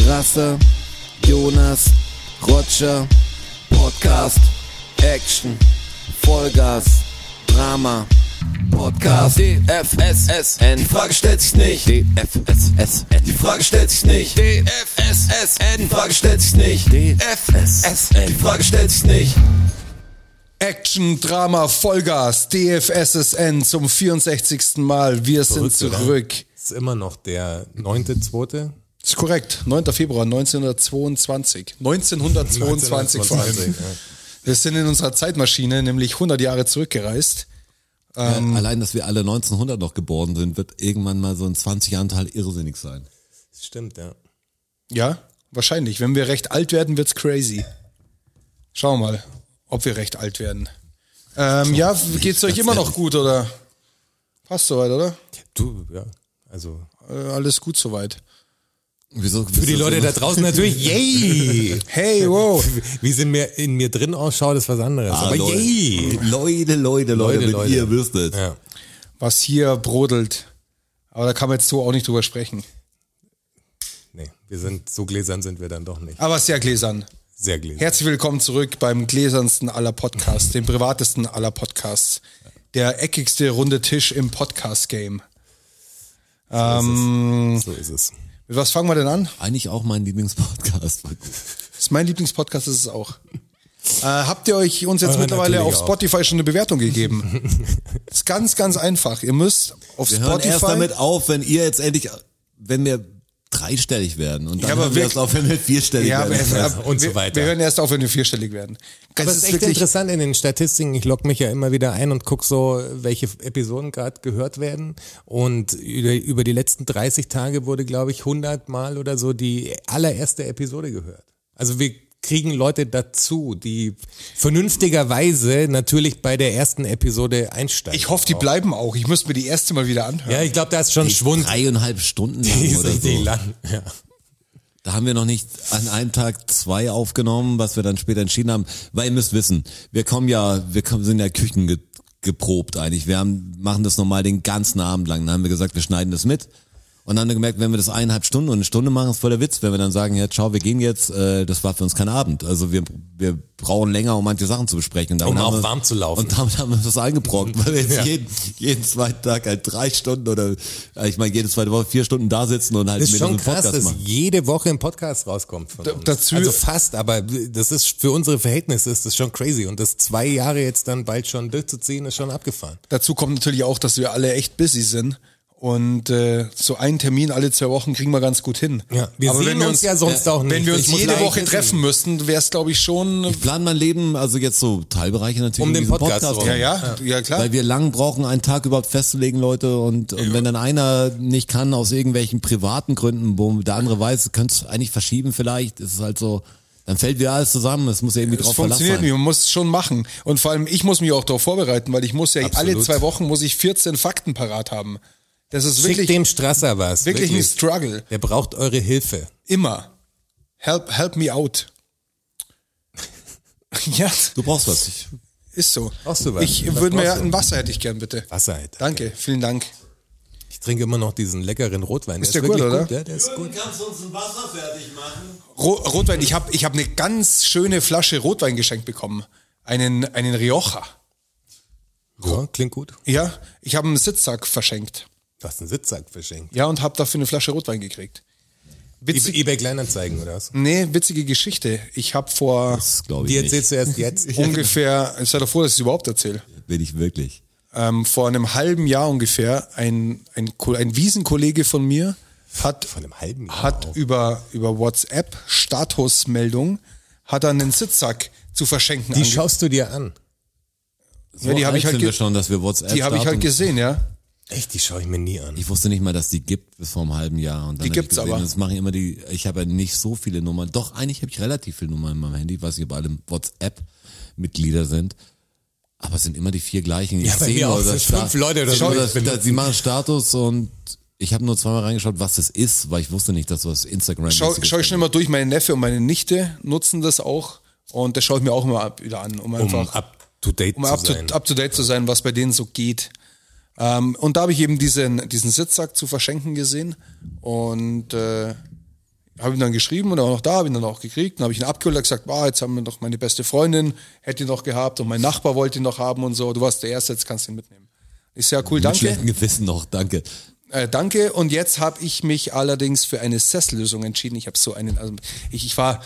Rasse, Jonas, Roger, Podcast, Action, Vollgas, Drama, Podcast, DFSSN, die Frage stellt sich nicht, DFSSN, die Frage stellt sich nicht, DFSSN, die Frage stellt sich nicht, DFSSN, die Frage stellt sich nicht. Action, Drama, Vollgas, DFSSN zum 64. Mal. Wir sind zurück. Das ist immer noch der 9.2. Das ist korrekt. 9. Februar 1922. 1922 vor allem. Ja. Wir sind in unserer Zeitmaschine, nämlich 100 Jahre zurückgereist. Allein, dass wir alle 1900 noch geboren sind, wird irgendwann mal so in 20 Jahren total irrsinnig sein. Das stimmt, ja. Ja, wahrscheinlich. Wenn wir recht alt werden, wird's crazy. Schauen wir mal, ob wir recht alt werden. Ja, geht's euch immer noch gut, oder? Passt soweit, oder? Du, ja, also. Alles gut soweit. Wieso? Für die Leute da draußen natürlich, yay! Hey, wow. Wie es in mir drin ausschaut, ist was anderes. Aber Leute, yay! Leute, wenn ihr wüsstet. Ja. Was hier brodelt. Aber da kann man jetzt so auch nicht drüber sprechen. Nee, so gläsern sind wir dann doch nicht. Aber sehr gläsern. Sehr gläsern. Herzlich willkommen zurück beim gläsernsten aller Podcasts, dem privatesten aller Podcasts. Der eckigste runde Tisch im Podcast-Game. So ist es. Mit was fangen wir denn an? Eigentlich auch mein Lieblingspodcast. Das ist mein Lieblingspodcast, das ist es auch. Habt ihr uns jetzt mittlerweile auf Spotify schon eine Bewertung gegeben? Das ist ganz, ganz einfach. Ihr müsst auf Wir Spotify... hören erst damit auf, wenn ihr jetzt endlich, wenn wir dreistellig werden. Und dann hören wir erst auf, wenn wir vierstellig werden. Und so weiter. Wir hören erst auf, wenn wir vierstellig werden. Aber es ist echt interessant in den Statistiken. Ich logge mich ja immer wieder ein und gucke so, welche Episoden gerade gehört werden. Und über die letzten 30 Tage wurde, glaube ich, 100 Mal oder so die allererste Episode gehört. Also wir kriegen Leute dazu, die vernünftigerweise natürlich bei der ersten Episode einsteigen. Ich hoffe, die bleiben auch. Ich müsste mir die erste mal wieder anhören. Ja, ich glaube, da ist schon Schwund. 3,5 Stunden Die lang ist oder richtig so. lang, ja. Da haben wir noch nicht an einem Tag 2 aufgenommen, was wir dann später entschieden haben. Weil ihr müsst wissen, sind ja Küchen geprobt eigentlich. Machen das normal den ganzen Abend lang. Dann haben wir gesagt, wir schneiden das mit. Und dann haben wir gemerkt, wenn wir das 1,5 Stunden und eine Stunde machen, ist voll der Witz. Wenn wir dann sagen, ja, ciao, wir gehen jetzt, das war für uns kein Abend. Also wir brauchen länger, um manche Sachen zu besprechen. Und Um auch warm zu laufen. Und damit haben wir das eingebrockt, weil wir jetzt jeden zweiten Tag halt 3 Stunden oder, ich meine, jede zweite Woche 4 Stunden da sitzen und halt Das ist mit schon unserem krass, Podcast dass machen. jede Woche ein Podcast rauskommt von uns. Dazu- Also fast, aber das ist für unsere Verhältnisse ist das schon crazy. Und das 2 Jahre jetzt dann bald schon durchzuziehen, ist schon abgefahren. Dazu kommt natürlich auch, dass wir alle echt busy sind. Und so einen Termin alle 2 Wochen kriegen wir ganz gut hin. Ja, wir Aber sehen wenn wir uns ja sonst auch nicht. Wenn wir uns Ich muss jede gleich Woche wissen. treffen müssten, wäre es, glaube ich, schon... Ich plane mein Leben, also jetzt so Teilbereiche natürlich. Um den diesen Podcast rum. Ja, klar. Weil wir lang brauchen, einen Tag überhaupt festzulegen, Leute. Und wenn dann einer nicht kann, aus irgendwelchen privaten Gründen, wo der andere weiß, könnte es eigentlich verschieben vielleicht, ist es halt so, dann fällt wieder alles zusammen. Es muss ja irgendwie Es drauf Verlass funktioniert sein. nicht, man muss es schon machen. Und vor allem, ich muss mich auch darauf vorbereiten, weil ich muss ja Absolut. alle 2 Wochen muss ich 14 Fakten parat haben. Das ist Schickt wirklich, dem Strasser was. wirklich ein Struggle. Der braucht eure Hilfe. Immer. Help me out. Ja, Du brauchst was. ist so. Brauchst du was? Ich Was würde mir brauchst du? ein Wasser hätte ich gern, bitte. Wasser halt. Danke, vielen Dank. Ich trinke immer noch diesen leckeren Rotwein. Ist der der gut, wirklich oder? Ja, der ist gut. Kannst du uns ein Wasser fertig machen? Rotwein, ich hab eine ganz schöne Flasche Rotwein geschenkt bekommen. Einen Rioja. Ja, klingt gut. Ja, ich habe einen Sitzsack verschenkt. Du hast einen Sitzsack verschenkt. Ja, und habe dafür eine Flasche Rotwein gekriegt. eBay Kleinanzeigen oder was? Nee, witzige Geschichte. Ich habe vor Das glaube ich Die nicht. erzählst du erst jetzt. ungefähr, sei doch froh, dass ich es überhaupt erzähle, Will ich wirklich. vor einem halben Jahr ungefähr, ein Wiesenkollege von mir hat Von einem halben Jahr hat auch. über WhatsApp Statusmeldung hat er einen Sitzsack zu verschenken. Die schaust du dir an. ja, die habe ich halt sind wir schon, dass wir WhatsApp die habe ich halt starten. gesehen, ja. Echt, die schaue ich mir nie an. Ich wusste nicht mal, dass die gibt bis vor einem halben Jahr. Und dann Die hab ich gibt's gesehen, aber. Das machen immer ich habe ja nicht so viele Nummern. Doch, eigentlich habe ich relativ viele Nummern in meinem Handy. Ich weiß nicht, ob alle WhatsApp-Mitglieder sind. Aber es sind immer die 4 gleichen. Ja, Ich bei sehe mir nur auch, das sind 5 Leute oder so. Sie machen Status und ich habe nur 2-mal reingeschaut, was das ist, weil ich wusste nicht, dass was Instagram Schau ist. ich schnell mal durch, meine Neffe und meine Nichte nutzen das auch und das schaue ich mir auch immer wieder an, um einfach up to date zu sein. up to date zu sein, was bei denen so geht. Und da habe ich eben diesen Sitzsack zu verschenken gesehen und habe ihn dann geschrieben und er war noch da, habe ihn dann auch gekriegt. Dann habe ich ihn abgeholt und gesagt, jetzt haben wir noch meine beste Freundin, hätte ihn noch gehabt und mein Nachbar wollte ihn noch haben und so. Du warst der Erste, jetzt kannst du ihn mitnehmen. Ist ja cool, Mit danke. schlechtem Gewissen noch, danke. Danke. Und jetzt habe ich mich allerdings für eine Sessellösung entschieden. Ich habe so einen, also ich war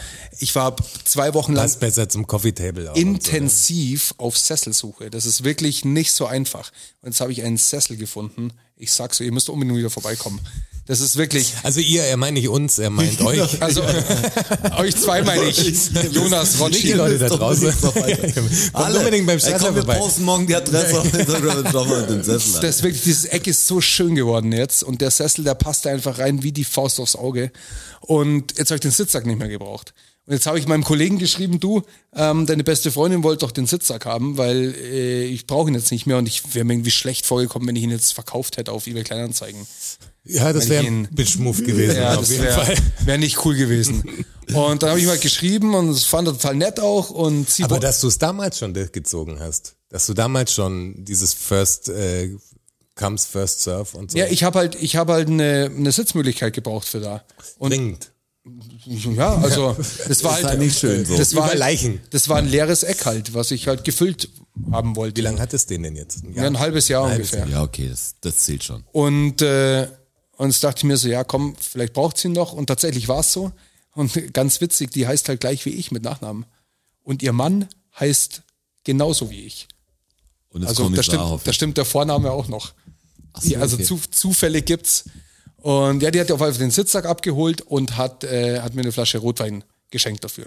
2 Wochen lang Passt besser zum Coffee Table auch. intensiv auf Sesselsuche. Das ist wirklich nicht so einfach. Und jetzt habe ich einen Sessel gefunden. Ich sag's so, ihr müsst unbedingt wieder vorbeikommen. Das ist wirklich, Also er meint nicht uns, er meint euch. also euch zwei meine ich, Jonas Die Rocci. Leute da draußen. Kommt unbedingt beim Sessel komm, wir vorbei. posten morgen die Adresse auf Instagram und schauen mal den Sessel an. Das ist wirklich, dieses Eck ist so schön geworden jetzt und der Sessel, der passt da einfach rein wie die Faust aufs Auge. Und jetzt habe ich den Sitzsack nicht mehr gebraucht. Und jetzt habe ich meinem Kollegen geschrieben, du, deine beste Freundin wollte doch den Sitzsack haben, weil ich brauche ihn jetzt nicht mehr und ich wäre mir irgendwie schlecht vorgekommen, wenn ich ihn jetzt verkauft hätte auf eBay Kleinanzeigen. Ja, das wäre ein Beschmuff gewesen, Ja, auf das jeden Fall. wäre nicht cool gewesen. Und dann habe ich mal geschrieben und das fand er total nett auch. Und sie Aber dass du es damals schon durchgezogen hast, dass du damals schon dieses First Comes, First Serve und so. ja, ich habe halt eine Sitzmöglichkeit gebraucht für da. Und Dringend. ja, also das war Ist halt halt nicht schön so. Das war Über halt, Leichen. Das war ein leeres Eck halt, was ich halt gefüllt haben wollte. Wie lange hat es den denn jetzt? Ja, ein halbes Jahr ungefähr. Ja, okay, das zählt schon. Und jetzt dachte ich mir so, ja komm, vielleicht braucht sie ihn noch. Und tatsächlich war es so. Und ganz witzig, die heißt halt gleich wie ich mit Nachnamen. Und ihr Mann heißt genauso wie ich. Und es Also kommt da nicht wahr, hoffe da stimmt der Vorname auch noch. Ach so, Also okay. Zufälle gibt's. Und ja, die hat auf jeden Fall den Sitzsack abgeholt und hat mir eine Flasche Rotwein geschenkt dafür.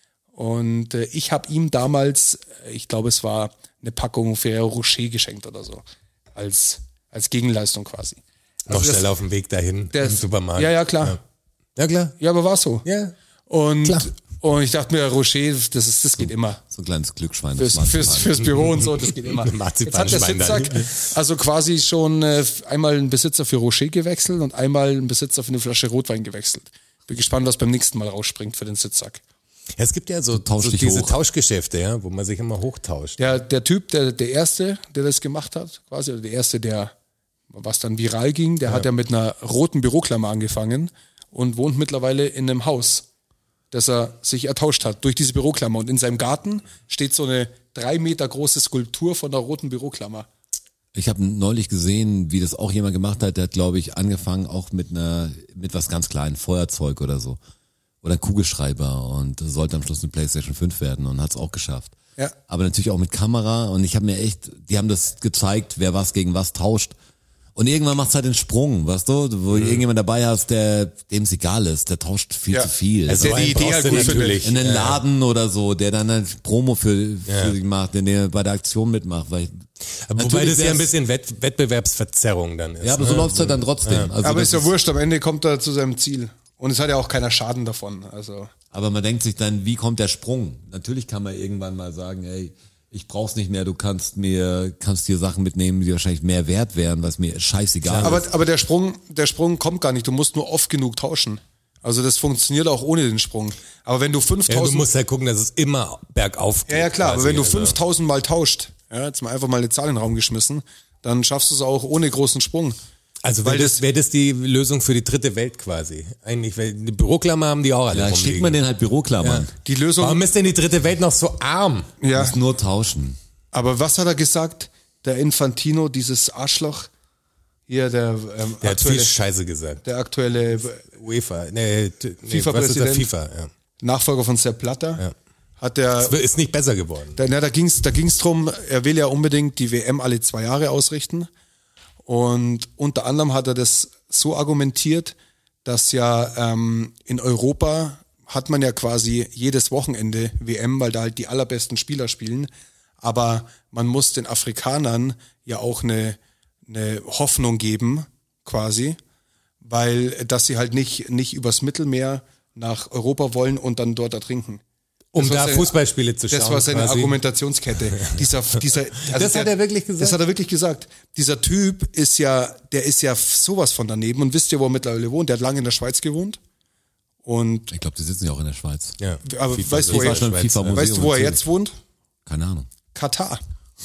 Und ich habe ihm damals, ich glaube es war eine Packung Ferrero Rocher geschenkt oder so. Als Gegenleistung quasi. Noch Also schnell auf dem Weg dahin der im Supermarkt. Ja, klar. Ja, klar. Ja, aber war so. Ja. Und, Klar. und ich dachte mir, Rocher, das geht immer. So ein kleines Glücksschwein. das Fürs Büro und so, das geht immer. Jetzt hat der Marzipanschwein dann. Sitzsack also quasi schon einmal einen Besitzer für Rocher gewechselt und einmal einen Besitzer für eine Flasche Rotwein gewechselt. Bin gespannt, was beim nächsten Mal rausspringt für den Sitzsack. Ja, es gibt ja so tausch dich diese hoch. Tauschgeschäfte, ja, wo man sich immer hochtauscht. Der Typ, der Erste, der das gemacht hat, quasi, oder der Erste, der was dann viral ging, der hat ja mit einer roten Büroklammer angefangen und wohnt mittlerweile in einem Haus, das er sich ertauscht hat durch diese Büroklammer. Und in seinem Garten steht so eine 3 Meter große Skulptur von der roten Büroklammer. Ich habe neulich gesehen, wie das auch jemand gemacht hat, der hat, glaube ich, angefangen auch mit was ganz kleinem, Feuerzeug oder so. Oder ein Kugelschreiber und sollte am Schluss eine PlayStation 5 werden und hat es auch geschafft. Ja. Aber natürlich auch mit Kamera und ich habe mir echt, die haben das gezeigt, wer was gegen was tauscht. Und irgendwann macht's halt den Sprung, weißt du, wo irgendjemand dabei hast, dem es egal ist, der tauscht viel Ja. zu viel. Also Der die einen Idee brauchst halt du gut findet. natürlich. in den Laden oder so, der dann eine Promo für dich macht, der bei der Aktion mitmacht. Weil Wobei natürlich das ja ein wär's- bisschen Wettbewerbsverzerrung dann ist. Ja, aber so läuft's halt dann trotzdem. Also Aber das ist ja wurscht, am Ende kommt er zu seinem Ziel. Und es hat ja auch keiner Schaden davon. Also Aber man denkt sich dann, wie kommt der Sprung? Natürlich kann man irgendwann mal sagen, ey, ich brauch's nicht mehr, du kannst dir Sachen mitnehmen, die wahrscheinlich mehr wert wären, was mir scheißegal ist. aber der Sprung kommt gar nicht. Du musst nur oft genug tauschen. Also das funktioniert auch ohne den Sprung. Aber wenn du Ja, 5000 du musst ja gucken, dass es immer bergauf geht. Ja, klar, aber quasi. wenn du Also, 5000 Mal tauscht, ja, jetzt mal einfach mal eine Zahl in den Raum geschmissen, dann schaffst du es auch ohne großen Sprung. Also weil wäre das die Lösung für die dritte Welt quasi. Eigentlich, weil die Büroklammer haben die auch alle Ja, rumliegen. schickt man den halt Büroklammern. Die Lösung, Warum ist denn die dritte Welt noch so arm? ja, Muss nur tauschen. aber was hat er gesagt? Der Infantino, dieses Arschloch, hier Der hat viel Scheiße gesagt. der aktuelle UEFA, was ist der FIFA-Präsident. FIFA, ja. Nachfolger von Sepp Blatter, Ja. hat der, Ist nicht besser geworden. da ging's drum, er will ja unbedingt die WM alle 2 Jahre ausrichten. Und unter anderem hat er das so argumentiert, dass ja in Europa hat man ja quasi jedes Wochenende WM, weil da halt die allerbesten Spieler spielen. Aber man muss den Afrikanern ja auch eine Hoffnung geben, quasi, weil dass sie halt nicht übers Mittelmeer nach Europa wollen und dann dort ertrinken. Um Das war da seine- Fußballspiele zu schauen. Das war seine quasi. Argumentationskette. Das hat er wirklich gesagt? Das hat er wirklich gesagt. Dieser Typ ist ja sowas von daneben. Und wisst ihr, wo er mittlerweile wohnt? Der hat lange in der Schweiz gewohnt. Und Ich glaube, die sitzen ja auch in der Schweiz. Ja. aber FIFA weißt du, so wo er, war schon im Schweiz, FIFA-Museum. weißt du, wo er in jetzt wohnt? Keine Ahnung. Katar.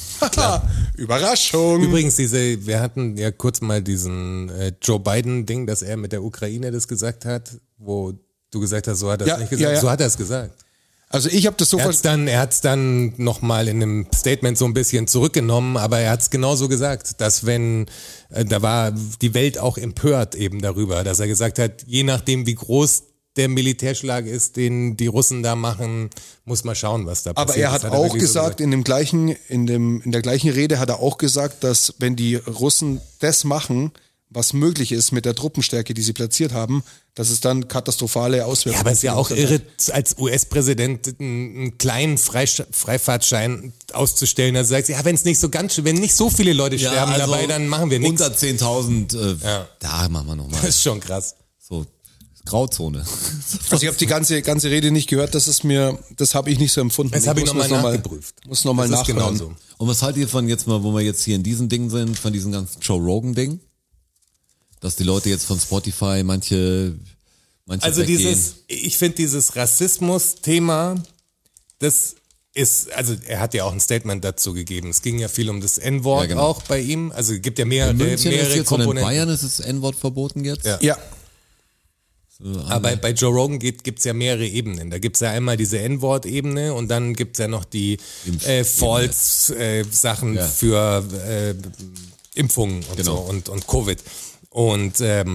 Überraschung. Übrigens, wir hatten ja kurz mal diesen Joe Biden-Ding, dass er mit der Ukraine das gesagt hat, wo du gesagt hast, so hat er es nicht gesagt. Ja. So hat er es gesagt. Also ich habe das so verstanden. Er hat's dann nochmal in einem Statement so ein bisschen zurückgenommen, aber er hat's genauso gesagt, dass da war die Welt auch empört eben darüber, dass er gesagt hat, je nachdem wie groß der Militärschlag ist, den die Russen da machen, muss man schauen, was da passiert. Aber er hat auch gesagt, in der gleichen Rede hat er auch gesagt, dass wenn die Russen das machen, was möglich ist mit der Truppenstärke, die sie platziert haben, dass es dann katastrophale Auswirkungen Ja, aber es ist ja auch irre, als US-Präsident einen kleinen Freifahrtschein auszustellen. Also sagst du, ja, wenn nicht so viele Leute sterben dabei, dann machen wir nichts. Unter 10.000, da machen wir nochmal. Das ist schon krass. So, Grauzone. Also ich habe die ganze Rede nicht gehört, das habe ich nicht so empfunden. Das habe ich nochmal nachgeprüft. Muss nochmal nachhören. Genauso. Und was haltet ihr von jetzt mal, wo wir jetzt hier in diesem Ding sind, von diesem ganzen Joe Rogan-Ding? Dass die Leute jetzt von Spotify manche also weggehen. Ich finde dieses Rassismus-Thema, also er hat ja auch ein Statement dazu gegeben. Es ging ja viel um das N-Wort auch bei ihm. Also es gibt ja mehrere jetzt Komponenten. In Bayern ist das N-Wort verboten jetzt? Ja. Aber bei Joe Rogan gibt's ja mehrere Ebenen. Da gibt's ja einmal diese N-Wort-Ebene und dann gibt's ja noch die False-Sachen für Impfungen und so und Covid. Und er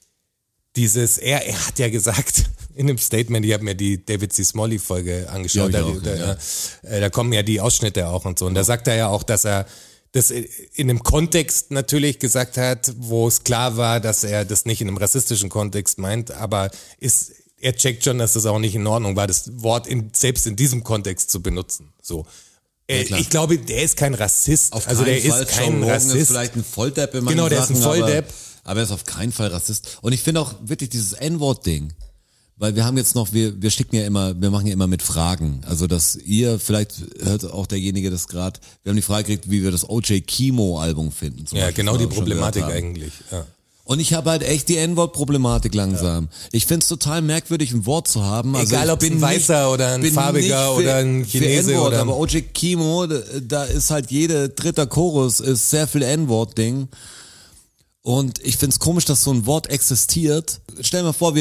hat ja gesagt in dem Statement, ich habe mir die David C. Smalley-Folge angeschaut, da kommen ja die Ausschnitte auch und so. Und da sagt er ja auch, dass er das in einem Kontext natürlich gesagt hat, wo es klar war, dass er das nicht in einem rassistischen Kontext meint, aber er checkt schon, dass das auch nicht in Ordnung war, das Wort selbst in diesem Kontext zu benutzen. So. Ich glaube, der ist kein Rassist. Der ist kein Rassist. Ist vielleicht ein Volldepp in manchen Genau, der ist ein Volldepp. Aber er ist auf keinen Fall Rassist. Und ich finde auch wirklich dieses N-Wort-Ding, weil wir haben jetzt noch, wir machen ja immer mit Fragen. Also dass ihr, vielleicht hört auch derjenige das gerade, wir haben die Frage gekriegt, wie wir das O.J. Kimo-Album finden. Ja, genau die Problematik eigentlich. Ja. Und ich habe halt echt die N-Wort-Problematik langsam. Ich find's total merkwürdig, ein Wort zu haben. Also egal, ob ein Weißer oder ein Farbiger oder ein Chinese oder... Aber O.J. Kimo, da ist halt dritter Chorus ist sehr viel N-Wort-Ding. Und ich find's komisch, dass so ein Wort existiert. Stell dir mal vor,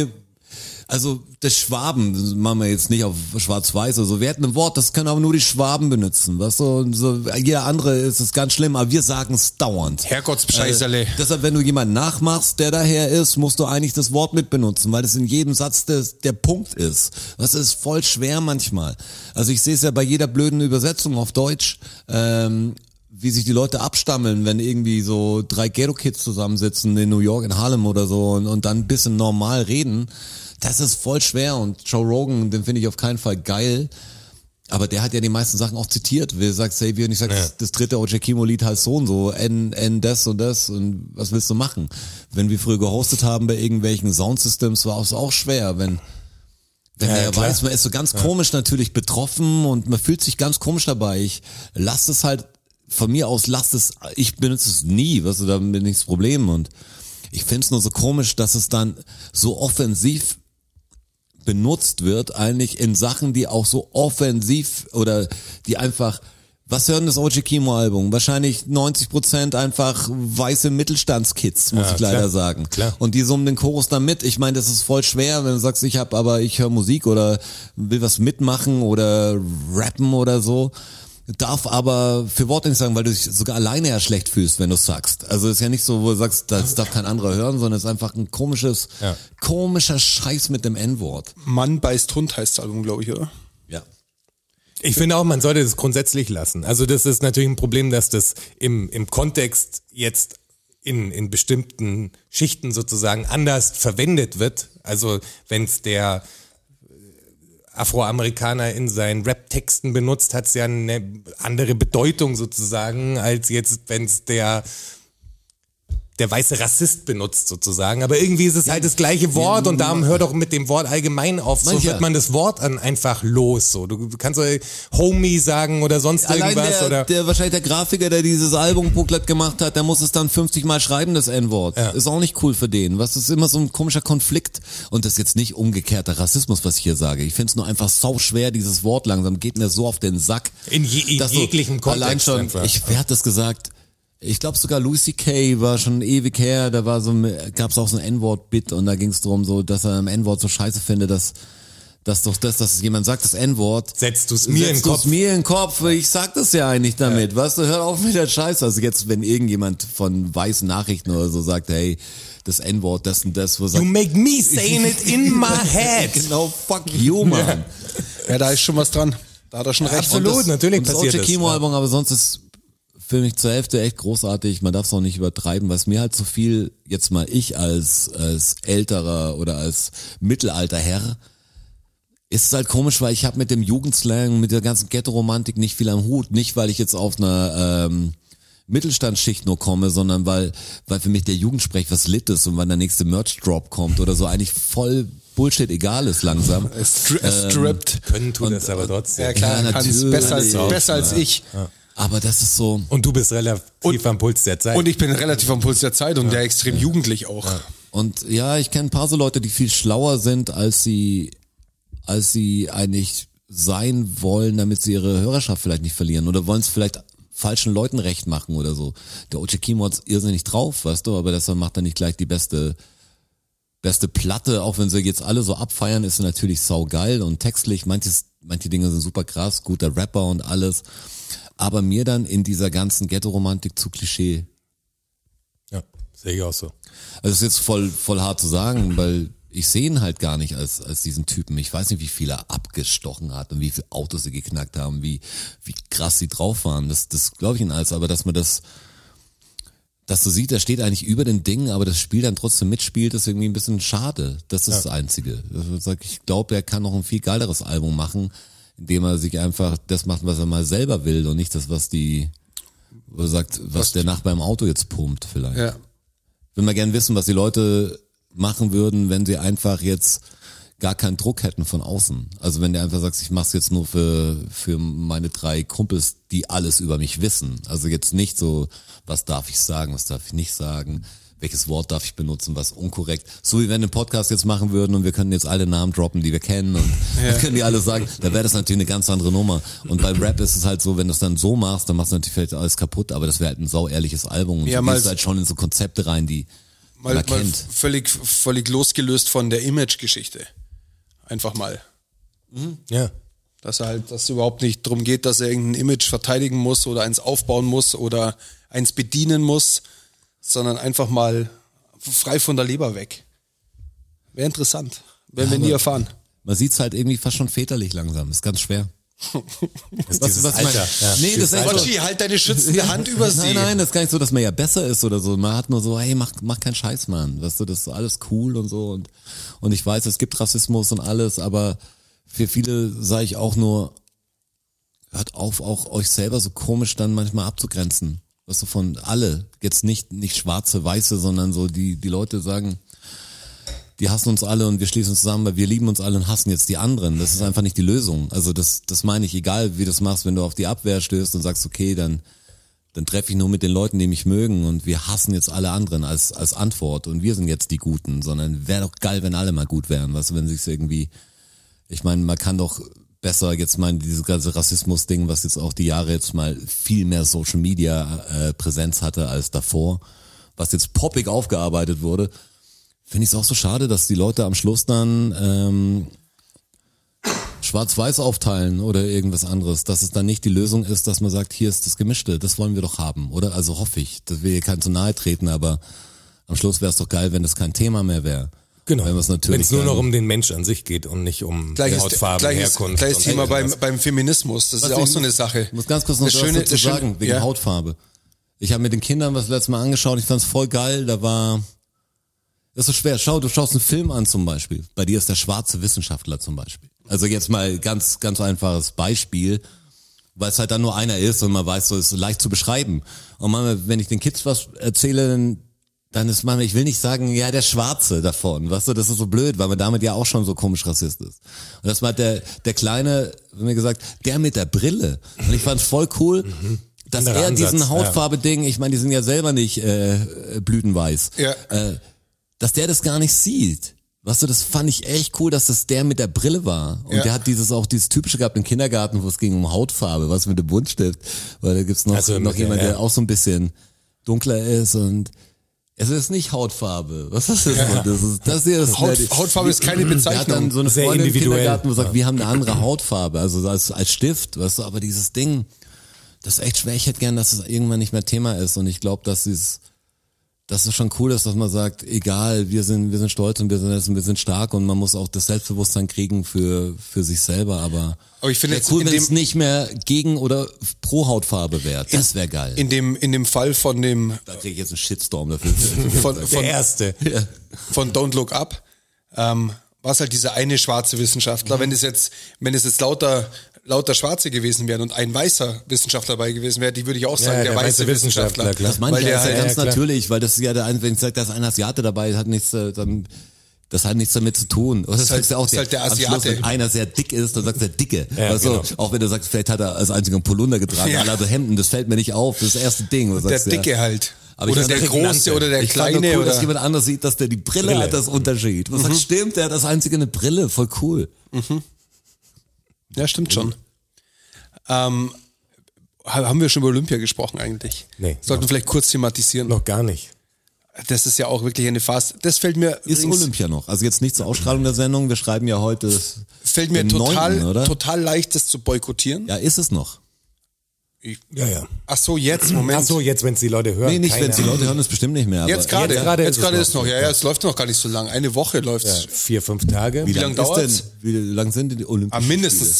das Schwaben, das machen wir jetzt nicht auf schwarz-weiß oder so. Wir hätten ein Wort, das können aber nur die Schwaben benutzen, weißt du? Und so, jeder andere ist es ganz schlimm, aber wir sagen es dauernd. Herrgottsbescheißerle. Deshalb, wenn du jemanden nachmachst, der daher ist, musst du eigentlich das Wort mit benutzen, weil das in jedem Satz der Punkt ist. Das ist voll schwer manchmal. Also ich sehe es ja bei jeder blöden Übersetzung auf Deutsch, wie sich die Leute abstammeln, wenn irgendwie so 3 Ghetto-Kids zusammensitzen in New York, in Harlem oder so und dann ein bisschen normal reden. Das ist voll schwer und Joe Rogan, den finde ich auf keinen Fall geil. Aber der hat ja die meisten Sachen auch zitiert. Wer sagt Xavier und ich sage, das dritte O.J. Kimo-Lied heißt so und so, N das und das und was willst du machen? Wenn wir früher gehostet haben bei irgendwelchen Soundsystems, war es auch schwer, wenn er weiß, man ist so ganz komisch natürlich betroffen und man fühlt sich ganz komisch dabei. Ich lasse es halt, von mir aus ich benutze es nie, weißt du, da bin ich das Problem und ich finde es nur so komisch, dass es dann so offensiv benutzt wird, eigentlich in Sachen, die auch so offensiv oder die einfach, was hören das O.J. Kimo-Album? Wahrscheinlich 90% einfach weiße Mittelstandskids, muss ich leider sagen. Klar. Und die summen den Chorus dann mit. Ich meine, das ist voll schwer, wenn du sagst, ich höre Musik oder will was mitmachen oder rappen oder so. Darf aber für Worte nicht sagen, weil du dich sogar alleine ja schlecht fühlst, wenn du es sagst. Also es ist ja nicht so, wo du sagst, das darf kein anderer hören, sondern es ist einfach ein komischer Scheiß mit dem N-Wort. Mann beißt Hund heißt das Album, glaube ich, oder? Ja. Ich finde auch, man sollte das grundsätzlich lassen. Also das ist natürlich ein Problem, dass das im Kontext jetzt in bestimmten Schichten sozusagen anders verwendet wird. Also wenn es der Afroamerikaner in seinen Rap-Texten benutzt, hat es ja eine andere Bedeutung sozusagen, als jetzt, wenn es der weiße Rassist benutzt sozusagen. Aber irgendwie ist es halt das gleiche Wort und darum hör doch mit dem Wort allgemein auf. So wird man das Wort dann einfach los. So, du kannst so Homie sagen oder sonst irgendwas. Der wahrscheinlich der Grafiker, der dieses Album-Booklet gemacht hat, der muss es dann 50 Mal schreiben, das N-Wort. Ja. Ist auch nicht cool für den. Was ist immer so ein komischer Konflikt. Und das ist jetzt nicht umgekehrter Rassismus, was ich hier sage. Ich finde es nur einfach sau schwer, dieses Wort langsam geht mir so auf den Sack. In jeglichem Kontext. Allein schon, wer hat das gesagt? Ich glaube sogar Louis C.K. war schon ewig her, da war so, gab's auch so ein N-Wort-Bit und da ging's drum so, dass er am N-Wort so scheiße findet, dass jemand sagt, das N-Wort. Setzt du's mir in den Kopf? Ich sag das ja eigentlich damit, weißt du, hör auf mit der Scheiße. Also jetzt, wenn irgendjemand von weißen Nachrichten oder so sagt, hey, das N-Wort, das und das, wo sagt, You make me saying it in my head. Genau, fuck you, man. Ja, da ist schon was dran. Da hat er schon recht. Absolut, natürlich und das passiert OJ Kimo-Album, aber sonst ist für mich zur Hälfte echt großartig. Man darf es auch nicht übertreiben, was mir halt so viel, jetzt mal ich als älterer oder als Mittelalterherr, ist es halt komisch, weil ich habe mit dem Jugendslang, mit der ganzen Ghetto-Romantik nicht viel am Hut. Nicht, weil ich jetzt auf einer Mittelstandsschicht nur komme, sondern weil für mich der Jugendsprech was lit ist und wann der nächste Merch-Drop kommt oder so eigentlich voll Bullshit egal ist langsam. Stripped. Können tun das aber trotzdem. Ja klar, Ja, kann's natürlich. besser als ich. Ja. Aber das ist so. Und du bist relativ am Puls der Zeit. Und ich bin relativ am Puls der Zeit und der extrem jugendlich auch. Ja. Und ja, ich kenne ein paar so Leute, die viel schlauer sind, als sie eigentlich sein wollen, damit sie ihre Hörerschaft vielleicht nicht verlieren oder wollen es vielleicht falschen Leuten recht machen oder so. Der OJ Kimo hat's irrsinnig drauf, weißt du, aber deshalb macht er nicht gleich die beste Platte, auch wenn sie jetzt alle so abfeiern, ist sie natürlich saugeil und textlich, manche Dinge sind super krass, guter Rapper und alles, aber mir dann in dieser ganzen Ghetto-Romantik zu Klischee. Ja, sehe ich auch so. Also es ist jetzt voll hart zu sagen, weil ich sehe ihn halt gar nicht als diesen Typen. Ich weiß nicht, wie viel er abgestochen hat und wie viele Autos sie geknackt haben, wie krass sie drauf waren. Das glaube ich ihn als, aber dass man das so sieht, er steht eigentlich über den Dingen, aber das Spiel dann trotzdem mitspielt, ist irgendwie ein bisschen schade. Das ist das Einzige. Ich glaube, er kann noch ein viel geileres Album machen, indem er sich einfach das macht, was er mal selber will und nicht das, was der Nachbar im Auto jetzt pumpt vielleicht. Ja. Ich will mal gern wissen, was die Leute machen würden, wenn sie einfach jetzt gar keinen Druck hätten von außen. Also wenn der einfach sagt, ich mach's jetzt nur für meine 3 Kumpels, die alles über mich wissen. Also jetzt nicht so, was darf ich sagen, was darf ich nicht sagen, welches Wort darf ich benutzen, was unkorrekt. So wie wenn wir einen Podcast jetzt machen würden und wir können jetzt alle Namen droppen, die wir kennen und wir können die alle sagen, da wäre das natürlich eine ganz andere Nummer. Und beim Rap ist es halt so, wenn du es dann so machst, dann machst du natürlich vielleicht alles kaputt, aber das wäre halt ein sauehrliches Album und du gehst halt schon in so Konzepte rein, die mal völlig losgelöst von der Image-Geschichte. Einfach mal. Ja. Dass es überhaupt nicht darum geht, dass er irgendein Image verteidigen muss oder eins aufbauen muss oder eins bedienen muss, sondern einfach mal frei von der Leber weg. Wäre interessant. Werden wir nie erfahren. Man sieht's halt irgendwie fast schon väterlich langsam. Ist ganz schwer. Das ist dieses Alter. Ja. Nee, das ist echt so. Quatschi, halt deine schützende Hand über sie. Nein, das ist gar nicht so, dass man ja besser ist oder so. Man hat nur so, hey, mach keinen Scheiß, Mann. Weißt du, das ist alles cool und so. Und ich weiß, es gibt Rassismus und alles, aber für viele sage ich auch nur, hört auf, auch euch selber so komisch dann manchmal abzugrenzen. Weißt du, von alle. Jetzt nicht schwarze, weiße, sondern so die Leute sagen, die hassen uns alle und wir schließen uns zusammen, weil wir lieben uns alle und hassen jetzt die anderen. Das ist einfach nicht die Lösung. Also das meine ich, egal wie du das machst, wenn du auf die Abwehr stößt und sagst, okay, dann treffe ich nur mit den Leuten, die mich mögen und wir hassen jetzt alle anderen als Antwort und wir sind jetzt die Guten, sondern wäre doch geil, wenn alle mal gut wären, weißt du, wenn sich's irgendwie, ich meine, man kann doch besser jetzt mal dieses ganze Rassismus-Ding, was jetzt auch die Jahre jetzt mal viel mehr Social Media Präsenz hatte als davor, was jetzt poppig aufgearbeitet wurde, finde ich es auch so schade, dass die Leute am Schluss dann schwarz-weiß aufteilen oder irgendwas anderes, dass es dann nicht die Lösung ist, dass man sagt, hier ist das Gemischte, das wollen wir doch haben, oder? Also hoffe ich, dass wir hier keinem zu nahe treten, aber am Schluss wäre es doch geil, wenn das kein Thema mehr wäre. Genau, wenn es nur noch um den Mensch an sich geht und nicht um Hautfarbe, Herkunft. Gleiches Thema beim Feminismus, das ist ja auch so eine Sache. Ich muss ganz kurz noch was dazu sagen, wegen Hautfarbe. Ich habe mir den Kindern was letztes Mal angeschaut, ich fand's voll geil, das ist so schwer. Du schaust einen Film an zum Beispiel. Bei dir ist der schwarze Wissenschaftler zum Beispiel. Also jetzt mal ganz, ganz einfaches Beispiel, weil es halt dann nur einer ist und man weiß, so ist leicht zu beschreiben. Und manchmal, wenn ich den Kids was erzähle, dann ist manchmal, ich will nicht sagen, ja, der Schwarze davon, weißt du, das ist so blöd, weil man damit ja auch schon so komisch Rassist ist. Und das war der Kleine, wie mir gesagt, der mit der Brille. Und ich fand's voll cool, dass er diesen Hautfarbe-Ding, ich meine, die sind ja selber nicht blütenweiß. Ja. Dass der das gar nicht sieht. Weißt du, das fand ich echt cool, dass das der mit der Brille war. Und der hat dieses Typische gehabt im Kindergarten, wo es ging um Hautfarbe, was mit dem Buntstift. Weil da gibt's noch jemand, der auch so ein bisschen dunkler ist und es ist nicht Hautfarbe. Was ist das? Ja. Das hier ist Hautfarbe ist keine Bezeichnung. Er hat dann so eine sehr Freundin im individuell. Kindergarten, wo sagt, wir haben eine andere Hautfarbe, also als Stift, weißt du, aber dieses Ding, das ist echt schwer. Ich hätte gern, dass es irgendwann nicht mehr Thema ist und ich glaube, dass es schon cool ist, dass man sagt, egal, wir sind stolz und wir sind stark und man muss auch das Selbstbewusstsein kriegen für sich selber, aber ich finde wäre cool, wenn es nicht mehr gegen oder pro Hautfarbe wäre. Das wäre geil. In dem Fall von dem Da kriege ich jetzt einen Shitstorm dafür. Der erste. von Don't Look Up, war es halt dieser eine schwarze Wissenschaftler. Wenn es jetzt lauter Schwarze gewesen wären und ein weißer Wissenschaftler dabei gewesen wäre, die würde ich auch sagen, der weiße Wissenschaftler. Das meine ich Weil ja, der ist ja halt- ganz natürlich, weil das ist ja der eine, wenn ich sage, da ist ein Asiate dabei, das hat nichts damit zu tun. Das halt- ist halt der am Schluss, Asiate. wenn einer sehr dick ist, dann sagst du der Dicke. Ja, Weißt du, genau. auch wenn du sagst, vielleicht hat er als einziger einen Polunder getragen, Ja. alle also Hemden, das fällt mir nicht auf, das ist das erste Ding. Der Dicke halt. Aber ich Oder fand der das Große oder der ich fand Kleine. nur cool, Oder dass jemand anders sieht, dass der die Brille hat, das ist Unterschied. Was sagt, stimmt, der hat das einzige eine Brille, voll cool. Ja, stimmt schon. Haben wir schon über Olympia gesprochen eigentlich? Nee, Sollten wir vielleicht kurz thematisieren. Noch gar nicht. Das ist ja auch wirklich eine Phase. Das fällt mir Ist Olympia noch. Also jetzt nicht zur Ausstrahlung der Sendung, wir schreiben ja heute den 9., oder? total leicht, das zu boykottieren. Ja, ist es noch. Ja. Ach so, jetzt, Moment. Ach so, jetzt, wenn es die Leute hören. Nee, nicht, keine wenn die Ahnung. Leute hören, ist bestimmt nicht mehr. Jetzt gerade jetzt gerade ist noch. Ja, es läuft noch gar nicht so lang. Eine Woche läuft Ja, es. 4-5 Tage. Wie lang dauert's? ist denn, wie lang sind denn die Olympischen Mindestens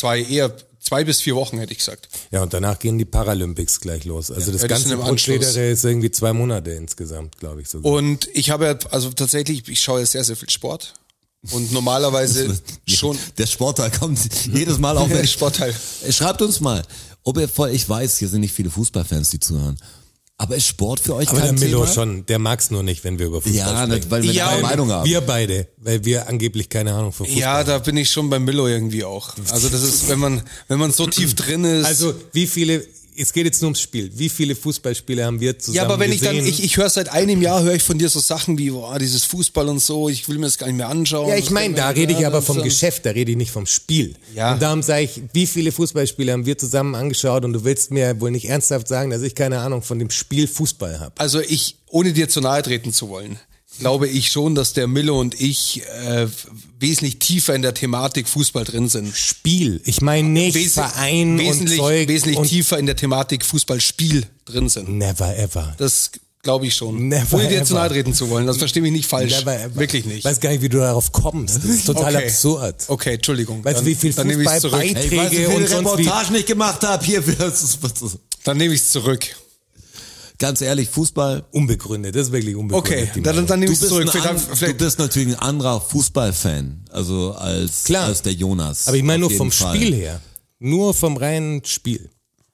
2 bis 4 Wochen, hätte ich gesagt. Ja, und danach gehen die Paralympics gleich los. Also das die sind ganze im Anschluss. Prozedere ist irgendwie 2 Monate insgesamt, glaube ich sogar. Und ich habe ja, also tatsächlich, ich schaue ja sehr, sehr viel Sport. Und normalerweise schon. Der Sportteil kommt jedes Mal auf. Der Sportteil. Schreibt uns mal, ob ihr voll, ich weiß, hier sind nicht viele Fußballfans, die zuhören. Aber ist Sport für euch Aber der kein Milo Thema? schon, der mag's nur nicht, wenn wir über Fußball Ja, sprechen. nicht, weil wir Ja, eine und Meinung haben. Wir beide, weil wir angeblich keine Ahnung von Fußball Ja, da bin ich schon beim Milo irgendwie auch. Also das ist, wenn man so tief drin ist. Also wie viele, es geht jetzt nur ums Spiel, wie viele Fußballspiele haben wir zusammen ja, aber wenn gesehen? ich höre seit einem Jahr, höre ich von dir so Sachen wie, boah, dieses Fußball und so, ich will mir das gar nicht mehr anschauen. Ja, ich meine, da rede ich aber vom so. Geschäft, da rede ich nicht vom Spiel. Ja. Und darum sage ich, wie viele Fußballspiele haben wir zusammen angeschaut und du willst mir wohl nicht ernsthaft sagen, dass ich keine Ahnung von dem Spiel Fußball habe. Also ich, ohne dir zu nahe treten zu wollen, glaube ich schon, dass der Milo und ich wesentlich tiefer in der Thematik Fußball drin sind. Spiel, ich meine nicht Verein und Zeug wesentlich und tiefer in der Thematik Fußballspiel drin sind. never ever. Das glaube ich schon. Never Ohne dir zu ever. nahe treten zu wollen. Das verstehe mich nicht falsch. Never ever. Wirklich nicht. Ich weiß gar nicht, wie du darauf kommst. Das ist total Okay. absurd. Okay, Entschuldigung. Weißt du, wie viel dann nehme ich's zurück. Fußballbeiträge Ey, weißt du, wie viel und sonst wie... Reportage ich gemacht habe hier für Dann nehme ich es zurück. ganz ehrlich, Fußball. Unbegründet, das ist wirklich unbegründet. Okay, die Meinung. dann nehme Du ich es bist, zurück. du bist natürlich ein anderer Fußballfan, also als der Jonas. Aber ich meine nur Auf vom jeden Fall. Spiel her. Nur vom reinen Spiel.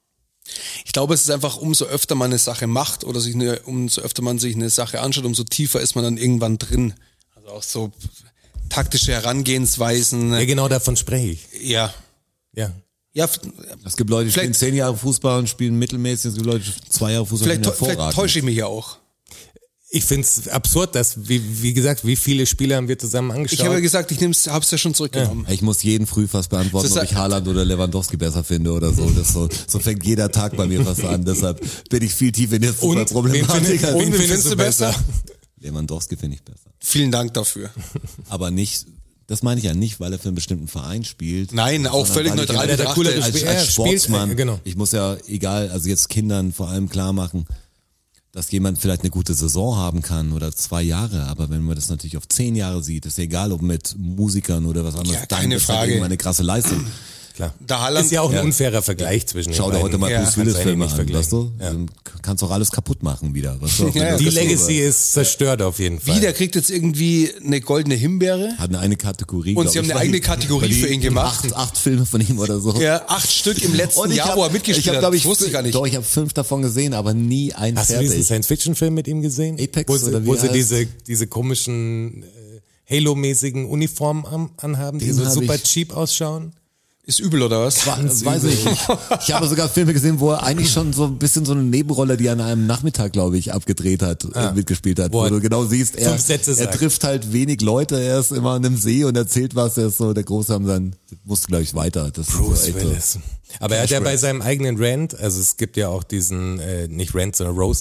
Ich glaube, es ist einfach, umso öfter man eine Sache macht oder umso öfter man sich eine Sache anschaut, umso tiefer ist man dann irgendwann drin. Also auch so taktische Herangehensweisen. Ja, genau davon spreche ich. Ja. Ja. Ja, Es gibt Leute, die spielen Vielleicht- 10 Jahre Fußball und spielen mittelmäßig. Es gibt Leute, die 2 Jahre Fußball vielleicht, spielen vielleicht hervorragend. täusche ich mich ja auch. Ich finde es absurd, dass, wie gesagt, wie viele Spiele haben wir zusammen angeschaut? Ich habe ja gesagt, ich habe es ja schon zurückgenommen. Ich muss jeden früh fast beantworten, Das ist ob ich Haaland oder Lewandowski besser finde oder so. So fängt jeder Tag bei mir fast an. Deshalb bin ich viel tiefer in der Fußballproblematik. wen findest du besser? Lewandowski finde ich besser. Vielen Dank dafür. Aber nicht, das meine ich ja nicht, weil er für einen bestimmten Verein spielt. Nein, auch sondern völlig weil ich neutral ja der coolere betrachtet. Spieler. als Er spielt, Sportsmann, genau. ich muss ja, egal, also jetzt Kindern vor allem klar machen, dass jemand vielleicht eine gute Saison haben kann oder 2 Jahre, aber wenn man das natürlich auf 10 Jahre sieht, ist ja egal, ob mit Musikern oder was anderes, Ja, dann keine ist halt Frage. irgendwann eine krasse Leistung. Klar. Der Haaland- ist ja auch ein Ja. unfairer Vergleich zwischen Schau den dir heute beiden. mal Ja, Bruce Willis kannst du Filme eigentlich an, nicht weißt du? vergleichen. Du kannst auch alles kaputt machen wieder, weißt du? Ja, ja. Die Das Legacy ist zerstört auf jeden Fall. Wie, der kriegt jetzt irgendwie eine goldene Himbeere. Hat eine Kategorie. Und glaub sie haben ich, eine weil eigene die- Kategorie weil die für ihn gemacht. 8 Filme von ihm oder so. Ja, 8 Stück im letzten Und Jahr, wo er mitgespielt ich hab, hat. glaub Das wusste ich gar nicht. Doch, ich habe 5 davon gesehen, aber nie einen Hast du diesen fertig. Science-Fiction-Film mit ihm gesehen? Apex wo sie, oder wie wo sie heißt? diese komischen Halo-mäßigen Uniformen anhaben, die Den so hab super ich- cheap ausschauen? Ist übel, oder was? Weiß ich. Ich habe sogar Filme gesehen, wo er eigentlich schon so ein bisschen so eine Nebenrolle, die er an einem Nachmittag, glaube ich, abgedreht hat, mitgespielt hat. Wo Wo er du genau siehst, er 5 Sätze sagt. trifft halt wenig Leute, er ist immer an einem See und erzählt was, er ist so der Große am dann, musste gleich ich weiter. Das ist so Bruce echt so. Willis. Aber er hat ja bei seinem eigenen Rant, also es gibt ja auch diesen, nicht Rant, sondern Roast,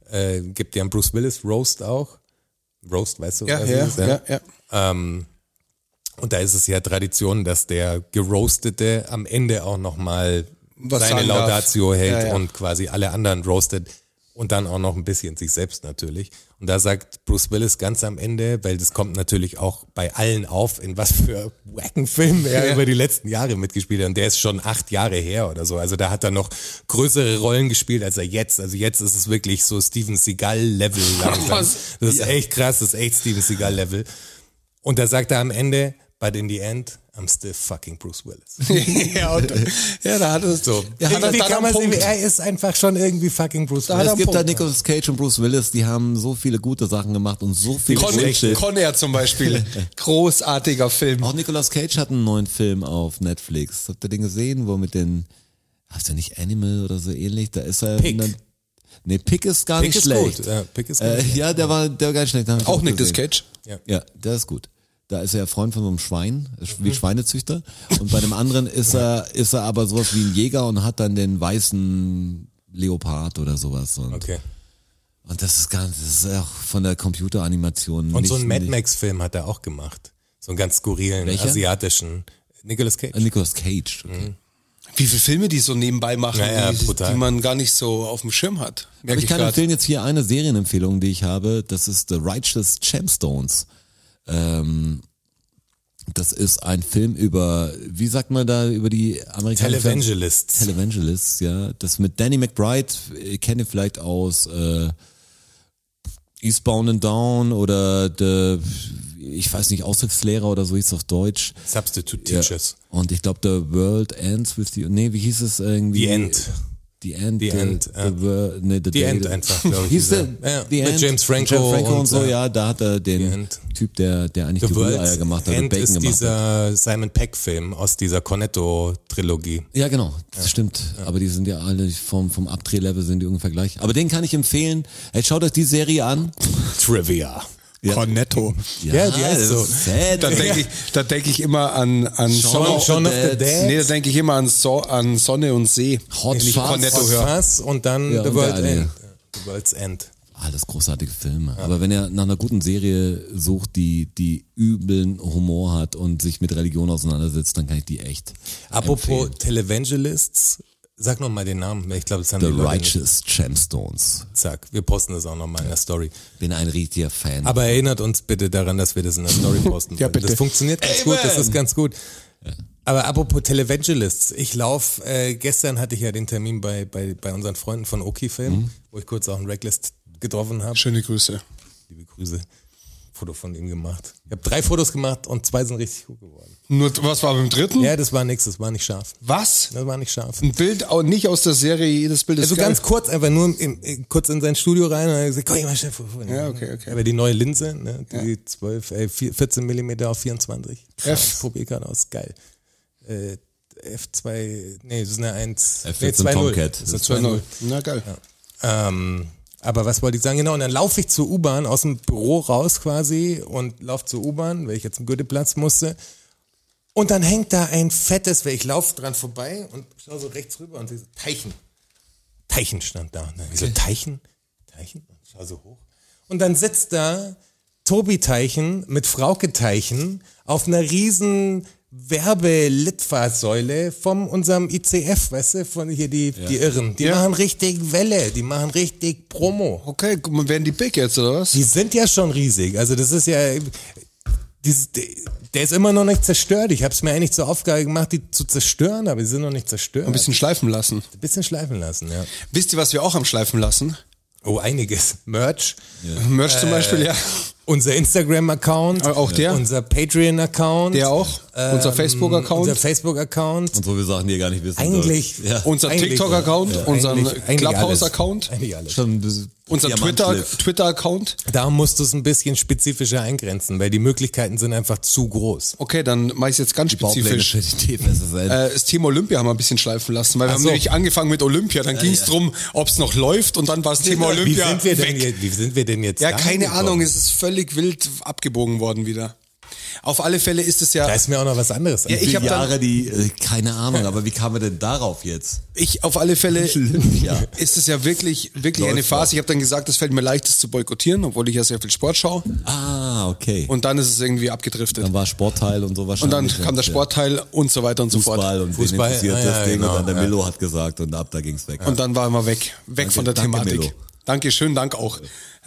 gibt ja einen Bruce Willis Roast auch. Roast, weißt du? Ja, was ja, es ist, ja. Und da ist es ja Tradition, dass der Geroastete am Ende auch nochmal Was seine sagen darf. Laudatio hält Ja, ja. und quasi alle anderen roastet und dann auch noch ein bisschen sich selbst natürlich. Und da sagt Bruce Willis ganz am Ende, weil das kommt natürlich auch bei allen auf, in was für wacken Filmen er über die letzten Jahre mitgespielt hat. Und der ist schon 8 Jahre her oder so. Also da hat er noch größere Rollen gespielt als er jetzt. Also jetzt ist es wirklich so Steven Seagal-Level langsam. Was? Das ist echt krass, das ist echt Steven Seagal-Level. Und da sagt er am Ende, but in the end, I'm still fucking Bruce Willis. Da hat es So. Ja, hat er Irgendwie dann kann man einen Punkt. er ist einfach schon irgendwie fucking Bruce Willis. Es gibt da Punkt. Nicolas Cage und Bruce Willis, die haben so viele gute Sachen gemacht und so viel Bullshit. Con Air zum Beispiel. Großartiger Film. Auch Nicolas Cage hat einen neuen Film auf Netflix. Habt ihr den gesehen, wo mit den, hast du nicht Animal oder so ähnlich? Da ist er. Pig. Nee, Pig ist gar Pick nicht ist schlecht. gut. Ja, Pick ist gut. Ja, der war gar nicht schlecht. Den hab ich Auch Nicolas gesehen. Cage. Ja, der ist gut. Da ist er Freund von so einem Schwein, wie Schweinezüchter. Und bei dem anderen ist er aber sowas wie ein Jäger und hat dann den weißen Leopard oder sowas. Und, Okay. und das ist auch von der Computeranimation. Und so einen Mad nicht- Max-Film hat er auch gemacht. So einen ganz skurrilen, Welcher? asiatischen. Nicolas Cage. Nicolas Cage, okay. Wie viele Filme die so nebenbei machen, Ja, die brutal. man gar nicht so auf dem Schirm hat. Aber ich kann empfehlen jetzt hier eine Serienempfehlung, die ich habe. Das ist The Righteous Gemstones. Das ist ein Film über, wie sagt man da, über die amerikanischen Televangelists. Televangelists, ja. Das mit Danny McBride, ihr kennt ihr vielleicht aus Eastbound and Down oder ich weiß nicht, Aushilfslehrer oder so hieß es auf Deutsch. Substitute Ja. Teachers. Und ich glaube, The World Ends with you. Nee, wie hieß es irgendwie? The End. The End. The End, The The End einfach, glaube ich. Hieß der? Ja, The mit End. James Franco und und, so, ja, da hat er The den End. Typ, der eigentlich die Rühreier gemacht hat und End Bacon ist gemacht hat. dieser Simon Peck-Film aus dieser Cornetto-Trilogie. Ja, genau, das stimmt. Aber die sind ja alle vom Abdrehlevel sind die ungefähr gleich. Aber den kann ich empfehlen. Hey, schaut euch die Serie an. Trivia. Ja. Cornetto. Ja, die heißt das so. ist sad. Da denk ich immer an Sonne. Shaun of the Dead. Nee, da denke ich immer an Sonne und See. Hot Wenn ich Fuzz. Cornetto Hot höre. Fuzz und dann Ja, The und World's der eine. End. The World's End. Alles großartige Filme. Aber wenn ihr nach einer guten Serie sucht, die übeln Humor hat und sich mit Religion auseinandersetzt, dann kann ich die echt Apropos empfehlen. Televangelists, sag noch mal den Namen. Ich glaube, das haben The die Leute Righteous Gemstones. nicht. Zack, wir posten das auch noch mal in der Story. Bin ein richtiger Fan. Aber erinnert uns bitte daran, dass wir das in der Story posten. Ja, bitte. Das funktioniert ganz gut, das ist ganz gut. Aber apropos Televangelists, ich laufe, gestern hatte ich ja den Termin bei unseren Freunden von Oki-Film, wo ich kurz auch einen Recklist getroffen habe. Schöne Grüße. Liebe Grüße. Foto von ihm gemacht. Ich habe 3 Fotos gemacht und 2 sind richtig gut geworden. Nur, was war beim dritten? Ja, das war nix, das war nicht scharf. Was? Das war nicht scharf. Ein Bild auch nicht aus der Serie, jedes Bild ist Also geil. ganz kurz, einfach nur kurz in sein Studio rein und er hat gesagt, komm, ich mal schnell vor. Ja, okay. Aber die neue Linse, ne, die 14 mm auf 24. F. Probier gerade aus, geil. F2, nee, das ist eine 1. F14 nee, 2.0. Tomcat. Das ist eine 2.0. Na geil. Aber was wollte ich sagen? Genau, und dann laufe ich zur U-Bahn aus dem Büro raus quasi und laufe zur U-Bahn, weil ich jetzt zum Goetheplatz musste. Und dann hängt da ein fettes, weil ich laufe dran vorbei und schaue so rechts rüber und ich so, Teichen. Teichen stand da. Und dann ich so, Teichen? Teichen? Und schau so hoch. Und dann sitzt da Tobi Teichen mit Frauke Teichen auf einer riesen Werbelitfaßsäule von unserem ICF, weißt du, von hier die Irren. Die machen richtig Welle, die machen richtig Promo. Okay, guck mal, werden die big jetzt, oder was? Die sind ja schon riesig. Also das ist ja, der ist immer noch nicht zerstört. Ich habe es mir eigentlich zur Aufgabe gemacht, die zu zerstören, aber die sind noch nicht zerstört. Ein bisschen schleifen lassen. Ein bisschen schleifen lassen, ja. Wisst ihr, was wir auch am Schleifen lassen? Oh, einiges. Merch. Merch zum Beispiel, ja. Unser Instagram-Account. Auch der? Unser Patreon-Account. Der auch. Unser Facebook-Account. Unser Facebook-Account. Und so wir Sachen, die ihr gar nicht wissen Eigentlich. sollt. Ja. Unser Eigentlich, TikTok-Account, ja. unseren Eigentlich Clubhouse-Account, Eigentlich alles. Schon unser Twitter-Account. Da musst du es ein bisschen spezifischer eingrenzen, weil die Möglichkeiten sind einfach zu groß. Okay, dann mache ich es jetzt ganz Baupläne spezifisch. für die TFSSN. Das Thema Olympia haben wir ein bisschen schleifen lassen, weil wir haben so. nämlich angefangen mit Olympia, dann ging es drum, ob es noch läuft und dann war das Thema Wie Olympia sind wir weg. Wie sind wir denn jetzt Ja, da keine hingekommen? Ahnung, es ist völlig wild abgebogen worden wieder. Auf alle Fälle ist es ja... Da ist mir auch noch was anderes. Ja, ich hab Jahre, keine Ahnung, aber wie kamen wir denn darauf jetzt? Auf alle Fälle Ja. ist es ja wirklich eine Phase. Ich habe dann gesagt, es fällt mir leicht, es zu boykottieren, obwohl ich ja sehr viel Sport schaue. Ah, okay. Und dann ist es irgendwie abgedriftet. Dann war Sportteil und so Und wahrscheinlich. dann kam der Sportteil und so weiter und so fort. Fußball und Fußball, wen interessiert ja, das Ding genau, und dann der ja. Milo hat gesagt und ab da ging's weg. Und dann waren wir weg von der danke, Thematik. Milo. Danke, schönen Dank auch.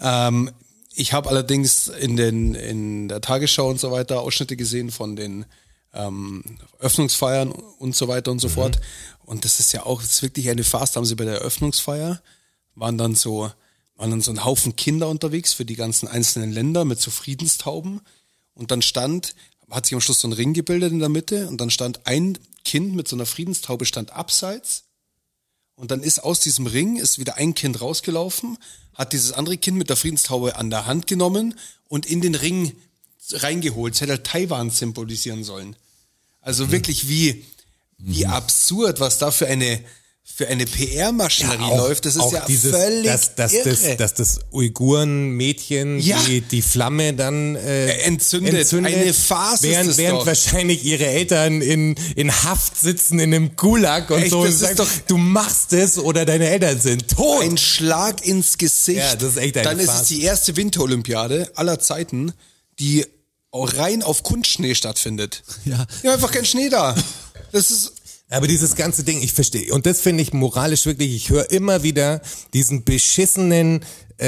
Ich habe allerdings in der Tagesschau und so weiter Ausschnitte gesehen von den Öffnungsfeiern und so weiter und so fort. Und das ist ja auch, das ist wirklich eine Farce. Da haben sie bei der Eröffnungsfeier, waren dann so ein Haufen Kinder unterwegs für die ganzen einzelnen Länder mit so Friedenstauben. Und dann hat sich am Schluss so ein Ring gebildet in der Mitte und dann stand ein Kind mit so einer Friedenstaube stand abseits. Und dann ist aus diesem Ring wieder ein Kind rausgelaufen, hat dieses andere Kind mit der Friedenstaube an der Hand genommen und in den Ring reingeholt. Es hätte halt Taiwan symbolisieren sollen. Also wirklich wie absurd, was da für eine PR-Maschinerie läuft. Das ist ja völlig irre. Dass das Uiguren-Mädchen die Flamme dann entzündet. Eine Farce ist das während doch. wahrscheinlich ihre Eltern in Haft sitzen in einem Gulag und Echt, so und das ist sagen, doch- du machst es oder deine Eltern sind tot. Ein Schlag ins Gesicht. Ja, das ist echt eine Dann ist Farce. es die erste Winterolympiade aller Zeiten, die auch rein auf Kunstschnee stattfindet. Ja. Ja, einfach kein Schnee da. Das ist... Aber dieses ganze Ding, ich verstehe. Und das finde ich moralisch wirklich, ich höre immer wieder diesen beschissenen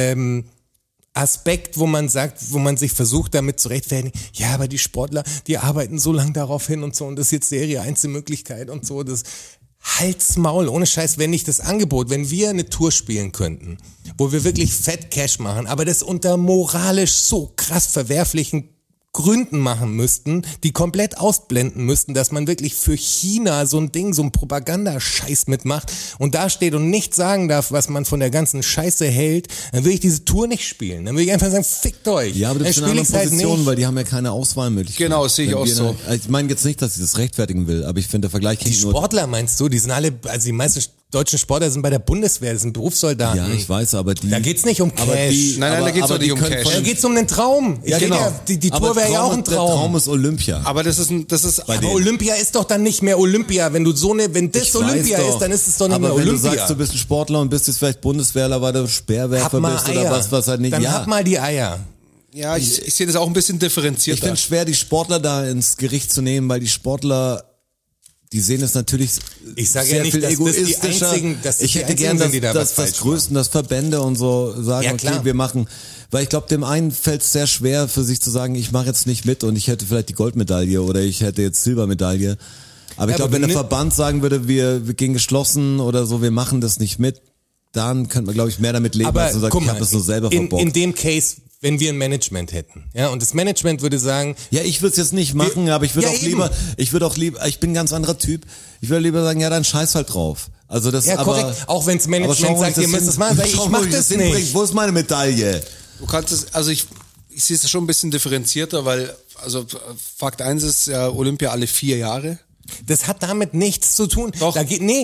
Aspekt, wo man sich versucht damit zu rechtfertigen, ja, aber die Sportler, die arbeiten so lange darauf hin und so und das ist jetzt ihre einzige Möglichkeit und so, das halt's Maul, ohne Scheiß, wenn nicht das Angebot, wenn wir eine Tour spielen könnten, wo wir wirklich Fett Cash machen, aber das unter moralisch so krass verwerflichen Gründen machen müssten, die komplett ausblenden müssten, dass man wirklich für China so ein Ding, so ein Propagandascheiß mitmacht und da steht und nicht sagen darf, was man von der ganzen Scheiße hält, dann will ich diese Tour nicht spielen. Dann will ich einfach sagen, fickt euch. Ja, aber das ist Dann eine andere spiel ich's Position, nicht. weil die haben ja keine Auswahlmöglichkeit. Genau, das sehe ich Wenn auch wir so. Ich meine jetzt nicht, dass ich das rechtfertigen will, aber ich finde, der Vergleich Die hinkt nur... Sportler meinst du, die sind alle, also die meisten deutschen Sportler sind bei der Bundeswehr, das sind Berufssoldaten. Ja, ich weiß, aber die... Da geht's nicht um aber Cash. die, Nein, da geht's aber doch nicht die um können Cash. von- Da geht's um den Traum. Ja, genau. Die Aber Tour wäre ja auch ein Der Traum Traum. ist Olympia. Aber das ist Aber Olympia ist doch dann nicht mehr Olympia. Wenn du wenn das Ich Olympia weiß doch. ist, dann ist es doch nicht aber mehr wenn Olympia. du sagst, du bist ein Sportler und bist jetzt vielleicht Bundeswehrler, weil du Speerwerfer Hab mal bist Eier. oder was halt nicht. Dann ja. hab mal die Eier. Ja, ich sehe das auch ein bisschen Ich differenzierter. finde es schwer, die Sportler da ins Gericht zu nehmen, weil die Sportler, die sehen es natürlich Ich sage sehr ja nicht, viel dass das die egoistischer. einzigen- dass das ich die hätte einzigen gern, sind, die da was dass das falsch Größten, dass Verbände und so sagen, Ja, okay, klar. wir machen, weil ich glaube, dem einen fällt es sehr schwer für sich zu sagen, ich mache jetzt nicht mit und ich hätte vielleicht die Goldmedaille oder ich hätte jetzt Silbermedaille. Aber ich Ja, glaube, aber wenn der ne- Verband sagen würde, wir gehen geschlossen oder so, wir machen das nicht mit, dann könnte man, glaube ich, mehr damit leben, Aber als zu sagen, guck ich mal, habe das so selber verbockt. in dem Case, wenn wir ein Management hätten, ja, und das Management würde sagen, Ja, ich würde es jetzt nicht machen, aber ich würde Ja, auch eben. lieber, ich bin ein ganz anderer Typ. Ich würde lieber sagen, ja, dann scheiß halt drauf. Also das ja, aber, korrekt, auch wenns aber Management schau, wo sagt, ich ihr müsst es machen, sag ich, schau, ich wo mach das hinbringe. nicht. Wo ist meine Medaille? Du kannst es, also ich sehe es schon ein bisschen differenzierter, weil, also Fakt 1 ist ja Olympia alle 4 Jahre. Das hat damit nichts zu tun. Doch.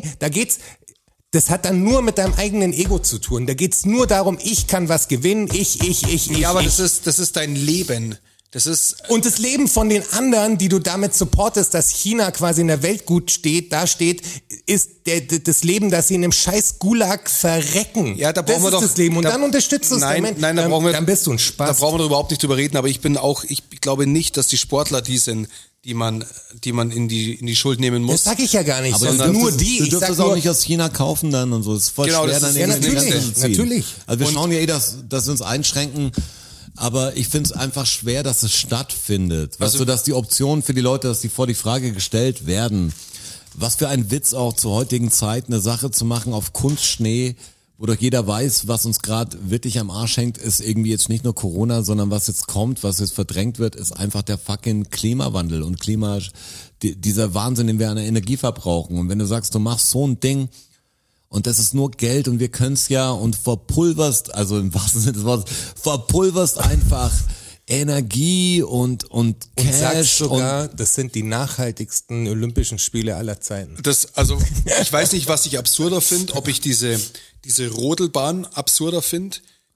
Das hat dann nur mit deinem eigenen Ego zu tun. Da geht's nur darum, ich kann was gewinnen, ich. Ja, aber das ist dein Leben. Das ist, Und das Leben von den anderen, die du damit supportest, dass China quasi in der Welt gut steht, da steht, ist das Leben, dass sie in einem scheiß Gulag verrecken. ja, da brauchen das wir ist doch. das Leben. Und da, dann unterstützt du es. Nein, da brauchen wir. Dann bist du ein Da Spaß. brauchen wir überhaupt nicht drüber reden, aber ich glaube nicht, dass die Sportler die sind, die man in die Schuld nehmen muss. Das sag ich ja gar nicht, Aber sondern du nur dürftest- die. Du Ich dürftest sag es auch nur, nicht aus China kaufen dann und so. Es ist voll Genau, schwer, das dann ist- ja, irgendwie natürlich, Grenzen zu ziehen. natürlich. Also wir schauen ja dass wir uns einschränken, aber ich finde es einfach schwer, dass es stattfindet. Weißt Also- du, dass die Optionen für die Leute, dass die vor die Frage gestellt werden. Was für ein Witz auch zur heutigen Zeit, eine Sache zu machen auf Kunstschnee, wo doch jeder weiß, was uns gerade wirklich am Arsch hängt, ist irgendwie jetzt nicht nur Corona, sondern was jetzt kommt, was jetzt verdrängt wird, ist einfach der fucking Klimawandel und dieser Wahnsinn, den wir an der Energie verbrauchen. Und wenn du sagst, du machst so ein Ding und das ist nur Geld und wir können's ja und verpulverst, also im wahrsten Sinne des Wortes, verpulverst einfach Energie und und sagst Cash sogar, das sind die nachhaltigsten Olympischen Spiele aller Zeiten. Ich weiß nicht, was ich absurder finde, ob ich diese Rodelbahn absurder finde,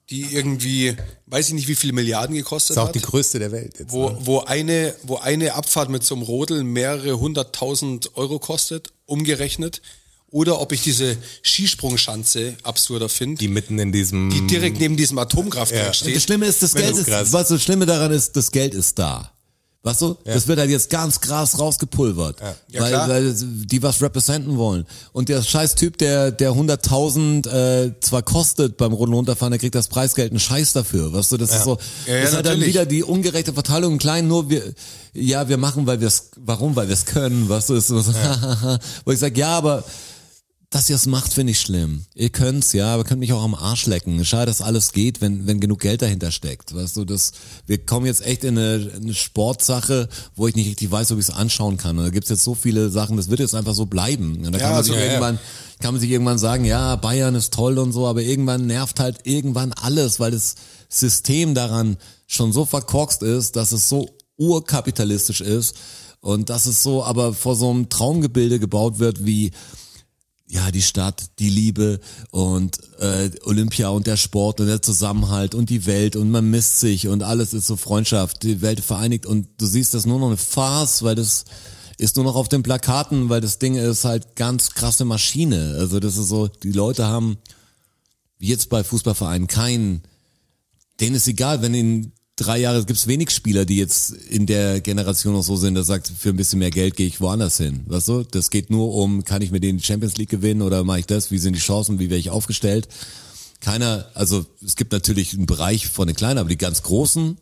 die irgendwie, weiß ich nicht, wie viele Milliarden gekostet Ist auch hat. die größte der Welt jetzt. Ne? Wo eine Abfahrt mit so einem Rodel mehrere 100.000 Euro kostet, umgerechnet. Oder ob ich diese Skisprungschanze absurder finde, Die mitten in diesem... die direkt neben diesem Atomkraftwerk Ja. steht. Das Schlimme ist, das Wenn Geld du ist, krass. was das Schlimme daran ist, das Geld ist da. Weißt du? Das wird halt jetzt ganz krass rausgepulvert. Ja, klar. Weil die was representen wollen. Und der scheiß Typ, der 100.000 zwar kostet beim Rodeln runterfahren, der kriegt das Preisgeld einen Scheiß dafür. Weißt du, das ist so, Ja, das ist halt dann natürlich. wieder die ungerechte Verteilung im Kleinen, nur wir machen, weil wir es, warum? Weil wir es können, weißt du, ist so, wo ich sage, ja, aber dass ihr es macht, finde ich schlimm. Ihr könnt's, ja, aber könnt mich auch am Arsch lecken. Schade, dass alles geht, wenn genug Geld dahinter steckt. Weißt du, wir kommen jetzt echt in eine Sportsache, wo ich nicht richtig weiß, ob ich es anschauen kann. Und da gibt's jetzt so viele Sachen, das wird jetzt einfach so bleiben. Und da kann man sich irgendwann sagen, ja, Bayern ist toll und so, aber irgendwann nervt halt irgendwann alles, weil das System daran schon so verkorkst ist, dass es so urkapitalistisch ist und dass es so aber vor so einem Traumgebilde gebaut wird wie ja, die Stadt, die Liebe und Olympia und der Sport und der Zusammenhalt und die Welt und man misst sich und alles ist so Freundschaft, die Welt vereinigt und du siehst das nur noch eine Farce, weil das ist nur noch auf den Plakaten, weil das Ding ist halt ganz krasse Maschine. Also das ist so, die Leute haben, wie jetzt bei Fußballvereinen, denen ist egal, wenn in 3 Jahre, es gibt wenig Spieler, die jetzt in der Generation noch so sind, der sagt, für ein bisschen mehr Geld gehe ich woanders hin. Weißt du? Das geht nur um, kann ich mit denen die Champions League gewinnen oder mache ich das? Wie sind die Chancen? Wie werde ich aufgestellt? Also es gibt natürlich einen Bereich von den Kleinen, aber die ganz Großen,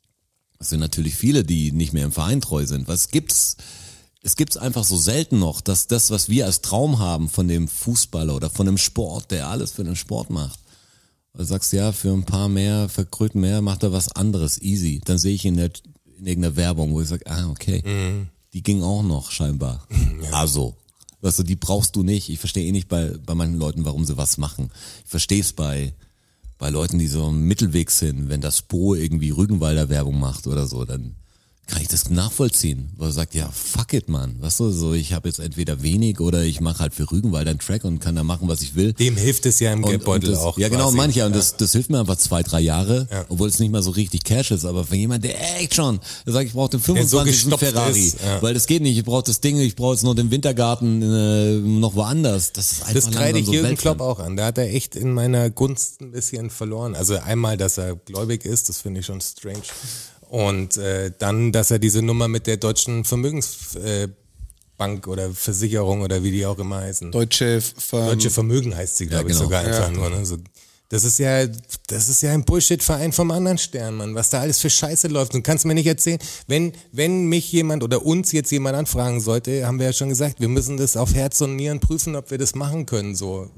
es sind natürlich viele, die nicht mehr im Verein treu sind. Es gibt's einfach so selten noch, dass das, was wir als Traum haben von dem Fußballer oder von dem Sport, der alles für den Sport macht, du sagst, ja, für ein paar mehr, für Kröten mehr, macht er was anderes, easy. Dann sehe ich in irgendeiner Werbung, wo ich sage, okay, die ging auch noch scheinbar. Also, weißt du, die brauchst du nicht. Ich verstehe nicht bei manchen Leuten, warum sie was machen. Ich verstehe es bei Leuten, die so im Mittelweg sind. Wenn das Bo irgendwie Rügenwalder Werbung macht oder so, dann kann ich das nachvollziehen, weil er sagt, ja, fuck it, man. Weißt du, so, ich habe jetzt entweder wenig oder ich mache halt für Rügenwalder einen Track und kann da machen, was ich will. Dem hilft es ja im Geldbeutel das, auch. Ja, genau, quasi. mancher. Und das hilft mir einfach 2-3 Jahre, obwohl es nicht mal so richtig Cash ist. Aber für jemand, der echt schon, der sagt, ich brauche den 25. gestopft Ferrari, ist, ja. weil das geht nicht. Ich brauche das Ding, ich brauche jetzt nur den Wintergarten noch woanders. Das ist einfach Das kreide ich so Jürgen Weltfremd. Klopp auch an. Da hat er echt in meiner Gunst ein bisschen verloren. Also einmal, dass er gläubig ist, das finde ich schon strange. Und dann, dass er diese Nummer mit der deutschen Vermögensbank oder Versicherung oder wie die auch immer heißen. Deutsche Vermögen heißt sie, glaube genau. ich, sogar einfach nur. Ne? So, das ist ja ein Bullshit-Verein vom anderen Stern, Mann, was da alles für Scheiße läuft. Und kannst mir nicht erzählen, wenn mich jemand oder uns jetzt jemand anfragen sollte, haben wir ja schon gesagt, wir müssen das auf Herz und Nieren prüfen, ob wir das machen können. So,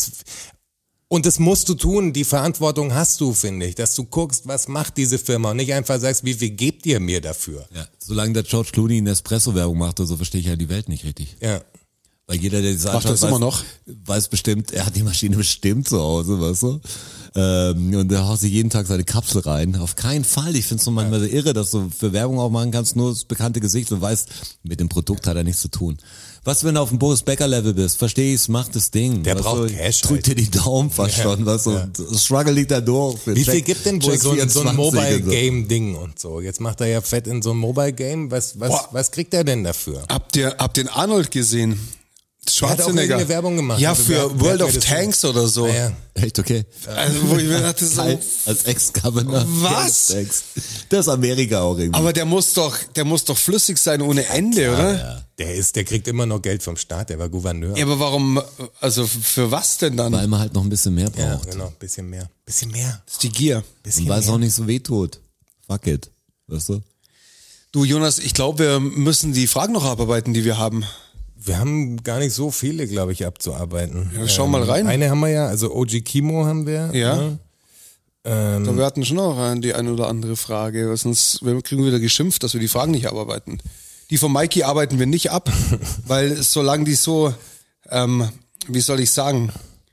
und das musst du tun, die Verantwortung hast du, finde ich, dass du guckst, was macht diese Firma und nicht einfach sagst, wie viel gebt ihr mir dafür? Ja, solange der George Clooney eine Espresso-Werbung macht, so verstehe ich ja die Welt nicht richtig. Ja. Weil jeder, der das Macht das immer noch? weiß bestimmt, er hat die Maschine bestimmt zu Hause, weißt du? Und da haust du jeden Tag seine Kapsel rein. Auf keinen Fall. Ich finde es so manchmal so irre, dass du für Werbung auch machen kannst, nur das bekannte Gesicht und weißt, mit dem Produkt hat er nichts zu tun. Was, wenn du auf dem Boris Becker Level bist? Versteh ich's, mach das Ding. Der weißt braucht du, Cash drück dir halt. die Daumen fast schon, weißt du? Ja. Das Struggle liegt da durch. Wie viel gibt denn wohl so ein 24 und so. Mobile-Game-Ding und so? Jetzt macht er ja fett in so ein Mobile-Game. Was kriegt er denn dafür? Habt ihr den Arnold gesehen? Er hat auch Schwarzenegger. irgendeine Werbung gemacht. Ja, Also für wer World hat of mir das Tanks oder so. Ja. Echt, okay. Also, wo ich mir dachte, so, Als Ex-Governor. Was? Das ist Amerika auch irgendwie. aber der muss doch flüssig sein ohne Ende, oder? Der kriegt immer noch Geld vom Staat, der war Gouverneur. Ja, aber warum, also für was denn dann? Weil man halt noch ein bisschen mehr Ja, braucht. genau, bisschen mehr. Bisschen mehr. Das ist die Gier. Und weil es auch nicht so weh tut. Fuck it. Weißt du? Du, Jonas, ich glaube, wir müssen die Fragen noch abarbeiten, die wir haben. Wir haben gar nicht so viele, glaube ich, abzuarbeiten. Ja, schau mal rein. Eine haben wir ja, also OG Kimo haben wir. Ja. Ne? Wir hatten schon noch die eine oder andere Frage, weil sonst kriegen wir wieder geschimpft, dass wir die Fragen nicht abarbeiten. Die von Mikey arbeiten wir nicht ab, weil solange die so, wie soll ich sagen,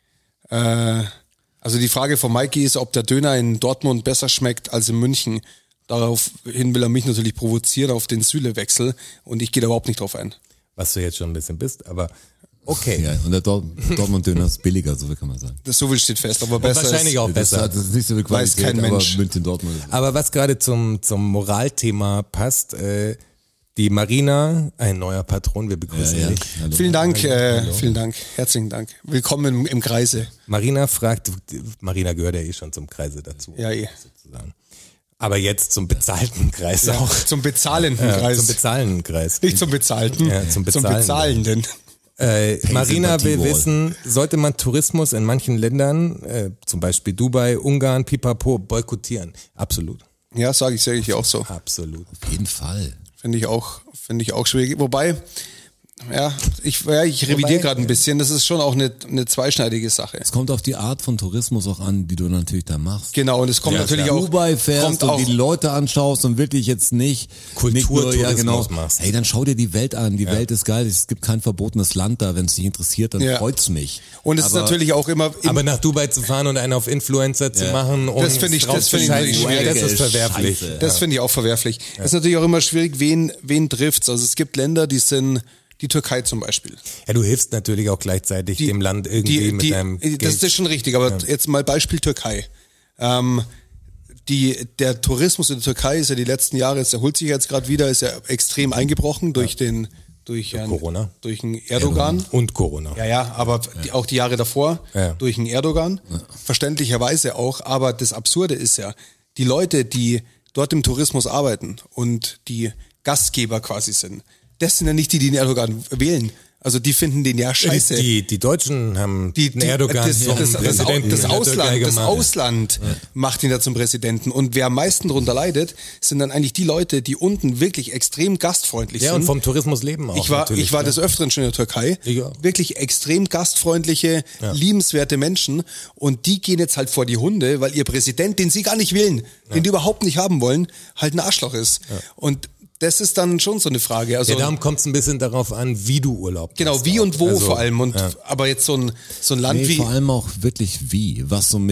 also die Frage von Mikey ist, ob der Döner in Dortmund besser schmeckt als in München. Daraufhin will er mich natürlich provozieren auf den Süle-Wechsel und ich gehe da überhaupt nicht drauf ein. Was du jetzt schon ein bisschen bist, aber Okay. Ja, und der Dortmund-Döner ist billiger, so kann man sagen. Das so viel steht fest, aber besser wahrscheinlich ist, auch besser. Das ist nicht so eine Weiß Qualität, kein Mensch. aber München-Dortmund. Aber was gerade zum Moralthema passt, die Marina, ein neuer Patron, wir begrüßen dich. Hallo. Vielen Dank, vielen Dank, herzlichen Dank. Willkommen im Kreise. Marina gehört ja eh schon zum Kreise dazu. Ja, sozusagen. Aber jetzt zum bezahlten Kreis Ja, auch. zum bezahlenden Kreis. Zum bezahlenden Kreis. Nicht zum Bezahlten, Ja, zum Bezahlenden. Marina will wissen, sollte man Tourismus in manchen Ländern, zum Beispiel Dubai, Ungarn, Pipapo, boykottieren? Absolut. Ja, sage ich auch so. Absolut. Auf jeden Fall. Finde ich auch schwierig. Wobei, ich revidiere gerade ein bisschen, das ist schon auch eine zweischneidige Sache. Es kommt auf die Art von Tourismus auch an, die du natürlich da machst. Genau, und es kommt natürlich auch, Dubai fährst und die Leute anschaust und wirklich jetzt nicht Kulturtourismus machst. Hey, dann schau dir die Welt an. Die Welt ist geil. Es gibt kein verbotenes Land da. Wenn es dich interessiert, dann freut's mich. Und es ist natürlich auch immer... Aber nach Dubai zu fahren und einen auf Influencer zu machen und das finde ich schwierig. das ist verwerflich. Scheiße. Das finde ich auch verwerflich. Es ist natürlich auch immer schwierig, wen trifft's. Also es gibt Länder, die Türkei zum Beispiel. Ja, du hilfst natürlich auch gleichzeitig dem Land irgendwie mit deinem Geld. Das ist schon richtig, aber jetzt mal Beispiel Türkei. Der Tourismus in der Türkei ist ja die letzten Jahre, es erholt sich jetzt gerade wieder, ist ja extrem eingebrochen durch Corona. Durch einen Erdogan. Und Corona. Ja, aber auch die Jahre davor durch einen Erdogan. Verständlicherweise auch, aber das Absurde ist ja, die Leute, die dort im Tourismus arbeiten und die Gastgeber quasi sind, das sind ja nicht die den Erdogan wählen. Also die finden den ja scheiße. Die Deutschen haben den Erdogan das Ausland macht ihn da zum Präsidenten. Und wer am meisten darunter leidet, sind dann eigentlich die Leute, die unten wirklich extrem gastfreundlich sind. Ja, und vom Tourismus leben auch. Ich war des Öfteren schon in der Türkei. Ja. Wirklich extrem gastfreundliche, liebenswerte Menschen. Und die gehen jetzt halt vor die Hunde, weil ihr Präsident, den sie gar nicht wählen, den die überhaupt nicht haben wollen, halt ein Arschloch ist. Ja. Und das ist dann schon so eine Frage. Also, darum kommt es ein bisschen darauf an, wie du Urlaub machst. Genau, wie und wo vor allem. Und aber jetzt so ein Land wie. Vor allem auch wirklich wie.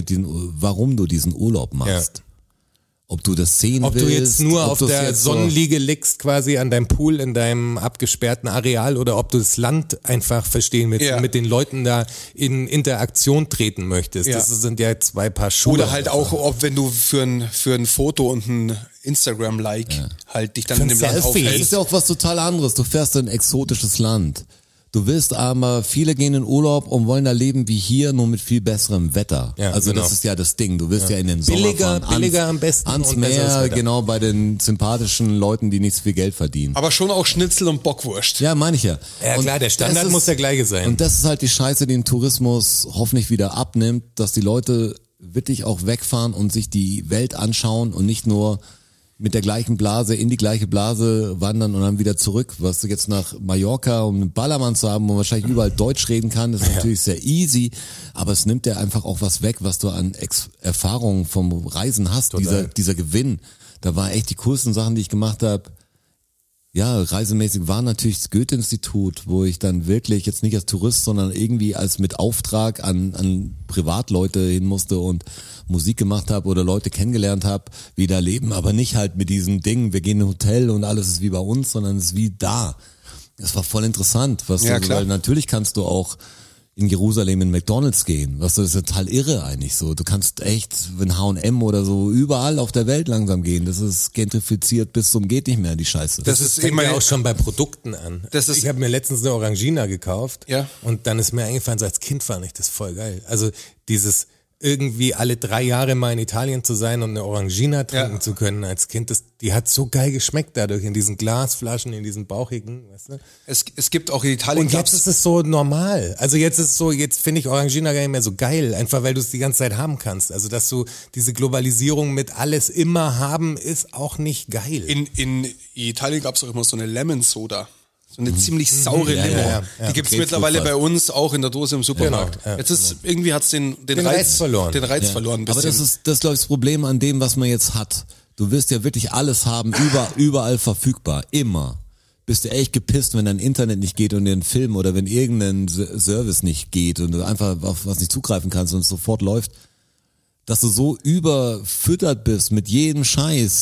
Warum du diesen Urlaub machst. Ja. Ob du das sehen willst. Ob du jetzt nur auf der Sonnenliege liegst, quasi an deinem Pool in deinem abgesperrten Areal, oder ob du das Land einfach verstehen willst und mit den Leuten da in Interaktion treten möchtest. Ja. Das sind ja zwei Paar Schuhe. Oder halt auch, ob wenn du für ein Foto und ein Instagram-Like halt dich dann in dem Land aufhältst. Das ist ja auch was total anderes. Du fährst in ein exotisches Land. Du willst aber, viele gehen in Urlaub und wollen da leben wie hier, nur mit viel besserem Wetter. Ja, also das ist ja das Ding. Du willst ja in den Sommer fahren. Billiger am besten. Ans Meer, genau, bei den sympathischen Leuten, die nicht so viel Geld verdienen. Aber schon auch Schnitzel und Bockwurst. Ja, meine ich ja. Ja klar, der Standard muss der gleiche sein. Und das ist halt die Scheiße, die den Tourismus hoffentlich wieder abnimmt, dass die Leute wirklich auch wegfahren und sich die Welt anschauen und nicht nur mit der gleichen Blase in die gleiche Blase wandern und dann wieder zurück. Was du jetzt nach Mallorca, um einen Ballermann zu haben, wo man wahrscheinlich überall Deutsch reden kann, das ist natürlich sehr easy, aber es nimmt dir einfach auch was weg, was du an Erfahrungen vom Reisen hast, dieser Gewinn. Da war echt die coolsten Sachen, die ich gemacht habe. Ja, reisemäßig war natürlich das Goethe-Institut, wo ich dann wirklich jetzt nicht als Tourist, sondern irgendwie als mit Auftrag an Privatleute hin musste und Musik gemacht habe oder Leute kennengelernt habe, wie da leben, aber nicht halt mit diesem Ding, wir gehen in ein Hotel und alles ist wie bei uns, sondern es ist wie da. Das war voll interessant, weil natürlich kannst du auch in Jerusalem in McDonald's gehen, das ist total irre eigentlich so. Du kannst echt in H&M oder so überall auf der Welt langsam gehen. Das ist gentrifiziert bis zum geht nicht mehr, die Scheiße. Das fängt ja auch schon bei Produkten an. Ich habe mir letztens eine Orangina gekauft und dann ist mir eingefallen, so als Kind fand ich das voll geil. Also dieses irgendwie alle 3 Jahre mal in Italien zu sein und eine Orangina trinken zu können als Kind, die hat so geil geschmeckt dadurch, in diesen Glasflaschen, in diesen bauchigen, weißt du? Es gibt auch in Italien... Und jetzt ist es so normal. Also jetzt finde ich Orangina gar nicht mehr so geil, einfach weil du es die ganze Zeit haben kannst. Also dass du diese Globalisierung mit alles immer haben, ist auch nicht geil. In Italien gab es auch immer so eine Lemon Soda. So eine ziemlich saure Limo. Ja. Die gibt's mittlerweile bei uns auch in der Dose im Supermarkt. Genau, irgendwie hat's den Reiz verloren. Den Reiz verloren. Aber das ist glaube ich das Problem an dem, was man jetzt hat. Du wirst ja wirklich alles haben, überall verfügbar, immer. Bist du echt gepisst, wenn dein Internet nicht geht und dir ein Film oder wenn irgendein Service nicht geht und du einfach auf was nicht zugreifen kannst und es sofort läuft, dass du so überfüttert bist mit jedem Scheiß,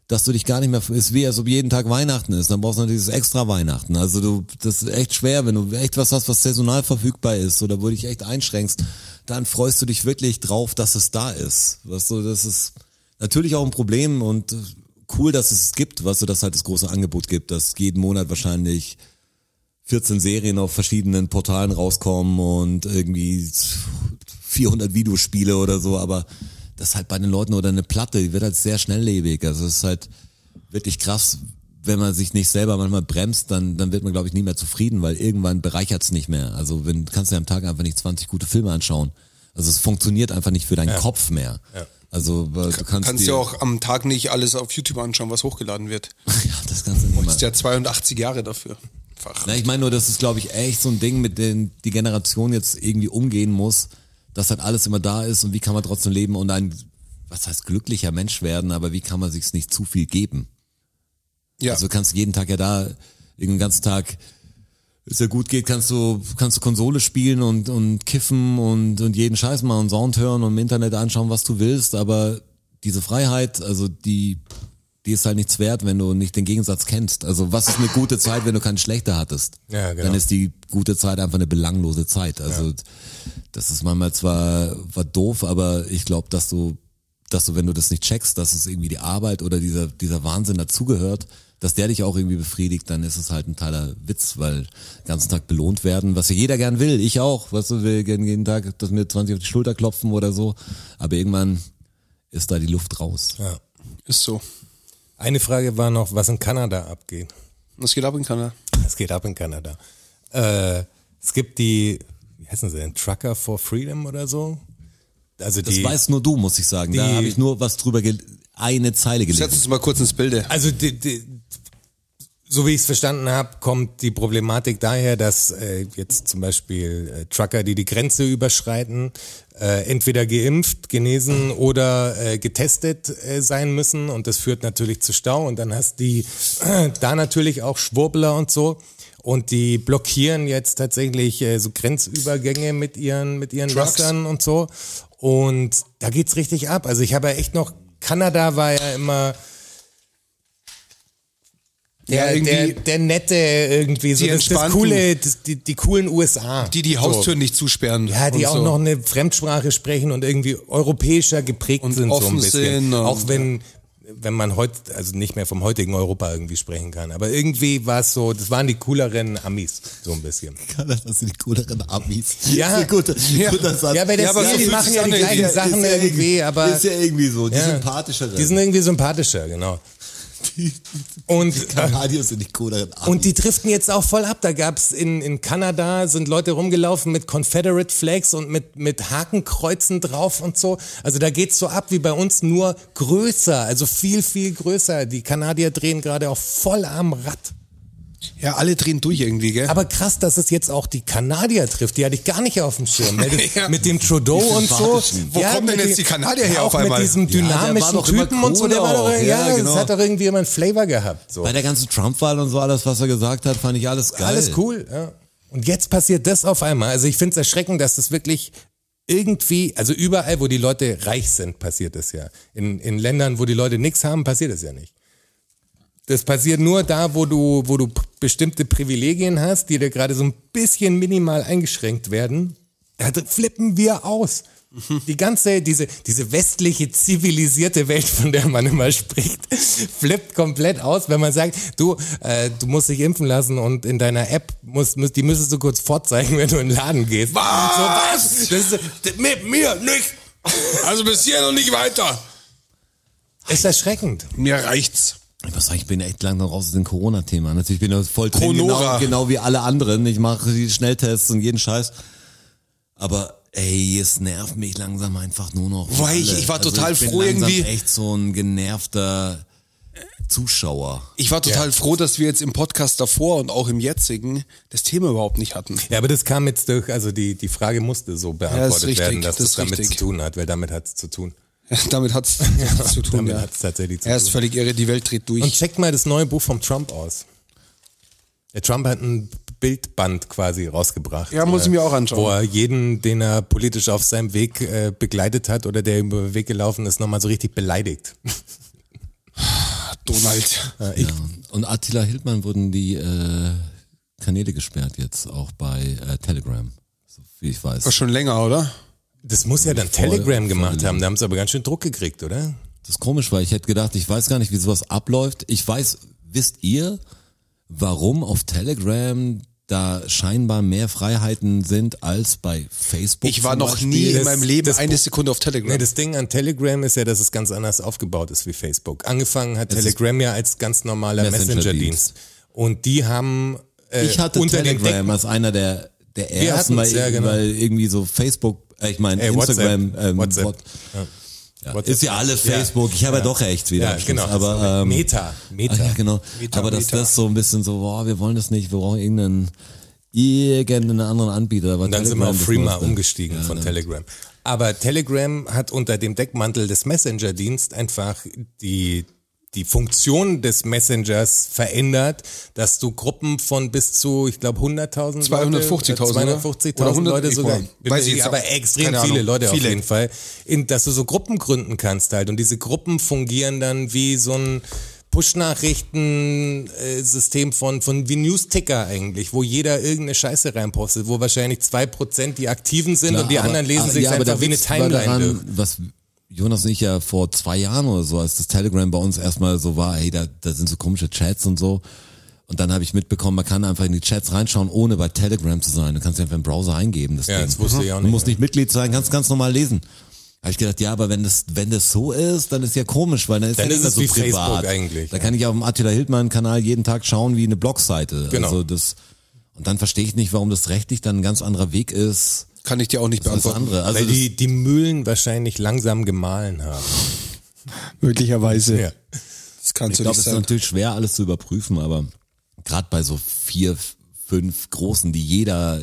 dass du dich gar nicht mehr, ist wie als ob jeden Tag Weihnachten ist, dann brauchst du noch dieses extra Weihnachten. Also das ist echt schwer, wenn du echt was hast, was saisonal verfügbar ist oder wo du dich echt einschränkst, dann freust du dich wirklich drauf, dass es da ist. Weißt du, das ist natürlich auch ein Problem und cool, dass es gibt, weißt du, dass halt das große Angebot gibt, dass jeden Monat wahrscheinlich 14 Serien auf verschiedenen Portalen rauskommen und irgendwie 400 Videospiele oder so, aber das halt bei den Leuten oder eine Platte, die wird halt sehr schnelllebig. Also es ist halt wirklich krass, wenn man sich nicht selber manchmal bremst, dann wird man, glaube ich, nie mehr zufrieden, weil irgendwann bereichert es nicht mehr. Also kannst du am Tag einfach nicht 20 gute Filme anschauen. Also es funktioniert einfach nicht für deinen Kopf mehr. Ja. Also du kannst dir auch am Tag nicht alles auf YouTube anschauen, was hochgeladen wird. Ja, das kannst du nicht. Du brauchst ja 82 Jahre dafür. Na, ich meine nur, das ist, glaube ich, echt so ein Ding, mit dem die Generation jetzt irgendwie umgehen muss, dass halt alles immer da ist und wie kann man trotzdem leben und ein, was heißt glücklicher Mensch werden, aber wie kann man sich's nicht zu viel geben? Ja. Also du kannst jeden Tag ja da, den ganzen Tag, es ja gut geht, kannst du Konsole spielen und kiffen und jeden Scheiß machen und Sound hören und im Internet anschauen, was du willst, aber diese Freiheit, also die ist halt nichts wert, wenn du nicht den Gegensatz kennst. Also was ist eine gute Zeit, wenn du keine schlechte hattest? Ja, genau. Dann ist die gute Zeit einfach eine belanglose Zeit. Also das ist manchmal zwar doof, aber ich glaube, dass du, wenn du das nicht checkst, dass es irgendwie die Arbeit oder dieser Wahnsinn dazugehört, dass der dich auch irgendwie befriedigt, dann ist es halt ein totaler Witz, weil den ganzen Tag belohnt werden, was ja jeder gern will, ich auch, weißt du, will gerne jeden Tag, dass mir 20 auf die Schulter klopfen oder so, aber irgendwann ist da die Luft raus. Ja, ist so. Eine Frage war noch, was in Kanada abgeht. Was geht ab in Kanada? Es geht ab in Kanada. Es gibt wie heißen sie denn, Trucker for Freedom oder so? Also das weißt nur du, muss ich sagen. Da habe ich nur was drüber, eine Zeile gelesen. Setz uns mal kurz ins Bilde. Also so wie ich es verstanden habe, kommt die Problematik daher, dass jetzt zum Beispiel Trucker, die Grenze überschreiten, entweder geimpft, genesen oder getestet sein müssen und das führt natürlich zu Stau und dann hast die da natürlich auch Schwurbler und so und die blockieren jetzt tatsächlich so Grenzübergänge mit ihren Lastern und so und da geht's richtig ab. Also ich habe ja echt noch, Kanada war ja immer der nette irgendwie, so das coole, die coolen USA. Die Haustüren nicht zusperren. Ja, die auch so noch eine Fremdsprache sprechen und irgendwie europäischer geprägt und sind so ein bisschen. Auch wenn man heute, also nicht mehr vom heutigen Europa irgendwie sprechen kann. Aber irgendwie war es so, das waren die cooleren Amis, so ein bisschen. Das sind die cooleren Amis. Ja, guter Satz. Ja, weil die machen ja die gleichen Sachen irgendwie, aber. Ist ja irgendwie so, die sympathischeren. Die sind irgendwie sympathischer, genau. Die Kanadier sind die cooleren Amis. Und die driften jetzt auch voll ab. Da gab's in Kanada sind Leute rumgelaufen mit Confederate Flags und mit Hakenkreuzen drauf und so. Also da geht's so ab wie bei uns, nur größer, also viel, viel größer. Die Kanadier drehen gerade auch voll am Rad. Ja, alle drehen durch irgendwie, gell? Aber krass, dass es jetzt auch die Kanadier trifft. Die hatte ich gar nicht auf dem Schirm. Mit dem Trudeau und so. Wo kommen denn jetzt die Kanadier her auf einmal? Mit diesem dynamischen Typen und so. Der war doch, genau. Das hat doch irgendwie immer einen Flavor gehabt. So. Bei der ganzen Trump-Wahl und so alles, was er gesagt hat, fand ich alles geil. Alles cool, ja. Und jetzt passiert das auf einmal. Also ich finde es erschreckend, dass das wirklich irgendwie, also überall, wo die Leute reich sind, passiert das ja. In Ländern, wo die Leute nichts haben, passiert das ja nicht. Das passiert nur da, wo du bestimmte Privilegien hast, die dir gerade so ein bisschen minimal eingeschränkt werden. Da flippen wir aus. Die ganze, diese westliche zivilisierte Welt, von der man immer spricht, flippt komplett aus, wenn man sagt, du musst dich impfen lassen und in deiner App die müsstest du kurz vorzeigen, wenn du in den Laden gehst. Was? So, was? Mit mir nicht. Also bis hier noch nicht weiter. Ist erschreckend. Mir reicht's. Ich muss sagen, ich bin echt langsam raus aus dem Corona-Thema. Natürlich bin ich voll drin, genau wie alle anderen. Ich mache die Schnelltests und jeden Scheiß. Aber ey, es nervt mich langsam einfach nur noch. Weil ich war total froh irgendwie. Ich bin echt so ein genervter Zuschauer. Ich war total froh, dass wir jetzt im Podcast davor und auch im jetzigen das Thema überhaupt nicht hatten. Ja, aber das kam jetzt durch, also die Frage musste so beantwortet werden, dass das damit zu tun hat, weil damit hat es zu tun. Damit hat's zu tun, damit hat's tatsächlich zu tun. Er ist völlig irre, die Welt dreht durch. Und checkt mal das neue Buch vom Trump aus. Der Trump hat ein Bildband quasi rausgebracht. Ja, muss ich mir auch anschauen. Wo er jeden, den er politisch auf seinem Weg begleitet hat oder der ihm über den Weg gelaufen ist, nochmal so richtig beleidigt. Donald. Ja. Und Attila Hildmann wurden die Kanäle gesperrt jetzt auch bei Telegram, so wie ich weiß. War schon länger, oder? Das muss ja dann Telegram gemacht haben, da haben sie aber ganz schön Druck gekriegt, oder? Das ist komisch, weil ich hätte gedacht, ich weiß gar nicht, wie sowas abläuft. Wisst ihr, warum auf Telegram da scheinbar mehr Freiheiten sind als bei Facebook? Ich war zum noch Beispiel? nie in meinem Leben das- eine Sekunde auf Telegram. Nee, das Ding an Telegram ist ja, dass es ganz anders aufgebaut ist wie Facebook. Angefangen hat Telegram ja als ganz normaler Messenger-Dienst. Messenger-Dienst. Und die haben Ich hatte unter dem Telegram als einer der ersten, hatten's, ja, genau. weil irgendwie so Facebook, Instagram, WhatsApp. Ja, WhatsApp. ist ja alles Facebook. Ich habe ja doch recht wieder. Ja, am Schluss. genau. Aber Meta. Ach ja, genau. Meta, aber dass Meta. das so ein bisschen so, boah, wir wollen das nicht, wir brauchen irgendeinen anderen Anbieter. Und dann sind wir auf das Freema Neueste. umgestiegen von Telegram. Aber Telegram hat unter dem Deckmantel des Messenger-Dienst einfach die Funktion des Messengers verändert, dass du Gruppen von bis zu, ich glaube, 100.000 250.000, oder? 250.000 Leute sogar, weiß ich jetzt aber auch. extrem Keine viele Ahnung. Leute Viele. auf jeden Fall, dass du so Gruppen gründen kannst halt. Und diese Gruppen fungieren dann wie so ein Push-Nachrichten-System von wie Newsticker eigentlich, wo jeder irgendeine Scheiße reinpostet, wo wahrscheinlich 2% die Aktiven sind Klar, und die aber- anderen lesen sich aber einfach der wie eine Witz war Timeline daran, durch. was Jonas und ich ja vor 2 Jahren oder so, als das Telegram bei uns erstmal so war, hey, da sind so komische Chats und so. Und dann habe ich mitbekommen, man kann einfach in die Chats reinschauen, ohne bei Telegram zu sein. Du kannst einfach im Browser eingeben. Das Ja, Ding. das wusste ich auch Du nicht, musst ja. nicht Mitglied sein, kannst ganz normal lesen. Habe ich gedacht, ja, aber wenn das so ist, dann ist ja komisch, weil dann ist Dann ja ist nicht mehr es so wie privat. Facebook eigentlich, Da ja. kann ich auf dem Attila Hildmann-Kanal jeden Tag schauen wie eine Blogseite. Genau. Also und dann verstehe ich nicht, warum das rechtlich dann ein ganz anderer Weg ist Kann ich dir auch nicht als das beantworten. andere. Also Weil das, die Mühlen wahrscheinlich langsam gemahlen haben. Möglicherweise. Ja. Das kann ich so glaube, nicht es ist sein. natürlich schwer, alles zu überprüfen, aber gerade bei so 4, 5 Großen, die jeder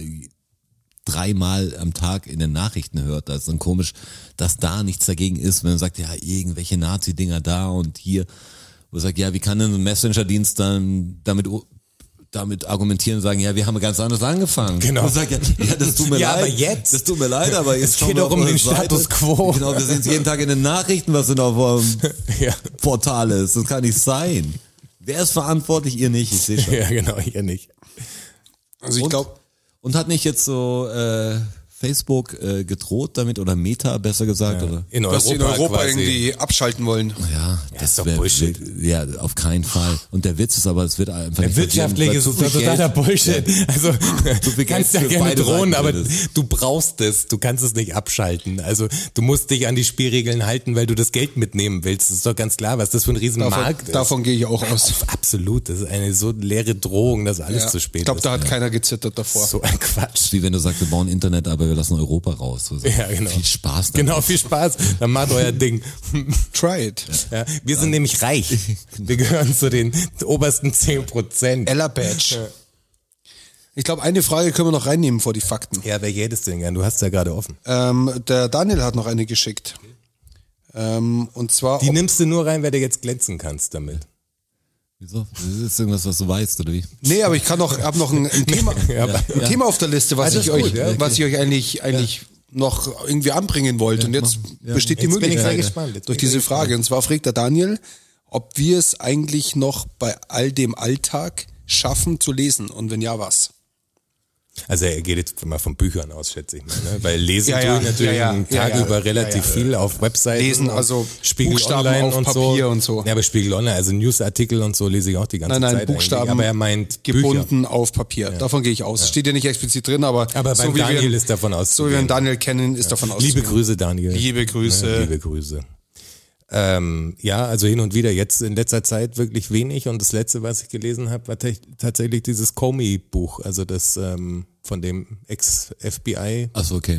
3-mal am Tag in den Nachrichten hört, da ist dann komisch, dass da nichts dagegen ist, wenn man sagt, ja, irgendwelche Nazi-Dinger da und hier, wo man sagt, ja, wie kann denn ein Messenger-Dienst dann damit argumentieren und sagen, ja, wir haben ganz anders angefangen. Genau. Und sagt, ja, das tut mir Ja, leid. aber jetzt? Das tut mir leid, aber jetzt Es schauen geht wir doch auf um unsere den Status Seite. quo. Genau, wir sehen es jeden Tag in den Nachrichten, was denn auf eurem Ja. Portal ist. Das kann nicht sein. Wer ist verantwortlich? Ihr nicht, ich sehe schon. Ja, genau, ich ja nicht. Also ich glaube, Und hat nicht jetzt so Facebook gedroht damit oder Meta besser gesagt? Oder? In dass die in Europa Europa quasi. irgendwie abschalten wollen. Ja, ist doch wär- Bullshit. Ja, auf keinen Fall. Und der Witz ist aber, es wird einfach nicht Wirtschaftlich passieren, ist weil es zu viel totaler Geld- Bullshit. Also, viel du kannst Geld ja für gerne beide drohen, Seiten aber drin du brauchst es. Du kannst es nicht abschalten. Also, du musst dich an die Spielregeln halten, weil du das Geld mitnehmen willst. Das ist doch ganz klar, was das für ein Riesenmarkt ist. Davon gehe ich auch aus. Absolut. Das ist eine so leere Drohung, dass alles Ja. zu spät Ich glaube, ist. da hat keiner gezittert davor. So ein Quatsch. Wie wenn du sagst, wir bauen Internet, aber wir lassen Europa raus. So, Ja, genau. Viel Spaß damit. Genau, viel Spaß. Dann macht euer Ding. Try it. Ja, wir sind nämlich reich. Wir gehören zu den obersten 10%. Ella Badge. Ich glaube, eine Frage können wir noch reinnehmen vor die Fakten. Ja, wer jedes Ding? Ja, du hast ja gerade offen. Der Daniel hat noch eine geschickt. Und zwar, Die nimmst du nur rein, weil du jetzt glänzen kannst damit. Wieso? Das ist irgendwas, was du weißt, oder wie? nee, aber ich habe noch ein Thema, Ja, aber- ein Thema auf der Liste, was Also ich ist euch, gut, ja, okay. was ich euch eigentlich noch irgendwie anbringen wollte. Und jetzt besteht die Jetzt bin ich sehr Möglichkeit gespannt. Jetzt bin durch ich diese sehr Frage. Und zwar fragt der Daniel, ob wir es eigentlich noch bei all dem Alltag schaffen zu lesen und wenn ja, was? Also er geht jetzt mal von Büchern aus, schätze ich mal. Ne? Weil lesen Ja, tue ja, ich natürlich ja, einen ja, Tag ja, über relativ viel auf Webseiten. Lesen, und also Spiegel Buchstaben Online auf und Papier so. und so. Ja, aber Spiegel Online, also Newsartikel und so lese ich auch die ganze Nein, Zeit. Buchstaben eigentlich. Aber er meint Bücher. gebunden auf Papier. Davon gehe ich aus. Es steht ja nicht explizit drin, aber Aber so beim wie Daniel wir, ist davon so wie wir auszugehen. einen Daniel kennen, ist davon auszugehen. Liebe Grüße, Daniel. Liebe Grüße. Ja, liebe Grüße. Ja, also hin und wieder, jetzt in letzter Zeit wirklich wenig und das letzte, was ich gelesen habe, war tatsächlich dieses Comey-Buch, also das von dem Ex-FBI-Chef. Achso, okay.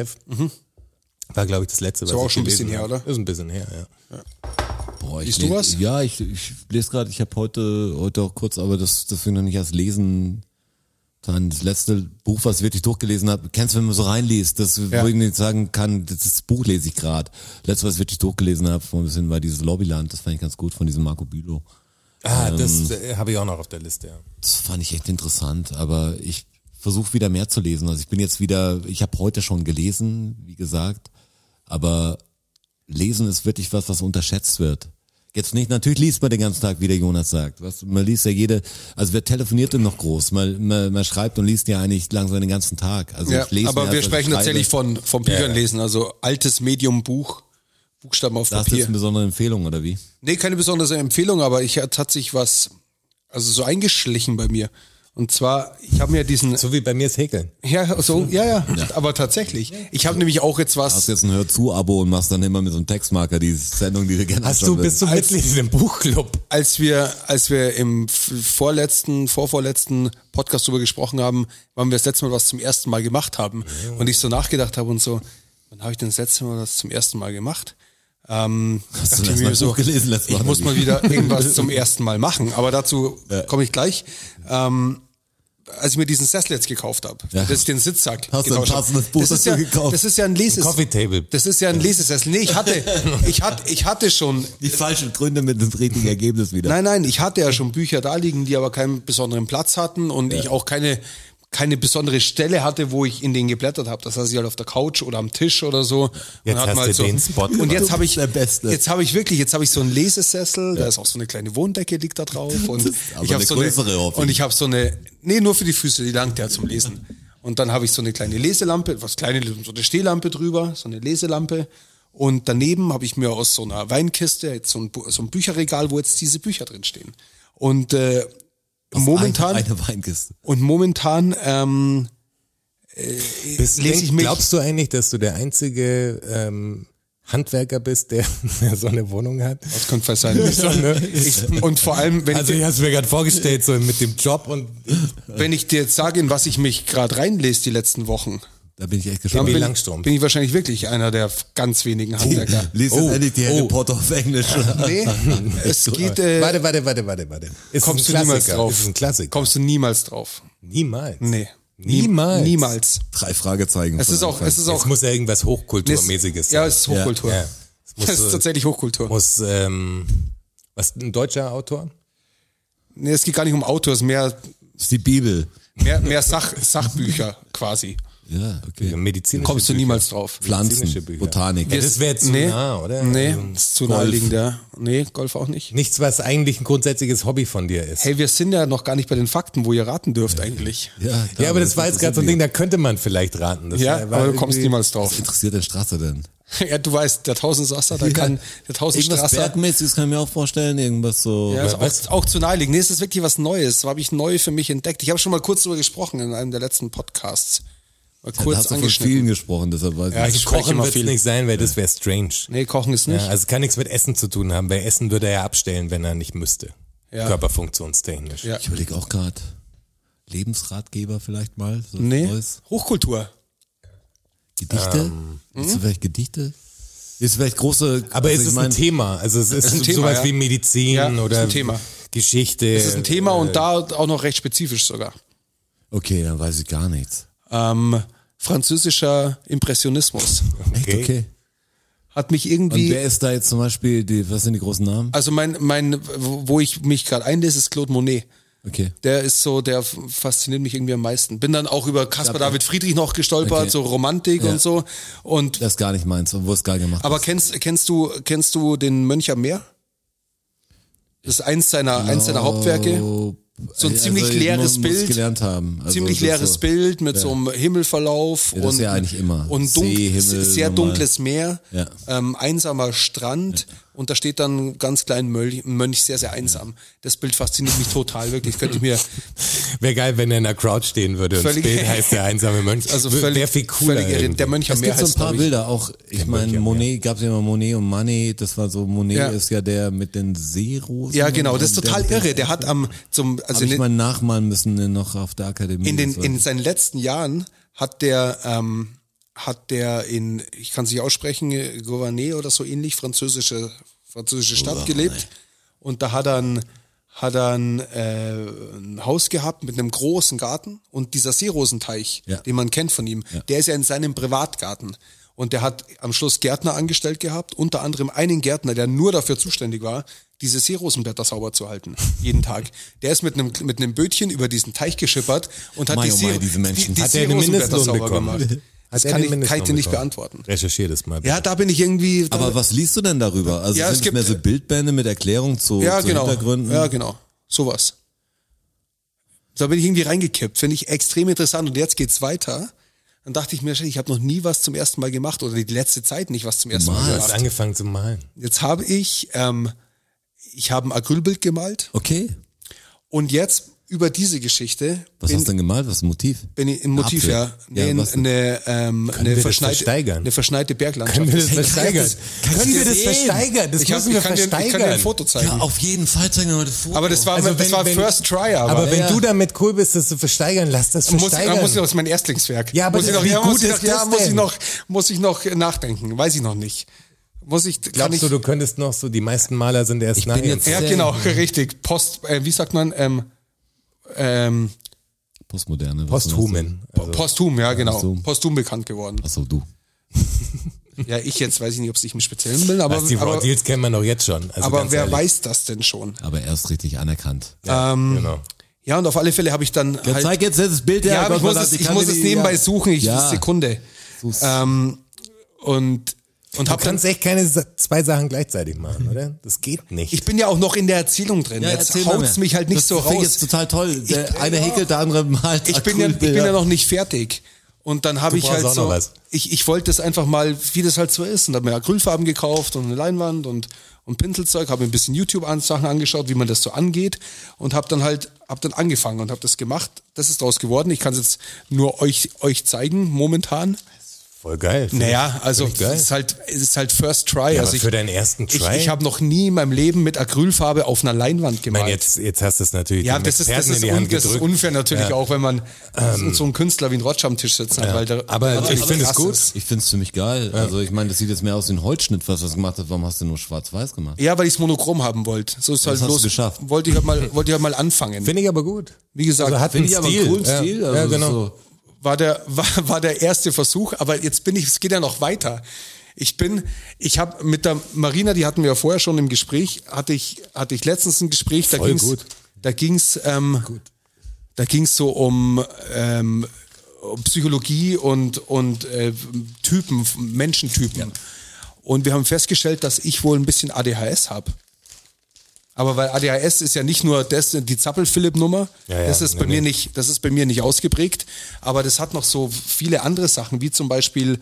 War, glaube ich, das letzte, was So ich auch schon ein gelesen bisschen her, habe. oder? Ist ein bisschen her, ja. Boah, Liest du was? Ja, ich lese gerade, ich habe heute auch kurz, aber das will ich noch nicht als Lesen. Dann das letzte Buch, was ich wirklich durchgelesen habe, kennst du, wenn man so reinliest, das, wo ich nicht sagen kann, das Buch lese ich gerade. Letztes, was ich wirklich durchgelesen habe, vor ein bisschen war dieses Lobbyland, das fand ich ganz gut, von diesem Marco Bülow. Das habe ich auch noch auf der Liste, ja. Das fand ich echt interessant, aber ich versuche wieder mehr zu lesen. Also ich habe heute schon gelesen, wie gesagt, aber Lesen ist wirklich was unterschätzt wird. Jetzt nicht, natürlich liest man den ganzen Tag, wie der Jonas sagt. Man liest ja also wer telefoniert denn noch groß? Man schreibt und liest ja eigentlich langsam den ganzen Tag. Also Ja, ich lese aber mehr, wir als sprechen ich tatsächlich schreibe. von Büchern lesen, also altes Medium-Buch, Buchstaben auf Da hast du jetzt Papier. eine besondere Empfehlung, oder wie? Nee, keine besondere Empfehlung, aber hat sich was, also so eingeschlichen bei mir. Und zwar, ich habe mir diesen, So wie bei mir ist Häkeln. ja, aber tatsächlich. Ich habe nämlich auch jetzt Hast was, jetzt ein Hör-zu-Abo und machst dann immer mit so einem Textmarker die Sendung, die du gerne Bist du Mitglied in dem Buchclub? als wir im vorvorletzten Podcast drüber gesprochen haben, wann wir das letzte Mal was zum ersten Mal gemacht haben. Und ich so nachgedacht habe und so, wann habe ich denn das letzte Mal das zum ersten Mal gemacht? Hast du dachte das ich mal mir so, Buch gelesen letztes Mal? ich muss oder mal wie? wieder irgendwas zum ersten Mal machen, aber dazu komme ich gleich. Als ich mir diesen Sessel jetzt gekauft habe, Ja. dass ich den Sitzsack Hast du ein getauscht hab. passendes Buch das ist dazu ja, gekauft? Das ist ja ein Coffee Table. Das ist ja ein Lesesessel. Nee, ich hatte schon, Die falschen Gründe mit dem richtigen Ergebnis wieder. nein, ich hatte ja schon Bücher da liegen, die aber keinen besonderen Platz hatten und ich auch keine besondere Stelle hatte, wo ich in den geblättert habe. Das heißt, ich halt auf der Couch oder am Tisch oder so. Jetzt und hast du den Spot Und gemacht. jetzt habe ich, Der Beste. jetzt habe ich so einen Lesesessel, da ist auch so eine kleine Wohndecke liegt da drauf und aber ich habe eine so größere eine, hoffentlich. und ich habe so eine, nee, nur für die Füße, die langt ja zum Lesen. Und dann habe ich so eine kleine Leselampe, so eine Stehlampe drüber, so eine Leselampe. Und daneben habe ich mir aus so einer Weinkiste jetzt so ein Bücherregal, wo jetzt diese Bücher drin stehen. Und momentan Eine Weinkiste. lese ich mich. Glaubst du eigentlich, dass du der einzige Handwerker bist, der so eine Wohnung hat? Das könnte fast sein. Und vor allem, Also ich habe es mir gerade vorgestellt, so mit dem Job und wenn ich dir jetzt sage, in was ich mich gerade reinlese die letzten Wochen, Da bin ich echt dann gespannt. Wie bin, Langstrumpf. bin ich wahrscheinlich wirklich einer der ganz wenigen Handwerker. Lies jetzt endlich die Harry Potter auf Englisch. Nee, es geht, Warte. Ist kommst ein du niemals Klassiker. drauf. Ist ein Klassiker. Kommst du niemals drauf. Niemals. Nee. Niemals. Niemals. 3 Fragezeichen. Es ist auch, Es muss ja irgendwas Hochkulturmäßiges Ja, sein. es ist Hochkultur. Ja. Das ist tatsächlich Hochkultur. Muss, was, ein deutscher Autor? Nee, es geht gar nicht um Autor, es ist mehr Das ist die Bibel. Sachbücher quasi. Ja, okay. Medizinische Kommst du Bücher. niemals drauf. Pflanzen, medizinische Bücher. Botanik. Ja, das wäre jetzt zu nah, oder? Nee, Also, das ist zu Golf. naheliegend, ja. Nee, Golf auch nicht. nichts, was eigentlich ein grundsätzliches Hobby von dir ist. Hey, wir sind ja noch gar nicht bei den Fakten, wo ihr raten dürft eigentlich. Ja, aber das war jetzt gerade so ein Ding, da könnte man vielleicht raten. Das Ja, war aber du kommst irgendwie- niemals Was drauf. interessiert den Strasser denn? Ja, du weißt, der Tausendsasser, der Irgendwas Tausendstrasser. Bergmäßiges kann ich mir auch vorstellen. Irgendwas so. Ja, ist auch zu naheliegend. Nee, es ist wirklich was Neues. Das habe ich neu für mich entdeckt. Ich habe schon mal kurz darüber gesprochen in einem der letzten Podcasts. Mal Da kurz hast du von angeschnitten. vielen gesprochen, deshalb weiß Ja, ich. ich spreche Kochen immer wird es viel. nicht sein, weil das wäre strange. Nee, Kochen ist nicht. Ja, also es kann nichts mit Essen zu tun haben, weil Essen würde er ja abstellen, wenn er nicht müsste. Ja. Körperfunktionstechnisch. Ja. Ich überlege auch gerade, Lebensratgeber vielleicht mal. So Nee, Neues. Hochkultur. Gedichte? Ist du vielleicht Gedichte? Ist vielleicht große. Aber also es ich ist mein, ein Thema. Also es ist ein Thema, sowas ja. wie Medizin Ja, ist oder ein Thema. Geschichte. Das ist ein Thema und da auch noch recht spezifisch sogar. Okay, dann weiß ich gar nichts. Französischer Impressionismus. Echt? Okay. Hat mich Und irgendwie, wer ist da jetzt zum Beispiel, was sind die großen Namen? also wo ich mich gerade einlese, ist Claude Monet. Okay. Der ist so, der fasziniert mich irgendwie am meisten. Bin dann auch über Caspar David Friedrich noch gestolpert, Okay. so Romantik Ja. und so. Und Das ist gar nicht meins, wo es gar gemacht aber ist. kennst du den Mönch am Meer? Das ist eins seiner Hauptwerke. So ein ziemlich leeres muss Bild. gelernt haben. Also Ziemlich das leeres so. Bild mit so einem Himmelverlauf Ja, das ist ja eigentlich immer. und See, Himmel, sehr normal. dunkles Meer, Ja. einsamer Strand und da steht dann ein ganz kleiner Mönch, sehr, sehr einsam. Das Bild fasziniert mich total, wirklich. Das könnte ich mir, Wäre geil, wenn er in der Crowd stehen würde und das Völlig- Bild heißt der einsame Mönch. also Wäre viel cooler. völlig irre. irgendwie. Der Mönch am Es Meer gibt so ein heißt, paar glaub ich. Bilder auch. Ich meine, Monet, gab es ja immer Monet und Manet. Das war so, Monet Ja. ist ja der mit den Seerosen. Ja, genau, das ist und total der, irre. Der hat also Habe ich mal nachmalen müssen noch auf der Akademie. Das war- in seinen letzten Jahren hat der in, ich kann es nicht aussprechen, Gournay oder so ähnlich, französische Stadt gelebt. Und da hat er ein Haus gehabt mit einem großen Garten und dieser Seerosenteich, Ja. den man kennt von ihm, der ist ja in seinem Privatgarten. Und der hat am Schluss Gärtner angestellt gehabt, unter anderem einen Gärtner, der nur dafür zuständig war, diese Seerosenblätter sauber zu halten, jeden Tag. Der ist mit einem Bötchen über diesen Teich geschippert und hat Mei, die, oh mei, diese Menschen. die Hat der eine Seerosenblätter Mindestlohn sauber bekommen? gemacht. Das er kann den ich dir nicht bekommen? beantworten. Recherchier das mal. Bitte. Ja, da bin ich irgendwie... Aber was liest du denn darüber? Also Ja, es sind es gibt- mehr so Bildbände mit Erklärung zu genau. Hintergründen? Ja, genau. Sowas. Da bin ich irgendwie reingekippt. Finde ich extrem interessant. Und jetzt geht's weiter. Dann dachte ich mir, ich habe noch nie was zum ersten Mal gemacht oder die letzte Zeit nicht was zum ersten Mal Du hast gemacht. angefangen zu malen. Jetzt habe ich habe ein Acrylbild gemalt Okay. und jetzt über diese Geschichte Was hast du denn gemalt? Was ist das Motiv? bin ich im Motiv, Apfel. ja. Nee, Ja, was denn? eine das versteigern? verschneite Berglandschaft. Können wir das Hey, versteigern? Können wir das sehen? versteigern? Das Ich müssen wir kann dir ein versteigern. Foto zeigen. Ja, auf jeden Fall zeigen wir mal das Foto. Aber das war, Also das war wenn- First Try, Aber wenn Ja. du damit cool bist, das zu versteigern, lass das versteigern. muss ich das ist mein Erstlingswerk. Ja, aber muss ich das- noch, wie ja, gut muss ich ist noch, ja, das muss ich denn? muss ich noch nachdenken. Weiß ich noch nicht. Kann Glaubst ich, du, du könntest noch so, die meisten Maler sind erst bin nachher. jetzt- ja, genau, richtig. Wie sagt man, Postmoderne. was Posthumen. Also, posthum, ja, genau. so. Posthum bekannt geworden. Achso, du. Ja, ich jetzt weiß ich nicht, ob ich mich speziell bin, aber, die Raw aber, Deals kennen wir noch jetzt schon. Also aber ganz wer ehrlich. weiß das denn schon? Aber erst richtig anerkannt. Genau. Ja, und auf alle Fälle habe ich dann Ja, halt, zeig jetzt das Bild her. ja, aber Gott, ich muss es nebenbei ja. suchen, Ja. Sekunde. Such's. Und Du hab dann, kannst echt keine zwei Sachen gleichzeitig machen, oder? Das geht nicht. ich bin ja auch noch in der Erzählung drin. Ja, Jetzt erzähl mal haut's mehr. mich halt nicht das so finde ich raus. jetzt total toll. Der eine häkelt, der andere malt. Ich bin ja noch nicht fertig. Und dann habe ich brauchst halt auch noch so, was. ich wollte das einfach mal, wie das halt so ist. Und habe mir Acrylfarben gekauft und eine Leinwand und Pinselzeug, habe mir ein bisschen YouTube-Sachen angeschaut, wie man das so angeht und habe dann angefangen und habe das gemacht. Das ist draus geworden. Ich kann es jetzt nur euch zeigen momentan. Voll geil. Naja, also Finde ich geil. es ist halt First Try. Ja, also aber für deinen ersten Try? Ich habe noch nie in meinem Leben mit Acrylfarbe auf einer Leinwand Ich gemalt. meine, jetzt hast du es natürlich Ja, dem das ist Experten in die Hand das ist gedrückt. unfair natürlich Ja. auch, wenn man so einen Künstler wie einen Rotsch am Tisch sitzen hat. Weil der, Aber der ich natürlich finde es krass gut. ist. Ich finde es ziemlich geil. Also ich meine, das sieht jetzt mehr aus wie ein Holzschnitt, was du gemacht hast. Warum hast du nur schwarz-weiß gemacht? Ja, weil ich es monochrom haben wollte. So ist halt hast du los. geschafft. Wollte ich halt mal anfangen. Finde ich aber gut. Wie gesagt, Also hat Finde einen ich aber einen Stil. coolen Ja. Stil. Also Ja, genau. so. war der erste Versuch, aber jetzt es geht ja noch weiter. Ich habe mit der Marina, die hatten wir ja vorher schon im Gespräch, hatte ich letztens ein Gespräch, Voll gut. da ging's so um Psychologie und Typen, Menschentypen. Und wir haben festgestellt, dass ich wohl ein bisschen ADHS habe. Aber weil ADHS ist ja nicht nur die Zappel-Philipp-Nummer, Ja, das ist bei mir nicht ausgeprägt, aber das hat noch so viele andere Sachen, wie zum Beispiel,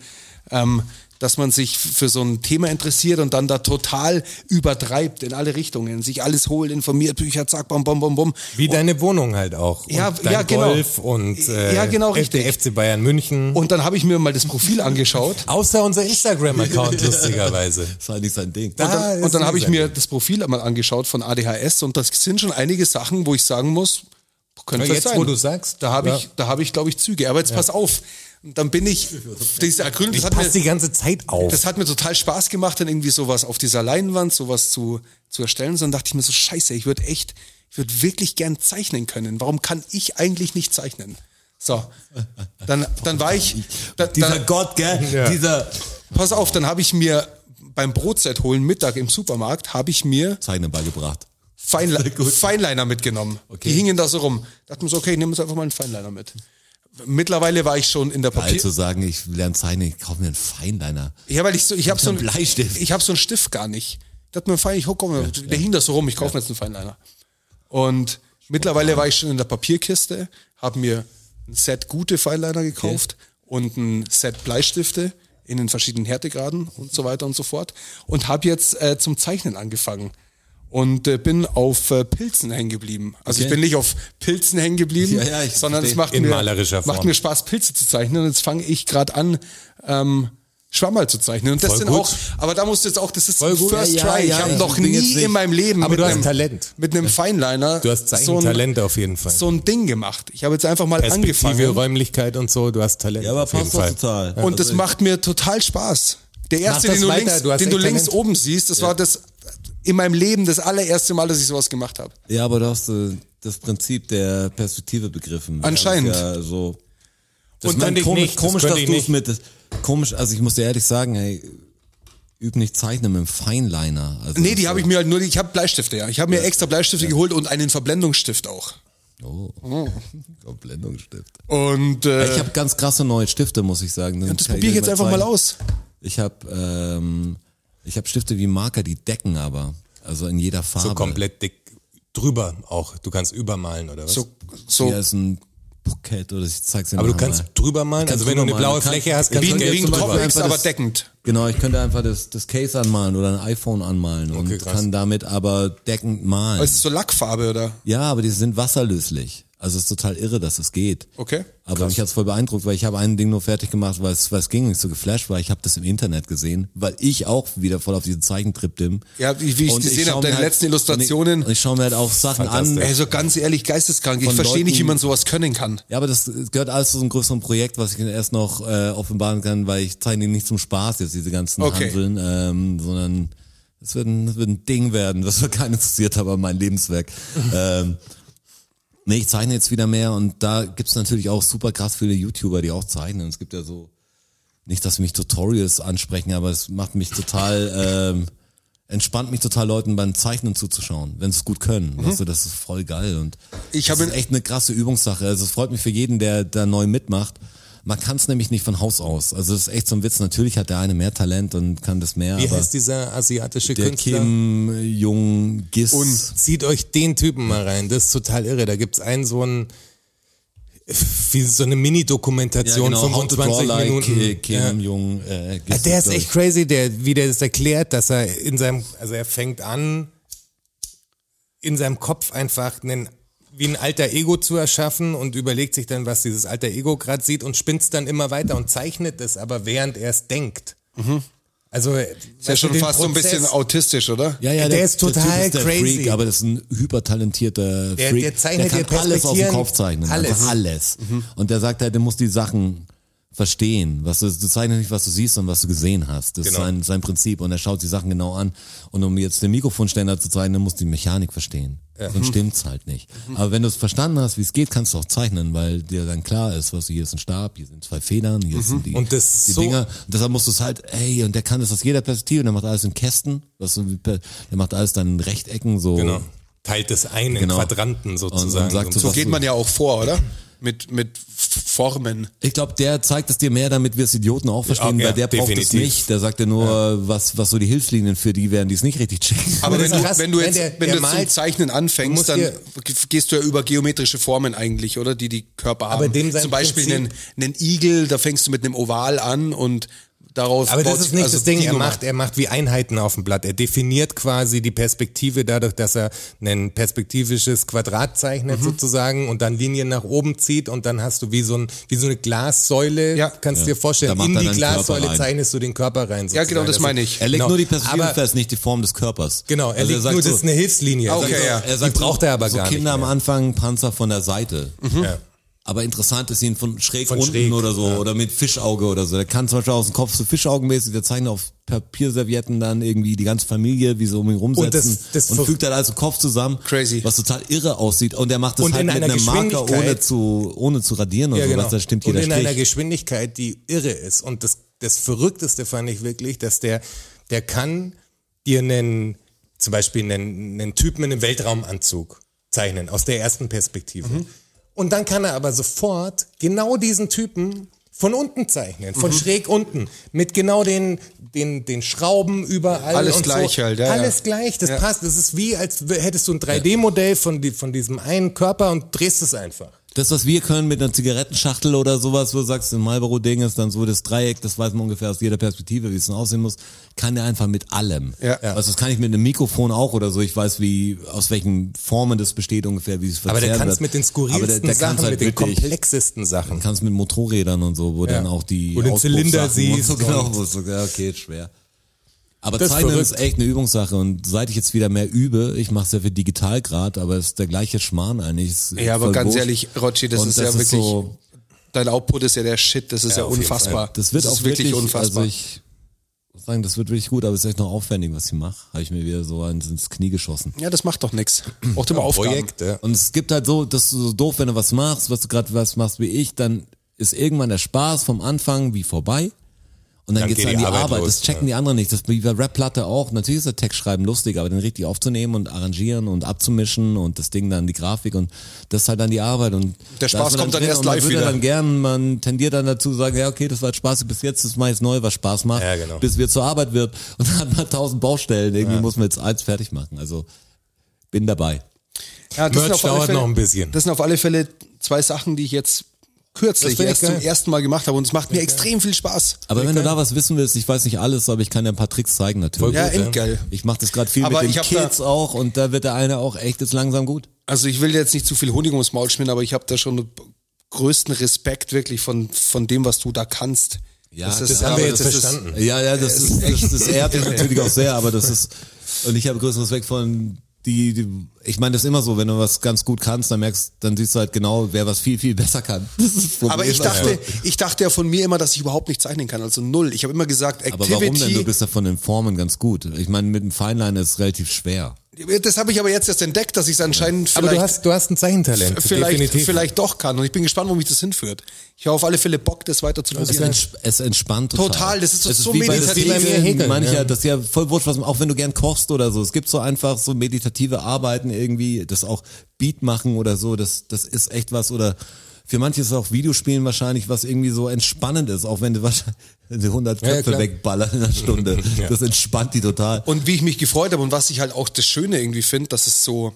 dass man sich für so ein Thema interessiert und dann da total übertreibt in alle Richtungen, sich alles holt, informiert, Bücher, zack, bom, bom, bom, bom. Wie deine Wohnung halt auch. Ja, und dein ja, genau. Golf und Ja, genau, richtig. der FC Bayern München. Und dann habe ich mir mal das Profil angeschaut. Außer unser Instagram-Account, lustigerweise. Das war nicht sein Ding. Und dann habe ich mir das Profil mal angeschaut von ADHS und das sind schon einige Sachen, wo ich sagen muss, könnte Ja, jetzt, sein. wo du sagst, Da habe ja. ich, glaube ich, Züge. Aber jetzt pass auf. Dann bin ich, diese Acryl, Ich passe die ganze Zeit auf. das hat mir total Spaß gemacht, dann irgendwie sowas auf dieser Leinwand, sowas zu erstellen. So, dann dachte ich mir so, scheiße, ich würde wirklich gern zeichnen können. Warum kann ich eigentlich nicht zeichnen? So, dann war ich, Dieser Gott, gell? Ja. Dieser pass auf, dann habe ich mir beim Brotset holen, Mittag im Supermarkt, habe ich mir Zeichnen beigebracht. Feinliner mitgenommen. Okay. Die hingen da so rum. Dachte mir so, okay, nehmen wir einfach mal einen Feinliner mit. Mittlerweile war ich schon in der Geil Papier... zu sagen, ich lerne Zeichnen, ich kaufe mir einen Feinliner. Ja, weil ich habe so einen Bleistift. Ich habe so einen Stift gar nicht. Ich dachte mir, fein, der hing da so rum, ich kaufe mir jetzt einen Feinliner. Und mittlerweile war ich schon in der Papierkiste, habe mir ein Set gute Feinliner gekauft und ein Set Bleistifte in den verschiedenen Härtegraden und so weiter und so fort und habe jetzt zum Zeichnen angefangen. Und bin auf Pilzen hängen geblieben. Also ich bin nicht auf Pilzen hängen geblieben, Ja, ich sondern es verstehe. In malerischer Form. macht mir Spaß, Pilze zu zeichnen. Und jetzt fange ich gerade an, Schwammerl zu zeichnen. Und das Voll sind gut. auch, aber da musst du jetzt auch, das ist Voll gut. First Ja, Try. ja, Ich habe ich noch bin jetzt nie nicht- in meinem Leben Aber du hast Talent. mit einem Feinliner Du hast so ein, Zeichentalent auf jeden Fall. so ein Ding gemacht. Ich habe jetzt einfach mal Perspektive, angefangen. Räumlichkeit und so, du hast Talent. Ja, aber auf jeden passt doch Fall. total. Und das Also macht mir total Spaß. Der erste, Mach das den du weiter, links, du hast den du echt links Talent. oben siehst, das war das in meinem Leben das allererste Mal, dass ich sowas gemacht habe. Ja, aber du hast das Prinzip der Perspektive begriffen. Anscheinend. Das ist ja so. Das Und könnte ich komisch, nicht, das komisch, könnte dass ich du es nicht. mit. Komisch, also ich muss dir ehrlich sagen, hey, üb nicht zeichnen mit dem Feinliner. Also Nee, das die ist habe ich mir halt nur, ich habe Bleistifte, ja. Ich habe mir extra Bleistifte geholt und einen Verblendungsstift auch. Oh, Blendungsstift. Und Ich habe ganz krasse neue Stifte, muss ich sagen. das probiere ich jetzt einfach mal aus. Ich habe Stifte wie Marker, die decken aber. Also in jeder Farbe. So komplett dick drüber auch. Du kannst übermalen, oder was? So Hier ist ein Bukett oder ich zeig's dir Aber du nachher kannst mal. drüber malen? Also wenn du eine drüber malen. blaue Fläche hast, kannst wie du ein jetzt drüber. Comics, aber das- deckend. Genau, ich könnte einfach das Case anmalen oder ein iPhone anmalen und Okay, krass. kann damit aber deckend malen. Das ist so Lackfarbe, oder? Ja, aber die sind wasserlöslich. Also es ist total irre, dass es geht. Okay. Aber mich hat's voll beeindruckt, weil ich habe ein Ding nur fertig gemacht, weil es ging nicht so geflasht war. Ich habe das im Internet gesehen, weil ich auch wieder voll auf diesen Zeichentrip bin. Ja, wie ich Und gesehen schau habe, mir deine halt- letzten Illustrationen. Und ich schaue mir halt auch Sachen an. Fantastisch. Ey, so ganz ehrlich, geisteskrank. Ich Von verstehe nicht, wie Leuten- man sowas können kann. Ja, aber das gehört alles zu so einem größeren Projekt, was ich erst noch offenbaren kann, weil ich zeichne nicht zum Spaß jetzt diese ganzen Okay. Hanseln, sondern es wird ein Ding werden, das wird keinen interessiert, aber mein Lebenswerk. Nee, ich zeichne jetzt wieder mehr und da gibt's natürlich auch super krass viele YouTuber, die auch zeichnen. Es gibt ja so, nicht, dass mich Tutorials ansprechen, aber es macht mich total, entspannt mich total, Leuten beim Zeichnen zuzuschauen, wenn sie es gut können. Weißt du, das ist voll geil und Ich das habe- ist echt eine krasse Übungssache. Also es freut mich für jeden, der da neu mitmacht. Man kann es nämlich nicht von Haus aus. Also es ist echt so ein Witz. Natürlich hat der eine mehr Talent und kann das mehr, Wie aber heißt dieser asiatische der Künstler? Kim Jong Gis. Zieht euch den Typen mal rein, das ist total irre. Da gibt's einen so eine Mini-Dokumentation, How to 25 draw like Minuten. Kim Jong Gis. Der ist echt crazy, wie der das erklärt, dass er er fängt an, in seinem Kopf einfach wie ein alter Ego zu erschaffen und überlegt sich dann, was dieses alter Ego gerade sieht und spinnt's dann immer weiter und zeichnet es aber während er es denkt. Also Ist ja schon fast so ein bisschen autistisch, oder? Ja, Der ist total Typ ist der crazy. Freak, aber das ist ein hypertalentierter Der Freak. zeichnet der dir kann alles auf dem Perspektiven, Kopf zeichnen. alles. Einfach alles. Und der sagt halt, der muss die Sachen verstehen. Du zeichnest nicht, was du siehst, sondern was du gesehen hast. Das Genau. ist sein Prinzip. Und er schaut die Sachen genau an. Und um jetzt den Mikrofonständer zu zeichnen, musst du die Mechanik verstehen. Sonst stimmt's halt nicht. Aber wenn du es verstanden hast, wie es geht, kannst du auch zeichnen, weil dir dann klar ist, hier ist ein Stab, hier sind 2 Federn, hier sind die, Und das die so- Dinger. Und deshalb musst du es halt, und der kann das aus jeder Perspektive, der macht alles in Kästen, der macht alles dann in Rechtecken, so. Genau. Teilt es ein in Genau. Quadranten sozusagen. Und sagt So was geht du- man ja auch vor, oder? Mit Formen. Ich glaube, der zeigt es dir mehr, damit wir es Idioten auch verstehen, Ja, weil der braucht es definitiv. nicht. Der sagt ja nur, was so die Hilfslinien für die wären, die es nicht richtig checken. Aber das wenn ist du, krass, wenn du wenn jetzt, der wenn du zum malt, Zeichnen du anfängst, musst dann dir- gehst du ja über geometrische Formen eigentlich, oder? Die Körper Aber haben. dem sein Zum Beispiel Prinzip- einen Igel, da fängst du mit einem Oval an und daraus Aber das baut ist sich- nicht also das Ding, die er Nummer. macht wie Einheiten auf dem Blatt. Er definiert quasi die Perspektive dadurch, dass er ein perspektivisches Quadrat zeichnet sozusagen und dann Linien nach oben zieht und dann hast du wie so eine Glassäule, Ja. kannst du dir vorstellen, Da macht in er die dann Körper Glassäule rein. zeichnest du den Körper rein. Ja, genau, sozusagen. das meine ich. Er legt Genau. nur die Perspektive Aber- fest, nicht die Form des Körpers. Genau, er Also legt sagt nur, so, das ist eine Hilfslinie. Okay, Also, ja. Er sagt die braucht er aber so gar Kinder nicht am mehr. Anfang Panzer von der Seite. Ja. Aber interessant ist ihn von schräg Von unten schräg, oder so oder mit Fischauge oder so. Der kann zum Beispiel aus dem Kopf so Fischaugenmäßig, der zeichnet auf Papierservietten dann irgendwie die ganze Familie, wie sie um ihn rumsetzen das und fügt dann also Kopf zusammen, Crazy. was total irre aussieht und er macht das Und halt in mit einer einem Marker Geschwindigkeit- ohne zu radieren und Ja, so, genau. was, da stimmt und jeder in einer Strich. Geschwindigkeit, die irre ist. Und das Verrückteste fand ich wirklich, dass der kann dir zum Beispiel einen Typen in einem Weltraumanzug zeichnen, aus der ersten Perspektive. Und dann kann er aber sofort genau diesen Typen von unten zeichnen, von schräg unten, mit genau den Schrauben überall. Alles und gleich so. halt, ja, Alles ja. gleich, das passt. Das ist wie, als hättest du ein 3D-Modell von diesem einen Körper und drehst es einfach. Das, was wir können mit einer Zigarettenschachtel oder sowas, wo du sagst, ein Marlboro-Ding ist dann so das Dreieck, das weiß man ungefähr aus jeder Perspektive, wie es dann aussehen muss, kann er einfach mit allem. Ja. Also das kann ich mit einem Mikrofon auch oder so, ich weiß, aus welchen Formen das besteht ungefähr, wie es verzerrt Aber der kann es wird. mit den Aber skurrilsten der kann's Sachen, halt mit den wirklich- komplexesten Sachen. kannst mit Motorrädern und so, wo dann auch die Wo du den Zylinder Auspuffsachen und siehst so, genau, und- wo es so, ja, okay, ist schwer. Aber Das ist Zeichnen verrückt. ist echt eine Übungssache und seit ich jetzt wieder mehr übe, ich mache sehr viel digital gerade, aber es ist der gleiche Schmarrn eigentlich. Ist Ja, aber voll ganz wurscht. ehrlich, Rotschi, das Und ist ja wirklich, so, dein Output ist ja der Shit, das ist ja auf jeden unfassbar. das wird ist auch wirklich wirklich unfassbar. Also ich muss sagen, das wird wirklich gut, aber es ist echt noch aufwendig, was ich mache. Habe ich mir wieder so ins Knie geschossen. Ja, das macht doch nichts. Auch immer Aufgaben. Projekt, ja. Und es gibt halt so, das ist so doof, wenn du was machst, was du gerade was machst wie ich, dann ist irgendwann der Spaß vom Anfang wie vorbei. Und dann geht's geht an die Arbeit. los, Das checken die anderen nicht. Das ist wie bei Rap-Platte auch. Natürlich ist der Textschreiben lustig, aber den richtig aufzunehmen und arrangieren und abzumischen und das Ding dann die Grafik und das ist halt dann die Arbeit. Und Der Spaß da ist man kommt dann drin erst und man live würde wieder. Dann gern, man tendiert dann dazu zu sagen, ja okay, das war jetzt spaßig bis jetzt, das mache ich jetzt neu, was Spaß macht, Ja, genau. bis wir zur Arbeit wird. Und dann hat man 1000 Baustellen. Irgendwie muss man jetzt eins fertig machen. Also bin dabei. Ja, das Merch dauert noch ein bisschen. Das sind auf alle Fälle 2 Sachen, die ich jetzt kürzlich Das find ich erst zum geil. ersten Mal gemacht habe und es macht mir extrem viel Spaß. Aber wenn du da was wissen willst, ich weiß nicht alles, aber ich kann dir ein paar Tricks zeigen natürlich. Ja, gut, ja. endgeil. Ich mache das gerade viel Aber mit ich den hab da- Kids auch und da wird der eine auch echt jetzt langsam gut. Also ich will jetzt nicht zu viel Honig ums Maul schmieren, aber ich habe da schon größten Respekt wirklich von dem, was du da kannst. Ja, Das haben wir jetzt verstanden. Ja, das ehrt mich natürlich auch sehr, aber das ist, und ich habe größten Respekt von ich meine, das ist immer so, wenn du was ganz gut kannst, dann siehst du halt genau, wer was viel, viel besser kann. Das ist das Problem. Aber ich dachte ja von mir immer, dass ich überhaupt nicht zeichnen kann, also 0. Ich habe immer gesagt, Aber warum denn? Du Activity. bist ja von den Formen ganz gut. Ich meine, mit dem Fineliner ist es relativ schwer. Das habe ich aber jetzt erst entdeckt, dass ich es anscheinend Aber vielleicht du hast ein Zeichentalent. definitiv. vielleicht doch kann. Und ich bin gespannt, wo mich das hinführt. Ich habe auf alle Fälle Bock, das weiter zu probieren. Es entspannt total. Total, das ist so- Es so wie bei meditativ. das Wie bei mir häkeln, Mancher, ja. das ist ja voll wurscht, auch wenn du gern kochst oder so. Es gibt so einfach so meditative Arbeiten irgendwie, das auch Beat machen oder so, das ist echt was. Oder für manche ist es auch Videospielen wahrscheinlich, was irgendwie so entspannend ist, auch wenn du wahrscheinlich 100 Ja, Köpfe klar. wegballern in einer Stunde. Das entspannt die total. Und wie ich mich gefreut habe und was ich halt auch das Schöne irgendwie finde, dass es so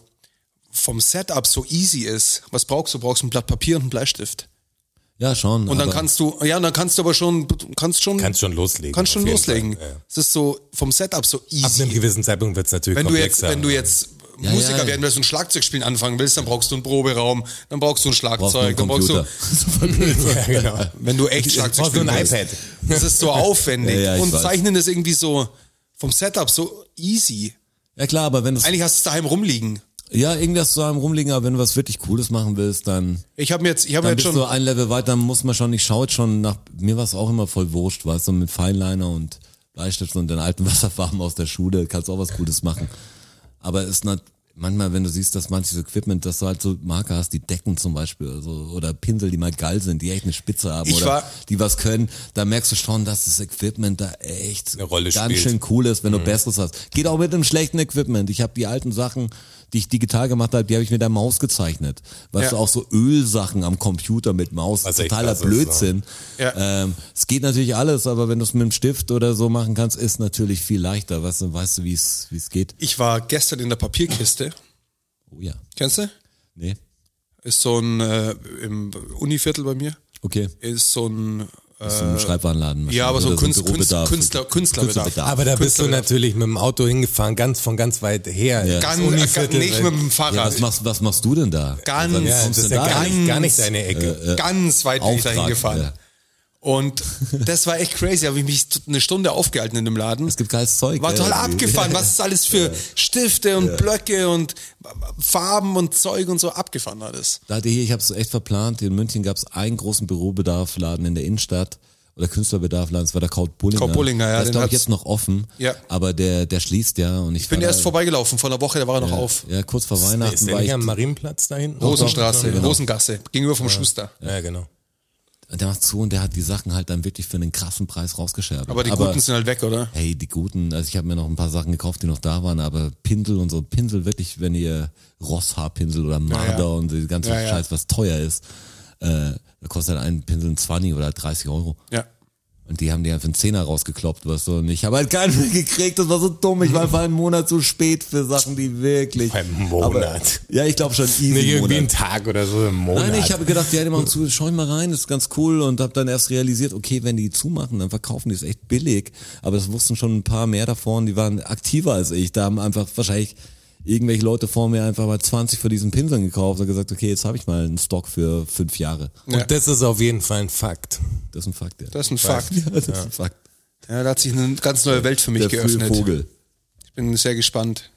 vom Setup so easy ist. Was brauchst du? Du brauchst ein Blatt Papier und einen Bleistift. Ja, schon. Und dann aber- kannst du aber schon, Kannst schon loslegen. kannst schon auf jeden loslegen. Fall, ja. Es ist so vom Setup so Ab einem easy. gewissen Zeitpunkt wird es natürlich komplexer. Wenn du jetzt Ja, Musiker ja. werden willst und Schlagzeug spielen anfangen willst, dann brauchst du einen Proberaum, dann brauchst du ein brauchst du einen Schlagzeug, dann brauchst du, Computer. ja, genau. wenn du echt Schlagzeug Brauchst du spielen ein willst. iPad. Das ist so aufwendig. Ja, ich und weiß. Zeichnen ist irgendwie so vom Setup so easy. Ja klar, aber wenn du Eigentlich hast du es daheim rumliegen. ja, irgendwie hast du da rumliegen, aber wenn du was wirklich Cooles machen willst, dann Ich habe mir jetzt bist schon du ein Level weiter, muss man schon, ich schaue jetzt schon nach, mir war es auch immer voll wurscht, weißt du, mit Fineliner und Bleistift und den alten Wasserfarben aus der Schule, kannst auch was Cooles machen. Aber es ist manchmal, wenn du siehst, dass manches Equipment, dass du halt so Marker hast, die Decken zum Beispiel oder Pinsel, die mal geil sind, die echt eine Spitze haben die was können, da merkst du schon, dass das Equipment da echt Eine Rolle ganz spielt. schön cool ist, wenn du Besseres hast. Geht auch mit dem schlechten Equipment. Ich habe die alten Sachen, die ich digital gemacht habe, die habe ich mit der Maus gezeichnet. Weißt Ja. du, auch so Ölsachen am Computer mit Maus, Was echt totaler krass ist, Blödsinn. Ja. Es geht natürlich alles, aber wenn du es mit dem Stift oder so machen kannst, ist natürlich viel leichter. Weißt du, wie es geht? Ich war gestern in der Papierkiste. Oh ja. Kennst du? Nee. Ist so ein im Univiertel bei mir. Okay. Ist so ein Das ist ein Schreibwarenladen. ja, aber so wahrscheinlich. Oder Künstlerbedarf. Künstlerbedarf. Aber da bist du Künstler- natürlich mit dem Auto hingefahren, von ganz weit her. Ja. Das nicht Univiertel, mit dem Fahrrad. Ja, was machst du denn da? Ganz- Wann Ja, kommst das ist du ja da? gar nicht deine Ecke. Ganz weit bin ich Auftrag, dahin gefahren. ja. Und das war echt crazy. Habe ich mich eine Stunde aufgehalten in dem Laden. Es gibt geiles Zeug. War total irgendwie. abgefahren. Was ist alles für Stifte und Blöcke und Farben und Zeug und so abgefahren alles. Da hatte ich habe es echt verplant. In München gab es einen großen Bürobedarfladen in der Innenstadt oder Künstlerbedarfladen. Das war der Kraut Bullinger. Kraut Bullinger, ja, Der ist den glaube ich hat's- jetzt noch offen. Ja. Aber der schließt ja und ich Bin war erst da- vorbeigelaufen. Vor einer Woche, da war er noch auf. Ja, kurz vor Ist Weihnachten der war nicht ich. am Marienplatz da hinten? Rosenstraße, Genau. Rosengasse, gegenüber vom Schuster. Ja, genau. Der macht zu und der hat die Sachen halt dann wirklich für einen krassen Preis rausgescherbt. Aber die Guten sind halt weg, oder? Hey, die guten, also ich habe mir noch ein paar Sachen gekauft, die noch da waren, aber Pinsel und so, Pinsel wirklich, wenn ihr Rosshaarpinsel oder Marder ja. und die ganze Ja, ja. Scheiß, was teuer ist, da kostet halt ein Pinsel 20 oder 30 Euro. Ja. Und die haben die halt für einen Zehner rausgekloppt, weißt du, und ich habe halt keinen mehr gekriegt, das war so dumm, ich war einfach einen Monat zu spät für Sachen, die wirklich... Beim Monat. Aber, ja, ich glaube schon easy Nicht irgendwie Monat. einen Tag oder so im Monat. Nein, ich habe gedacht, die hätte mal zu, schau ich mal rein, das ist ganz cool und habe dann erst realisiert, okay, wenn die zumachen, dann verkaufen die es echt billig. Aber das wussten schon ein paar mehr davon, die waren aktiver als ich. Da haben einfach wahrscheinlich irgendwelche Leute vor mir einfach mal 20 für diesen Pinseln gekauft und gesagt, okay, jetzt habe ich mal einen Stock für 5 Jahre. Und das ist auf jeden Fall ein Fakt. Das ist ein Fakt, ja. Das ist ein Fakt. Ja, das ist ein Fakt. Ja, da hat sich eine ganz neue Welt für mich Der frühe geöffnet. Vogel. Ich bin sehr gespannt.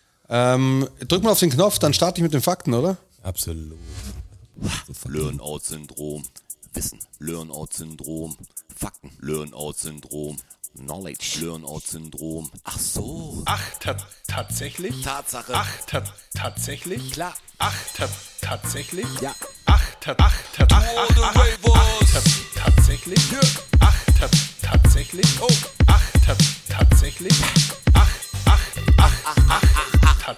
Drück mal auf den Knopf, dann starte ich mit den Fakten, oder? Absolut. Learn-out-Syndrom. Wissen. Learn-out-Syndrom. Fakten. Learn-out-Syndrom. Knowledge. Learn-out-Syndrom. Ach so. Ach, tatsächlich? Tatsache. Ach, tatsächlich? Klar. Ach, tatsächlich? Ja. Ach, tatsächlich? Ach, tatsächlich?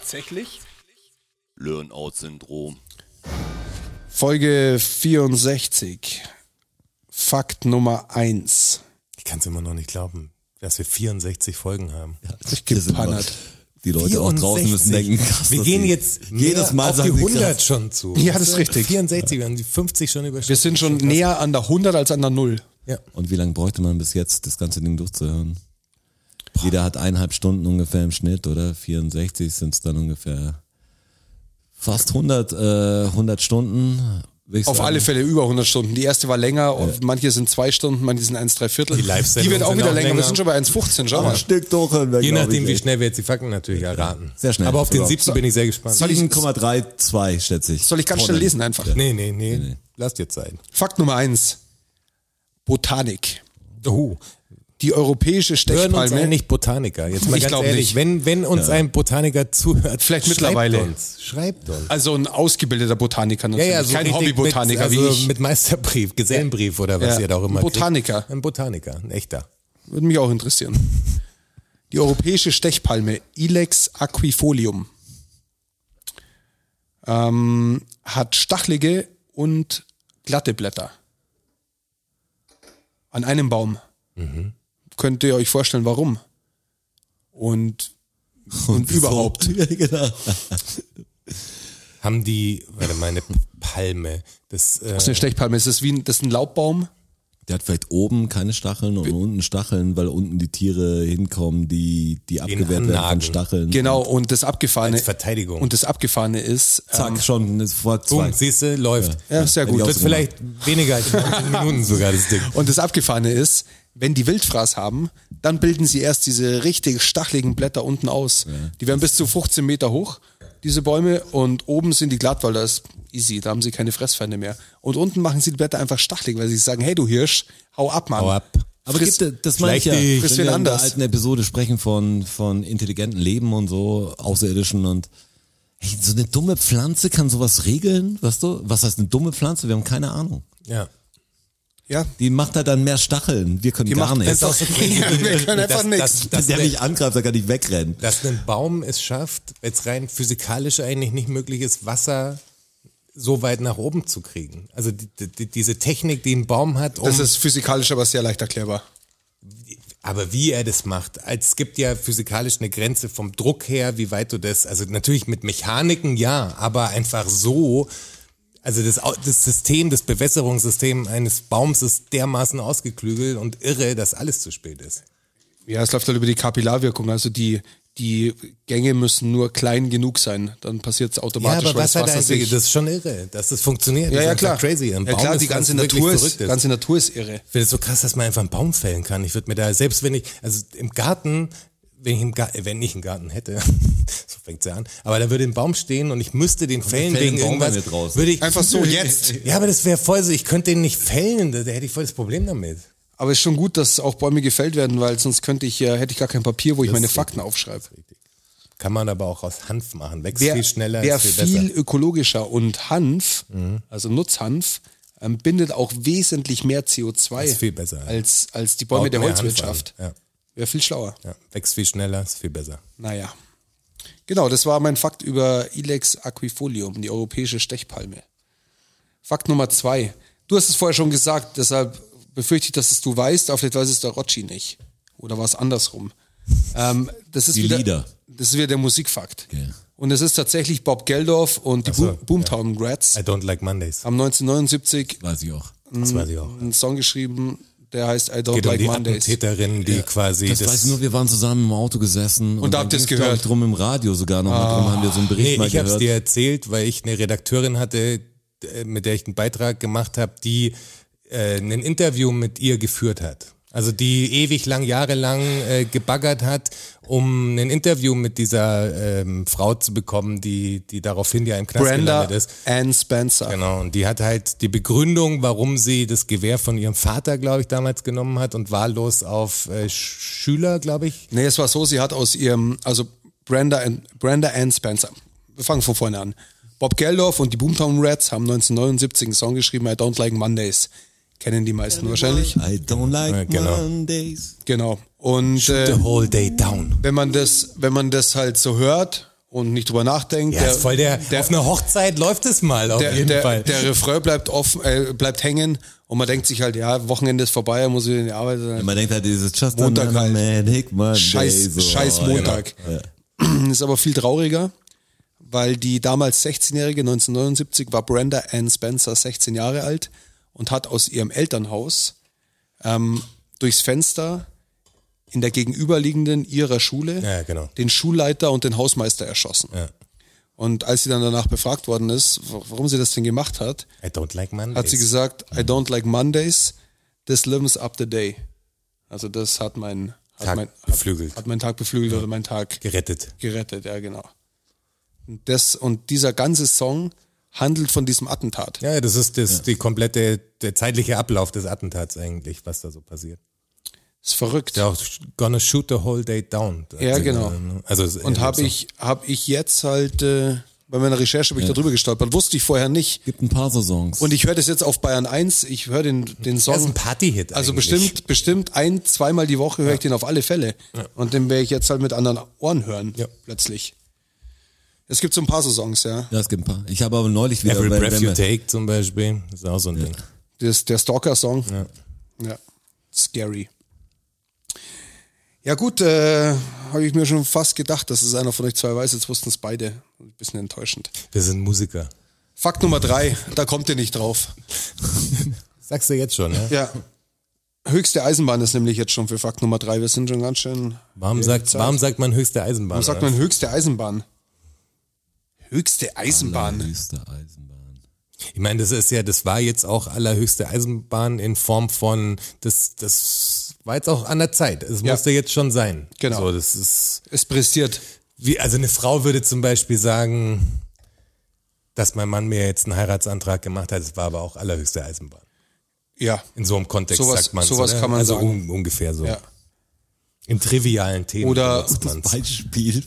tatsächlich? Learn-out-Syndrom. Folge 64. Fakt Nummer 1. Ich kann es immer noch nicht glauben, dass wir 64 Folgen haben. Ich gepannert. Die Leute auch draußen müssen denken, krass, wir dass gehen die- jetzt jedes Mal auf die sagen die 100 krass. schon zu. Ja, das ist richtig. 64, wir haben die 50 schon überschritten. Wir sind schon näher an der 100 als an der 0. Ja. Und wie lange bräuchte man bis jetzt, das ganze Ding durchzuhören? Jeder hat 1,5 Stunden ungefähr im Schnitt, oder? 64 sind es dann ungefähr fast 100 Stunden. Würde ich Auf sagen. alle Fälle über 100 Stunden. Die erste war länger, und manche sind 2 Stunden, manche sind 1,75. Die Live-Sendungen Die wird auch sind wieder auch länger. Wir länger. sind schon bei 1,15, schau mal. Ein Stück durchhören wir, Je glaub nachdem, ich, wie echt. schnell wir jetzt die Fakten natürlich erraten. Sehr schnell. Aber auf den So. 7. bin ich sehr gespannt. 7,32 schätze ich. Soll ich ganz schnell lesen einfach? Nee. Lass dir Zeit. Fakt Nummer 1. Botanik. Oh. Die europäische Hören uns Stechpalme. eigentlich Botaniker? Jetzt mal Ich ganz glaub ehrlich, nicht. wenn uns ein Botaniker zuhört, Vielleicht schreibt mittlerweile. Schreibt uns. Also ein ausgebildeter Botaniker natürlich. Ja, so Kein richtig Hobbybotaniker mit, wie ich. mit Meisterbrief, Gesellenbrief oder was Ja, ihr da auch immer ein Botaniker. kriegt. Ein Botaniker, ein echter. Würde mich auch interessieren. Die europäische Stechpalme Ilex aquifolium hat stachelige und glatte Blätter. An einem Baum. Könnt ihr euch vorstellen, warum? Und überhaupt. Ja, genau. Haben die, warte mal, eine Palme. Das Das ist eine Stechpalme. Das ist ein Laubbaum. Der hat vielleicht oben keine Stacheln und unten Stacheln, weil unten die Tiere hinkommen, die abgewehrt werden von annagen. Stacheln. Genau. Und das Abgefahrene. als Verteidigung. Und das Abgefahrene ist. Zack, schon, das vor zwei. Boom, siehst du, läuft. Ja, sehr gut. Wird vielleicht weniger als 19 Minuten sogar das Ding. Und das Abgefahrene ist, wenn die Wildfraß haben, dann bilden sie erst diese richtig stacheligen Blätter unten aus. Die werden bis zu 15 Meter hoch, diese Bäume, und oben sind die glatt, weil das ist easy, da haben sie keine Fressfeinde mehr. Und unten machen sie die Blätter einfach stachelig, weil sie sagen, hey du Hirsch, hau ab, Mann. Hau ab. Aber Friss- das meine ich ja, Schleich dich. Friss wenn wir wen in der anders. alten Episode sprechen von intelligentem Leben und so, Außerirdischen und hey, so eine dumme Pflanze kann sowas regeln, weißt du? Was heißt eine dumme Pflanze? Wir haben keine Ahnung. Ja. Ja, Die macht halt dann mehr Stacheln. Wir können die gar macht nichts. einfach, wir können einfach nichts. Der mich angreift, der kann nicht wegrennen. Dass ein Baum es schafft, jetzt rein physikalisch eigentlich nicht möglich ist, Wasser so weit nach oben zu kriegen. Also diese Technik, die ein Baum hat, Das ist physikalisch aber sehr leicht erklärbar. aber wie er das macht, es gibt ja physikalisch eine Grenze vom Druck her, wie weit du das, also natürlich mit Mechaniken ja, aber einfach so, also das System, das Bewässerungssystem eines Baums ist dermaßen ausgeklügelt und irre, dass alles zu spät ist. Ja, es läuft halt über die Kapillarwirkung, also die Gänge müssen nur klein genug sein, dann passiert es Ja, automatisch, aber weil was das hat Wasser das sich... ist schon irre, dass das funktioniert. Ja, Das ja, ist klar. einfach crazy. Ein Ja, Baum klar, ist die ganze was wirklich Natur Verrücktes. ist irre. Ich finde es so krass, dass man einfach einen Baum fällen kann. Ich würde mir da, selbst wenn ich, also im Garten, wenn ich einen Garten hätte, so fängt's ja an, aber da würde ein Baum stehen und ich müsste den fällen fällen wegen einen Baum bei irgendwas, mir draußen. würde ich Einfach so jetzt. Ja, aber das wäre voll so, ich könnte den nicht fällen, da hätte ich voll das Problem damit. Aber es ist schon gut, dass auch Bäume gefällt werden, weil sonst hätte ich gar kein Papier, wo ich meine ist Fakten aufschreibe. Kann man aber auch aus Hanf machen, wächst Wäre viel schneller, wär ist viel viel besser. ökologischer und Hanf, also Nutzhanf, bindet auch wesentlich mehr CO2 Ist viel besser, ja. als die Bäume Baut der mehr Hanf Holzwirtschaft. an, ja. Wäre viel schlauer. Ja, wächst viel schneller, ist viel besser. Naja. Genau, das war mein Fakt über Ilex aquifolium, die europäische Stechpalme. Fakt Nummer 2. Du hast es vorher schon gesagt, deshalb befürchte ich, dass es du weißt, aber vielleicht weiß es der Rocci nicht. Oder war es andersrum? Das ist Die wieder, Lieder. Das ist wieder der Musikfakt. Okay. Und es ist tatsächlich Bob Geldof und die so, Boomtown Rats I don't like Mondays. haben 1979 Weiß ich auch. Das weiß ich auch. einen Song geschrieben, der heißt I Don't Geht um Like die Mondays. Attentäterin, die quasi Das weiß ich nur, wir waren zusammen im Auto gesessen. Und da dann habt ihr es ging's, glaub gehört? ich, drum im Radio sogar noch mal drum, haben wir so einen Bericht Nee, mal ich habe es gehört. dir erzählt, weil ich eine Redakteurin hatte, mit der ich einen Beitrag gemacht habe, die ein Interview mit ihr geführt hat. Also die ewig lang, jahrelang gebaggert hat, um ein Interview mit dieser Frau zu bekommen, die daraufhin ja im Knast Brenda gelandet ist. Ann Spencer. Genau, und die hat halt die Begründung, warum sie das Gewehr von ihrem Vater, glaube ich, damals genommen hat und wahllos auf Schüler, glaube ich. Nee, es war so, sie hat aus ihrem, also Brenda Ann Spencer. Wir fangen von vorne an. Bob Geldof und die Boomtown Rats haben 1979 einen Song geschrieben, I Don't Like Mondays. Kennen die meisten wahrscheinlich. I don't like Ja, genau. Mondays. Genau. Und The whole day down. wenn man das halt so hört und nicht drüber nachdenkt. Ja, ist voll auf einer Hochzeit läuft es mal, auf jeden Fall. Der Refrain bleibt bleibt hängen und man denkt sich halt, ja, Wochenende ist vorbei, muss wieder in die Arbeit. Man denkt halt dieses Just Montag another halt. manic Monday. Scheiß Montag. Ja. Ist aber viel trauriger, weil die damals 16-Jährige, 1979, war Brenda Ann Spencer 16 Jahre alt und hat aus ihrem Elternhaus durchs Fenster in der gegenüberliegenden ihrer Schule den Schulleiter und den Hausmeister erschossen. Ja. Und als sie dann danach befragt worden ist, warum sie das denn gemacht hat, I don't like Mondays. hat sie gesagt, I don't like Mondays, this lives up the day. Also das hat meinen Tag beflügelt oder meinen Tag gerettet, ja genau. Und dieser ganze Song handelt von diesem Attentat. Ja, das ist der zeitliche Ablauf des Attentats eigentlich, was da so passiert. Ist verrückt. Ja, auch gonna shoot the whole day down. Ja, genau. Also, und habe ich jetzt halt, bei meiner Recherche bin ich da drüber gestolpert, wusste ich vorher nicht. Gibt ein paar so Songs. Und ich höre das jetzt auf Bayern 1, ich höre den Song. Das ist ein Party-Hit Also eigentlich. bestimmt zweimal die Woche höre ich den auf alle Fälle. Ja. Und den werde ich jetzt halt mit anderen Ohren hören, plötzlich. Es gibt so ein paar so Songs, ja. Ja, es gibt ein paar. Ich habe aber neulich wieder... Every Breath You Take zum Beispiel, das ist auch so ein Ding. Der Stalker-Song. Ja. Scary. Ja gut, habe ich mir schon fast gedacht, dass es einer von euch zwei weiß, jetzt wussten es beide. Ein bisschen enttäuschend. Wir sind Musiker. Fakt Nummer 3, da kommt ihr nicht drauf. Sagst du jetzt schon, ne? Ja. Höchste Eisenbahn ist nämlich jetzt schon für Fakt Nummer 3. Wir sind schon ganz schön... Warum sagt man höchste Eisenbahn? Warum sagt man höchste Eisenbahn? Höchste Eisenbahn. Höchste Eisenbahn. Ich meine, das war jetzt auch allerhöchste Eisenbahn in Form von, das war jetzt auch an der Zeit. Es musste jetzt schon sein. Genau. So, das ist, es pressiert. Also eine Frau würde zum Beispiel sagen, dass mein Mann mir jetzt einen Heiratsantrag gemacht hat, das war aber auch allerhöchste Eisenbahn. Ja. In so einem Kontext sagt man sowas kann man sagen. Also ungefähr so. Ja. In trivialen Themen. Oder Das Beispiel.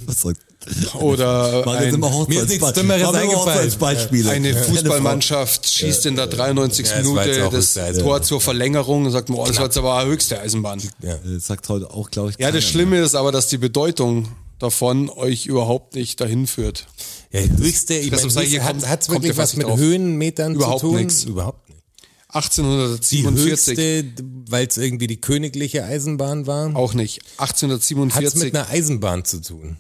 Oder mir ist nichts Dümmeres eingefallen. Eine Fußballmannschaft schießt in der 93. Minute das Tor zur Verlängerung und sagt, das war jetzt aber höchste Eisenbahn. Ja. Das sagt heute auch, glaube ich, ja, das Schlimme ist aber, dass die Bedeutung davon euch überhaupt nicht dahin führt. Ja, höchste, ich meine, hat es wirklich was mit Höhenmetern zu tun? Nichts. Überhaupt nicht. 1847. Die höchste, weil es irgendwie die königliche Eisenbahn war? Auch nicht. 1847. Hat es mit einer Eisenbahn zu tun?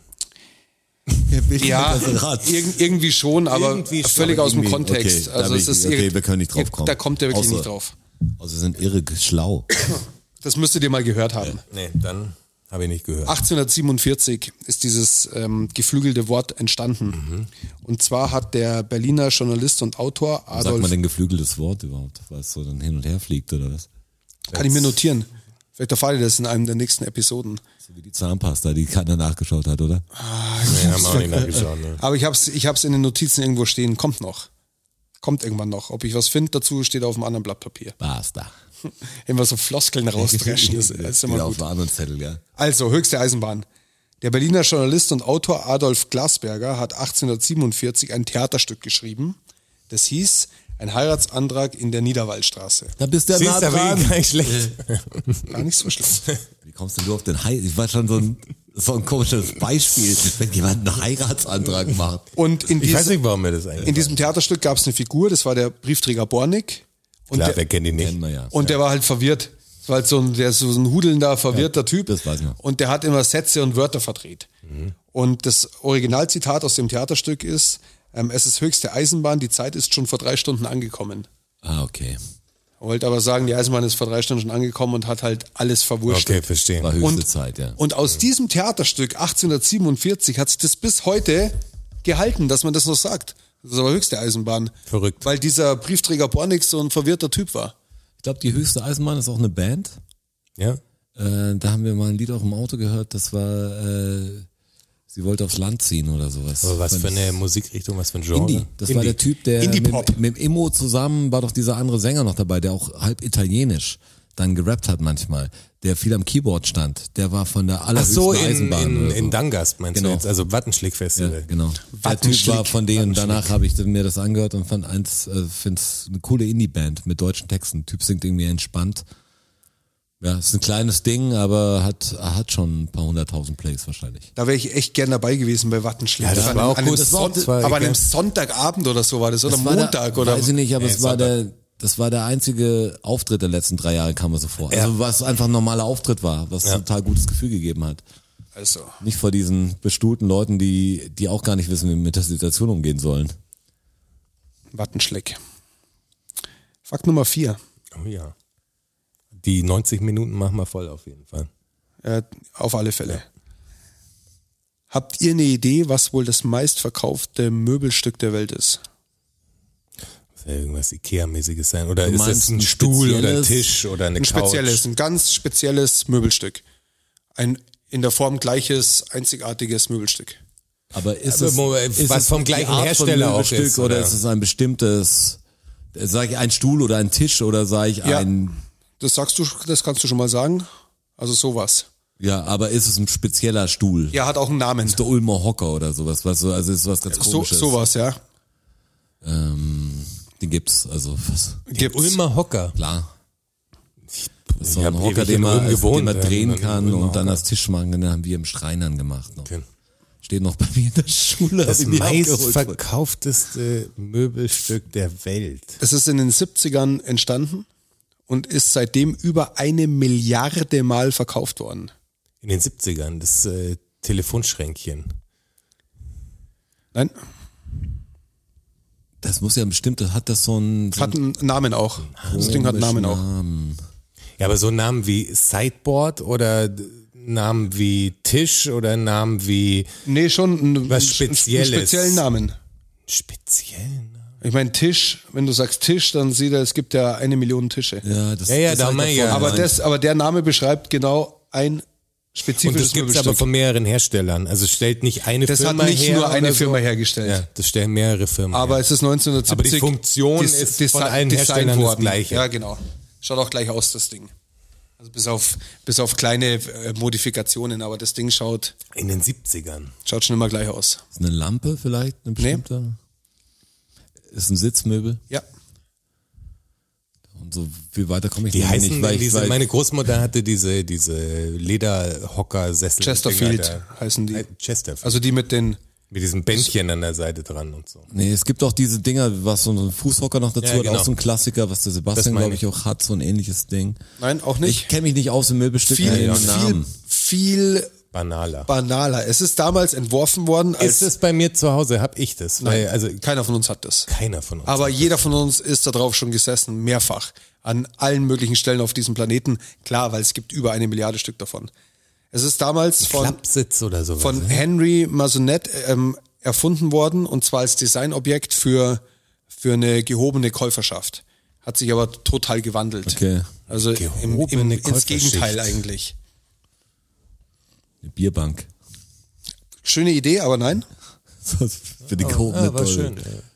Ja, irgendwie schon, aber völlig aus dem Kontext. Okay, also es ist wir können nicht drauf kommen. Da kommt der wirklich nicht drauf. Also sind irre schlau. Das müsstet ihr mal gehört haben. Nee, dann habe ich nicht gehört. 1847 ist dieses geflügelte Wort entstanden. Und zwar hat der Berliner Journalist und Autor Adolf... Sagt man denn geflügeltes Wort überhaupt, weil es so dann hin und her fliegt oder was? Kann ich mir notieren. Vielleicht erfahrt ihr das in einem der nächsten Episoden. So wie die Zahnpasta, die keiner nachgeschaut hat, oder? Nee, haben wir auch nicht nachgeschaut. Ne. Aber ich hab's in den Notizen irgendwo stehen. Kommt noch. Kommt irgendwann noch. Ob ich was finde dazu, steht auf einem anderen Blatt Papier. Basta. Immer so Floskeln rausdreschen, das ist immer gut. Auf einem anderen Zettel, ja. Also, höchste Eisenbahn. Der Berliner Journalist und Autor Adolf Glasberger hat 1847 ein Theaterstück geschrieben. Das hieß Ein Heiratsantrag in der Niederwaldstraße. Da bist du ja nah dran. Gar nicht schlecht. Gar nicht so schlimm. Wie kommst denn du auf den Ich war schon so ein komisches Beispiel, wenn jemand einen Heiratsantrag macht. Und ich weiß nicht, warum mir das eigentlich in diesem Theaterstück gab es eine Figur, das war der Briefträger Bornig. Und klar, wer kennt ihn nicht? Und der war halt verwirrt. Das war halt so ein hudelnder, verwirrter Typ. Das weiß man. Und der hat immer Sätze und Wörter verdreht. Und das Originalzitat aus dem Theaterstück ist, es ist höchste Eisenbahn, die Zeit ist schon vor 3 Stunden angekommen. Ah, okay. Wollte aber sagen, die Eisenbahn ist vor 3 Stunden schon angekommen und hat halt alles verwurscht. Okay, verstehe. War höchste Zeit, ja. Und aus diesem Theaterstück 1847 hat sich das bis heute gehalten, dass man das noch sagt. Das ist aber höchste Eisenbahn. Verrückt. Weil dieser Briefträger Bornig so ein verwirrter Typ war. Ich glaube, die höchste Eisenbahn ist auch eine Band. Ja. Da haben wir mal ein Lied auch im Auto gehört, das war Sie wollte aufs Land ziehen oder sowas. Aber was für eine Musikrichtung, was für ein Genre? Indie. Das war der Typ, der mit dem Immo zusammen war doch dieser andere Sänger noch dabei, der auch halb italienisch dann gerappt hat manchmal, der viel am Keyboard stand. Der war von der allerhöchsten Eisenbahn. In Dangast meinst du jetzt? Also Wattenschläg-Festival. Ja, genau. Der Typ war von denen, danach habe ich mir das angehört und finde es eine coole Indie-Band mit deutschen Texten. Typ singt irgendwie entspannt. Ja, ist ein kleines Ding, aber hat schon ein paar 100.000 Plays wahrscheinlich. Da wäre ich echt gern dabei gewesen bei Wattenschläger. Ja, das war auch gut. Aber an einem Sonntagabend oder so war das, oder Montag oder weiß ich nicht, aber Nee, das war der einzige Auftritt der letzten 3 Jahre, kam mir so vor. Also was einfach ein normaler Auftritt war, was ein total gutes Gefühl gegeben hat. Also. Nicht vor diesen bestuhlten Leuten, die auch gar nicht wissen, wie wir mit der Situation umgehen sollen. Wattenschleck. Fakt Nummer 4. Oh ja. Die 90 Minuten machen wir voll auf jeden Fall. Auf alle Fälle. Habt ihr eine Idee, was wohl das meistverkaufte Möbelstück der Welt ist? Muss ja irgendwas Ikea-mäßiges sein. Oder Du ist meinst es ein ein Stuhl oder ein spezielles- Tisch oder eine Ein Couch? spezielles, ein ganz spezielles Möbelstück. Ein in der Form gleiches, einzigartiges Möbelstück. Aber ist Aber es, was ist es vom die gleichen Art von Hersteller auch Möbelstück ist, oder oder? ist es ein bestimmtes, sage ich ein Stuhl oder ein Tisch oder sage ich Ja. ein, Das das kannst du schon mal sagen. Also sowas. ja, aber ist es ein spezieller Stuhl? Ja, hat auch einen Namen. Ist der Ulmer Hocker oder sowas, weißt du, also ist was ganz komisches. Sowas, ja. Den gibt's, also was, Gibt's. Ulmer Hocker. klar. Das ist so Ich ein hab Hocker, ewig den in man, Ulm gewohnt, den man ja, drehen in kann Ulmer und dann Hocker. als Tisch machen, den haben wir im Schreinern gemacht noch. Okay. Steht noch bei mir in der Schule. Das hab ich nie abgeholt. meistverkaufteste Möbelstück der Welt. Es ist in den 70ern entstanden und ist seitdem über 1 Milliarde Mal verkauft worden. In den 70ern, das Telefonschränkchen. Nein, Das muss ja bestimmt, hat das so ein hat einen Namen auch. Das Ding hat einen Namen auch. Ja, aber so Namen wie Sideboard oder Namen wie Tisch oder Namen wie Nee, schon Was einen Spezielles. speziellen Namen. speziellen Namen? Ich meine Tisch, wenn du sagst Tisch, dann sieht er, es gibt ja 1 Million Tische. Ja, das, Ja, das da halt mein ich davon ja. Aber der Name beschreibt genau ein Und spezifisches das gibt's aber Möbelstück. von mehreren Herstellern. Also stellt nicht eine Das Firma hat nicht her nur eine oder Firma so. hergestellt. Ja, das stellen mehrere Firmen Aber her. es ist 1970 Aber die Funktion ist von allen Herstellern das Gleiche. Ja, genau. Schaut auch gleich aus, das Ding. Also bis auf kleine Modifikationen, aber das Ding schaut In den 70ern. schon immer gleich aus. Ist eine Lampe vielleicht, eine bestimmte? Ist ein Sitzmöbel? Ja. Und so viel weiter komme ich Die heißen nicht, weil ich, meine Großmutter hatte diese Lederhocker-Sessel. Chesterfield heißen die. Chesterfield. Also die mit den, Mit diesem Bändchen an der Seite dran und so. nee, es gibt auch diese Dinger, was so ein Fußhocker noch dazu Ja, hat, genau. auch so ein Klassiker, was der Das Sebastian, meine glaube ich, auch hat, so ein ähnliches Ding. nein, auch Ich nicht. kenne mich nicht aus im Möbelstück, Viel, mit Namen. viel Banaler. banaler. Es ist damals entworfen worden als, Ist es bei mir zu Hause? Hab ich das? Weil, also keiner von uns hat das. keiner von uns. Aber jeder von uns ist da drauf schon gesessen, mehrfach. An allen möglichen Stellen auf diesem Planeten. Klar, weil es gibt über 1 Milliarde Stück davon. Es ist damals Klappsitz oder sowas. von ne? Henry Masonet erfunden worden, und zwar als Designobjekt für eine gehobene Käuferschaft. Hat sich aber total gewandelt. Okay. Also Gehobene ins Käuferschicht. Gegenteil eigentlich. Eine Bierbank. Schöne Idee, aber nein. Für die gehobene Ah, war Toll.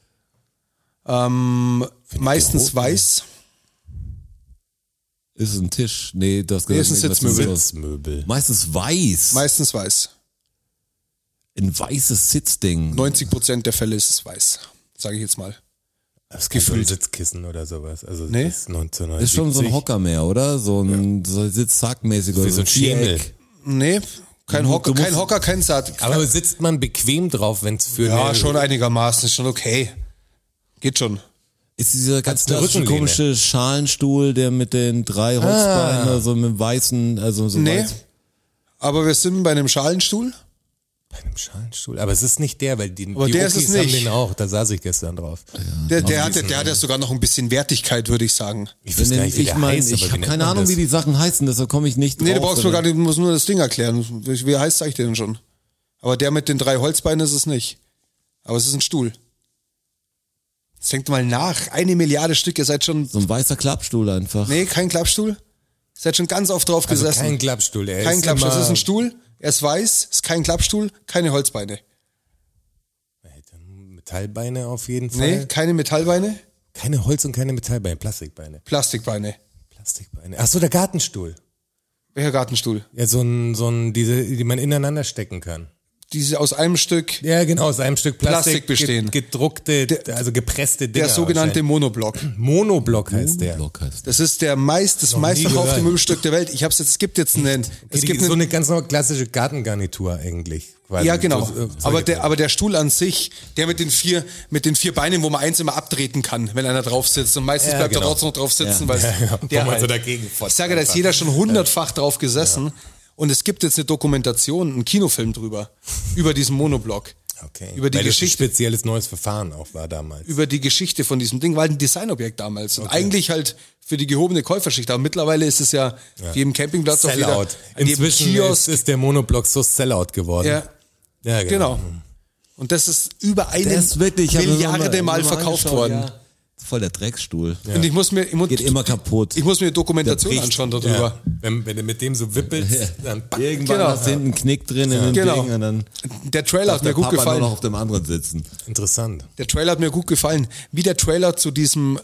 schön. Meistens gehobene. weiß. Ist es ein Tisch? Nee, du hast Nee, gesagt, ist ein was Sitzmöbel. das? Sitzmöbel. Meistens weiß. Meistens weiß. Ein weißes Sitzding. 90% der Fälle ist es weiß. Sage ich jetzt mal. Das ist kein Gefühlt. Sitzkissen oder sowas. Also Nee. das ist 1970. Ist schon so ein Hocker mehr, oder? So ein so Sitzsackmäßig oder Wie so ein Viereck. Schemel. Nee, kein Hocker, musst- kein Hocker, kein Saat. Aber sitzt man bequem drauf, wenn es für Ja, eine, schon einigermaßen, ist schon okay. Geht schon. Ist dieser ganz Hat's eine klassische Rückenlehne? komische Schalenstuhl, der mit den 3 Holzbeinen, so mit weißen, also so Nee. weiß. Aber wir sind bei einem Schalenstuhl. bei einem Schalenstuhl. Aber es ist nicht der, weil die Aber der ist Okies es haben nicht. den auch. Da saß ich gestern drauf. Der hat ja sogar noch ein bisschen Wertigkeit, würde ich sagen. Ich weiß gar nicht, wie Ich der meine, heißt, ich aber habe nennt keine man Ahnung, das? wie die Sachen heißen, deshalb komme ich nicht drauf. Nee, du brauchst nur gar sondern- nicht, musst nur das Ding erklären. Wie heißt, sag ich dir denn schon. Aber der mit den 3 Holzbeinen ist es nicht. Aber es ist ein Stuhl. Jetzt denkt mal nach. 1 Milliarde Stück, ihr seid schon, So ein weißer Klappstuhl einfach. nee, kein Klappstuhl. Ihr seid schon ganz oft drauf Also gesessen. kein Klappstuhl. Er Kein ist Klappstuhl, immer- das ist ein Stuhl. Er ist weiß, ist kein Klappstuhl, keine Holzbeine. Metallbeine auf jeden Fall. Nee, keine Metallbeine, Keine Holz- und keine Metallbeine, Plastikbeine. Plastikbeine. Plastikbeine. Ach so, der Gartenstuhl. Welcher Gartenstuhl? Ja, so ein, die man ineinander stecken kann. diese aus einem Stück, Ja, genau, aus einem Stück Plastik, Plastik bestehen. Gedruckte, also gepresste Dinger. der sogenannte wahrscheinlich. Monoblock. Monoblock heißt der. Block heißt. Das ist das meistverkaufte gehört. Möbelstück der Welt. Es gibt jetzt So eine ganz klassische Gartengarnitur eigentlich. Quasi. ja, genau. So, Aber der Stuhl an sich, der mit den vier Beinen, wo man eins immer abtreten kann, wenn einer drauf sitzt. Und meistens Ja, bleibt genau. er trotzdem noch drauf sitzen, weil Wo der man halt, so dagegen fotzt ich sage, da ist einfach. jeder schon 100-fach drauf gesessen. Und es gibt jetzt eine Dokumentation, einen Kinofilm drüber, über diesen Monoblock. Okay. Über die Weil das ein Geschichte. spezielles neues Verfahren auch war damals. Über die Geschichte von diesem Ding, war ein Designobjekt damals. Und eigentlich halt für die gehobene Käuferschicht. Aber mittlerweile ist es ja auf jedem Campingplatz, auf Sellout. jedem Inzwischen Kiosk. ist der Monoblock so Sellout geworden. Ja, ja genau. Und das ist über eine Der ist wirklich, ich hab mir Milliarde Mal verkauft angeschaut, worden. Ja. Voll der Drecksstuhl. Und ich muss mir Geht immer kaputt. Ich muss mir eine Dokumentation Der bricht. anschauen darüber. Wenn du mit dem so wippelst, dann Irgendwann Genau. hast du hinten einen Knick drin in dem Genau. Ding und dann Der Trailer darf hat mir der gut Papa nur gefallen. noch auf dem anderen sitzen. interessant. Der Trailer hat mir gut gefallen. Wie der Trailer zu diesem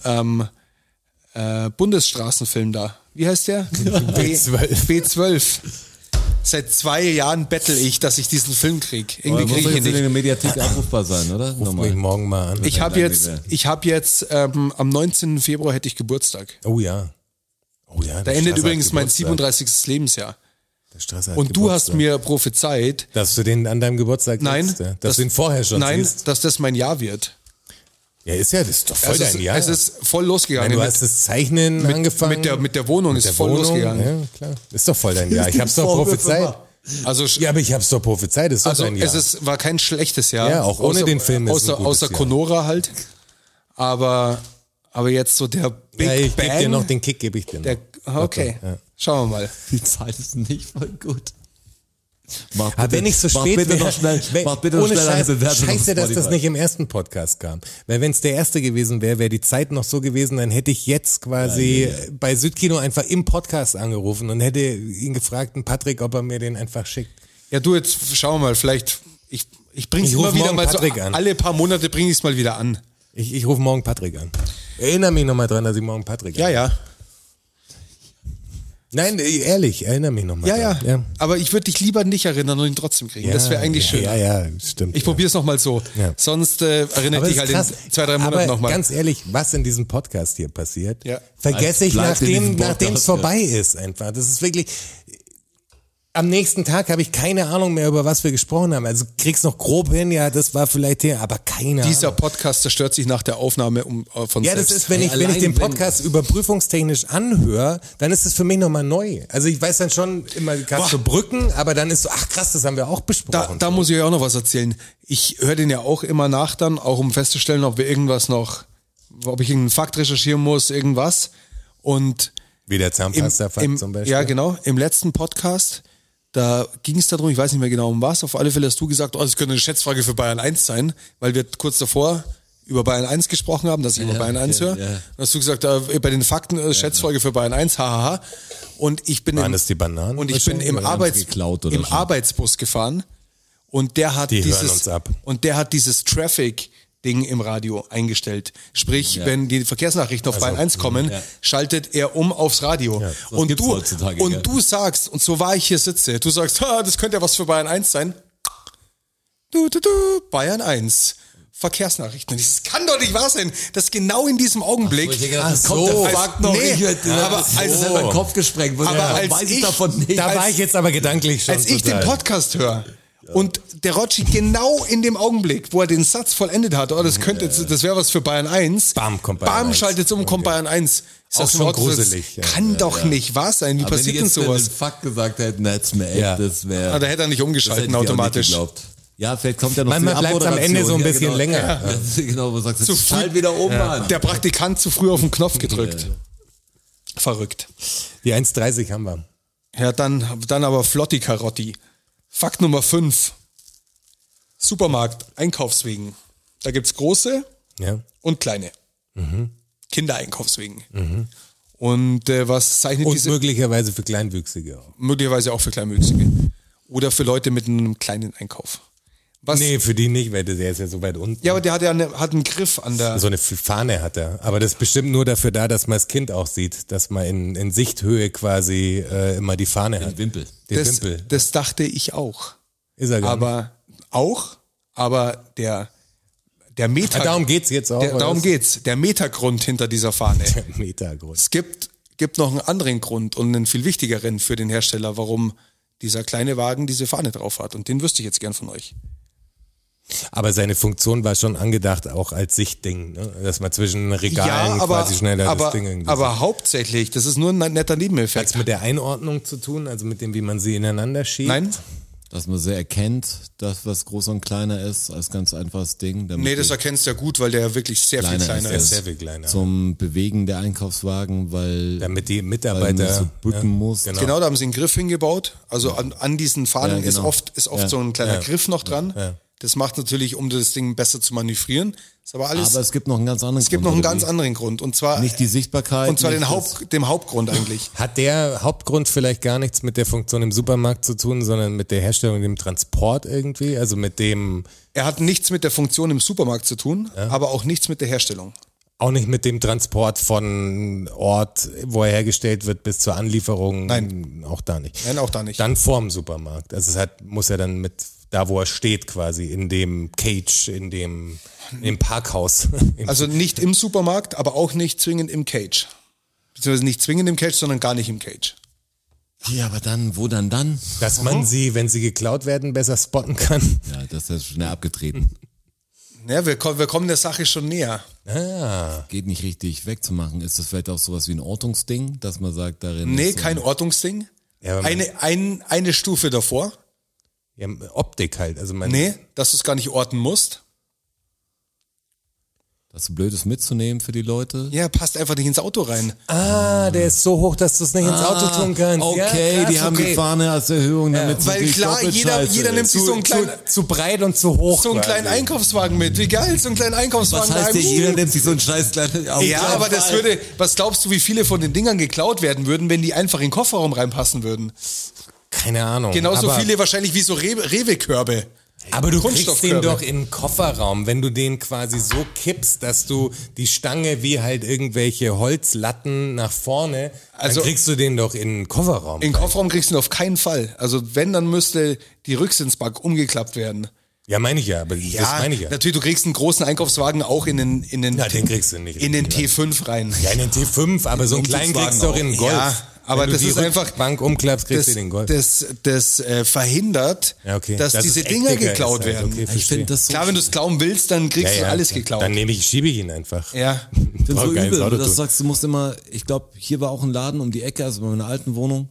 Bundesstraßenfilm da. Wie heißt der? B12. B12. Seit 2 Jahren bettel ich, dass ich diesen Film kriege. Irgendwie Aber muss kriege ich jetzt ihn in der nicht. Mediathek abrufbar sein, oder? Ruf mich morgen mal an. Ich habe Nein, jetzt am 19. Februar hätte ich Geburtstag. Oh ja. Oh ja. Da endet übrigens mein 37. Lebensjahr. Der Strasser hat Und du hast Geburtstag. mir prophezeit, Dass du den an deinem Geburtstag nein, kriegst, ja? Dass du ihn vorher schon nein, siehst. dass das mein Jahr wird. Ja, das ist doch voll dein Jahr. Es ist voll Nein, losgegangen. du hast das Zeichnen angefangen. mit der Wohnung ist der voll Wohnung. losgegangen. Ja, klar. Ist doch voll dein Jahr. Ich hab's doch prophezeit. Also, Ja, aber ich hab's doch prophezeit. Ist doch also dein Jahr. war kein schlechtes Jahr. Ja, auch ohne den Film ist es ein Außer, gutes außer Jahr. Conora halt. Aber jetzt so der Big ja, ich Bang. geb dir noch den Kick, gebe ich dir noch. Okay, schauen wir mal. Die Zeit ist nicht voll gut. Mach Aber wenn ich so mach spät bitte wäre, noch schnell, mach bitte noch ohne schnell eine Scheiß, Bewertung auf scheiße, dass das Spotify. nicht im ersten Podcast kam. Weil wenn es der erste gewesen wäre, wäre die Zeit noch so gewesen, dann hätte ich jetzt quasi bei Südkino einfach im Podcast angerufen und hätte ihn gefragt, den Patrick, ob er mir den einfach schickt. Ja, du, jetzt schauen wir mal, vielleicht, ich bring's Ich immer ruf wieder morgen mal so, Patrick an. alle paar Monate bringe ich es mal wieder an. Ich rufe morgen Patrick an. Erinnere mich nochmal dran, dass ich morgen Patrick Ja, an. ja. Nein, ehrlich, erinnere mich nochmal Ja, dran. ja. Aber ich würde dich lieber nicht erinnern und ihn trotzdem kriegen. Ja, das wäre eigentlich schön. Ja, ja, stimmt. Ich probiere es nochmal so. Ja. Sonst erinnere ich dich halt in 2-3 Monaten aber nochmal. ganz ehrlich, was in diesem Podcast hier passiert, Ja. vergesse ich, Bleibt in diesem nachdem es Podcast, vorbei ist einfach. Das ist wirklich... Am nächsten Tag habe ich keine Ahnung mehr, über was wir gesprochen haben. Also krieg's noch grob hin, ja, das war vielleicht hier, aber keine Dieser Ahnung. Podcast zerstört sich nach der Aufnahme von Ja, selbst. das ist, wenn ich allein den wenn- Podcast überprüfungstechnisch anhöre, dann ist es für mich nochmal neu. Also ich weiß dann schon immer, gerade so Brücken, aber dann ist so, ach krass, das haben wir auch besprochen. Da muss ich euch auch noch was erzählen. Ich höre den ja auch immer nach dann, auch um festzustellen, ob ich irgendeinen Fakt recherchieren muss, irgendwas. Und Wie der Zahnpasta-Fakt zum Beispiel. ja, genau, im letzten Podcast, da ging es darum, ich weiß nicht mehr genau um was, auf alle Fälle hast du gesagt, das könnte eine Schätzfrage für Bayern 1 sein, weil wir kurz davor über Bayern 1 gesprochen haben, dass ich über Bayern 1 höre. ja. Dann hast du gesagt, bei den Fakten, Schätzfrage für Bayern 1, hahaha. Und ich bin Waren das die Bananen? und ich bin im, Oder haben sie geklaut oder im schon? Arbeitsbus gefahren und der hat Die hören uns ab. dieses Traffic-Ding im Radio eingestellt. Sprich, wenn die Verkehrsnachrichten auf Bayern 1 kommen, schaltet er um aufs Radio. Und gibt's heutzutage, gell? du sagst, und so war ich hier sitze, du sagst, das könnte ja was für Bayern 1 sein. Bayern 1. Verkehrsnachrichten. Das kann doch nicht wahr sein, dass genau in diesem Augenblick. Kommt der Fakt noch nee, nicht. aber Das als- hat mein Kopf gesprengt. Aber Ja, als weiß ich ich- davon nicht. Da war ich jetzt aber gedanklich schon als ich den total. Podcast höre und der Rotschi genau in dem Augenblick, wo er den Satz vollendet hat, das wäre was für Bayern 1. Bam, kommt Bayern Bam, 1. schaltet um, kommt Bayern 1. Ist Auch das schon überhaupt- das gruselig, ja. Kann doch nicht wahr sein. Wie Aber wenn die passiert denn jetzt sowas? den Fakt gesagt hätten, hätte mir echt, Ja. das wäre. Da hätte er nicht umgeschalten automatisch. Ja, vielleicht kommt ja noch Manchmal die bleibt's am Ende so ein bisschen genau. länger. Ja, genau, wo du sagst, Zu jetzt früh- schalt wieder um, Mann. Der Praktikant zu früh auf den Knopf gedrückt. Verrückt. Die 1,30 haben wir. Ja, dann aber Flotti Karotti. Fakt Nummer 5. Supermarkt, Einkaufswegen. Da gibt's große Ja. und kleine. Kindereinkaufswegen. Und was zeichnet Und diese? möglicherweise für Kleinwüchsige auch. Möglicherweise auch für Kleinwüchsige. Oder für Leute mit einem kleinen Einkauf. Was? Nee, für die nicht, weil der ist ja so weit unten. Ja, aber der hat ja hat einen Griff an der. So eine Fahne hat er. Aber das ist bestimmt nur dafür da, dass man das Kind auch sieht, dass man in Sichthöhe quasi immer die Fahne hat. Wimpel. Den Wimpel. Das dachte ich auch. Ist er gar nicht. auch, aber der Meta... Darum geht's jetzt auch. darum geht's. Der Metagrund hinter dieser Fahne. Der Metagrund. Es gibt noch einen anderen Grund und einen viel wichtigeren für den Hersteller, warum dieser kleine Wagen diese Fahne drauf hat. Und den wüsste ich jetzt gern von euch. Aber seine Funktion war schon angedacht auch als Sichtding, ne? Dass man zwischen Regalen quasi schneller das Ding irgendwie aber hauptsächlich, das ist nur ein netter Nebeneffekt. Hat's mit der Einordnung zu tun, also mit dem, wie man sie ineinander schiebt? Nein? Dass man sehr erkennt, dass was groß und kleiner ist, als ganz einfaches Ding. damit Nee, das die erkennst du ja gut, weil der wirklich sehr viel kleiner Der ist ist. sehr viel kleiner. zum Bewegen der Einkaufswagen, weil Damit die weil man Mitarbeiter so bücken muss. Genau, da haben sie einen Griff hingebaut. Also an diesen Fahnen Ja, genau. ist oft so ein kleiner Griff noch dran. Ja. Das macht natürlich, um das Ding besser zu manövrieren. Ist aber alles. Aber es gibt noch einen ganz anderen es gibt Grund. noch einen oder ganz wie? anderen Grund. Und zwar Nicht die Sichtbarkeit. und zwar nicht dem Hauptgrund eigentlich. Hat der Hauptgrund vielleicht gar nichts mit der Funktion im Supermarkt zu tun, sondern mit der Herstellung und dem Transport irgendwie? Also mit dem, Er hat nichts mit der Funktion im Supermarkt zu tun, aber auch nichts mit der Herstellung. auch nicht mit dem Transport von Ort, wo er hergestellt wird, bis zur Anlieferung? Nein. Auch da nicht. Nein, auch da nicht. Dann vorm Supermarkt. Also muss er dann mit da, wo er steht quasi, in dem Cage, im Parkhaus. Also nicht im Supermarkt, aber auch nicht zwingend im Cage. Beziehungsweise nicht zwingend im Cage, sondern gar nicht im Cage. Ja, aber dann, wo dann? Dass man sie, wenn sie geklaut werden, besser spotten kann. Ja, das ist schnell abgetreten. Ja, wir kommen der Sache schon näher. Geht nicht richtig wegzumachen. Ist das vielleicht auch sowas wie ein Ortungsding, dass man sagt, darin Nee, ist so kein Ortungsding. Ja, aber Eine Stufe davor. ja, Optik halt. Also man, Nee, dass du es gar nicht orten musst. das ist blöd ist mitzunehmen für die Leute. Ja, passt einfach nicht ins Auto rein. der ist so hoch, dass du es nicht ins Auto tun kannst. Okay, ja, krass, die haben die Fahne als Erhöhung, damit es Weil natürlich klar, doppelt jeder scheiße nimmt ist. sich so einen kleinen, zu breit und zu hoch. so einen quasi. kleinen Einkaufswagen mit. Wie geil, so einen kleinen Einkaufswagen. Was heißt da denn, im jeder Schuh. nimmt sich so einen scheiß kleinen Ja, aber das was glaubst du, wie viele von den Dingern geklaut werden würden, wenn die einfach in den Kofferraum reinpassen würden? Keine Ahnung. Genauso aber, viele wahrscheinlich wie so Rewe-Körbe. Aber du kriegst den Kunststoffkörbe. doch in den Kofferraum, wenn du den quasi so kippst, dass du die Stange wie halt irgendwelche Holzlatten nach vorne, Also- dann kriegst du den doch in den Kofferraum. In den Kofferraum kriegst du ihn auf keinen Fall. Also wenn, dann müsste die Rücksitzbank umgeklappt werden. Ja, meine ich ja, aber das meine ich ja. Natürlich, du kriegst einen großen Einkaufswagen auch in den Ja, den kriegst du nicht. in den T5 rein. Ja, in den T5, aber so einen kleinen kriegst du auch in den Golf. Ja, aber Wenn du das die ist einfach Bank umklappst, kriegst du den Golf. Das verhindert, Ja, okay. dass Dass diese es Dinger eckiger geklaut ist halt, werden. okay. Ich finde das so, Klar, wenn du es klauen willst, dann kriegst du alles geklaut. Dann schiebe ich ihn einfach. Ja. ich find Brauch so gar nicht übel, ins Auto wenn du das tun. sagst, du musst immer, ich glaube, hier war auch ein Laden um die Ecke, also bei meiner alten Wohnung,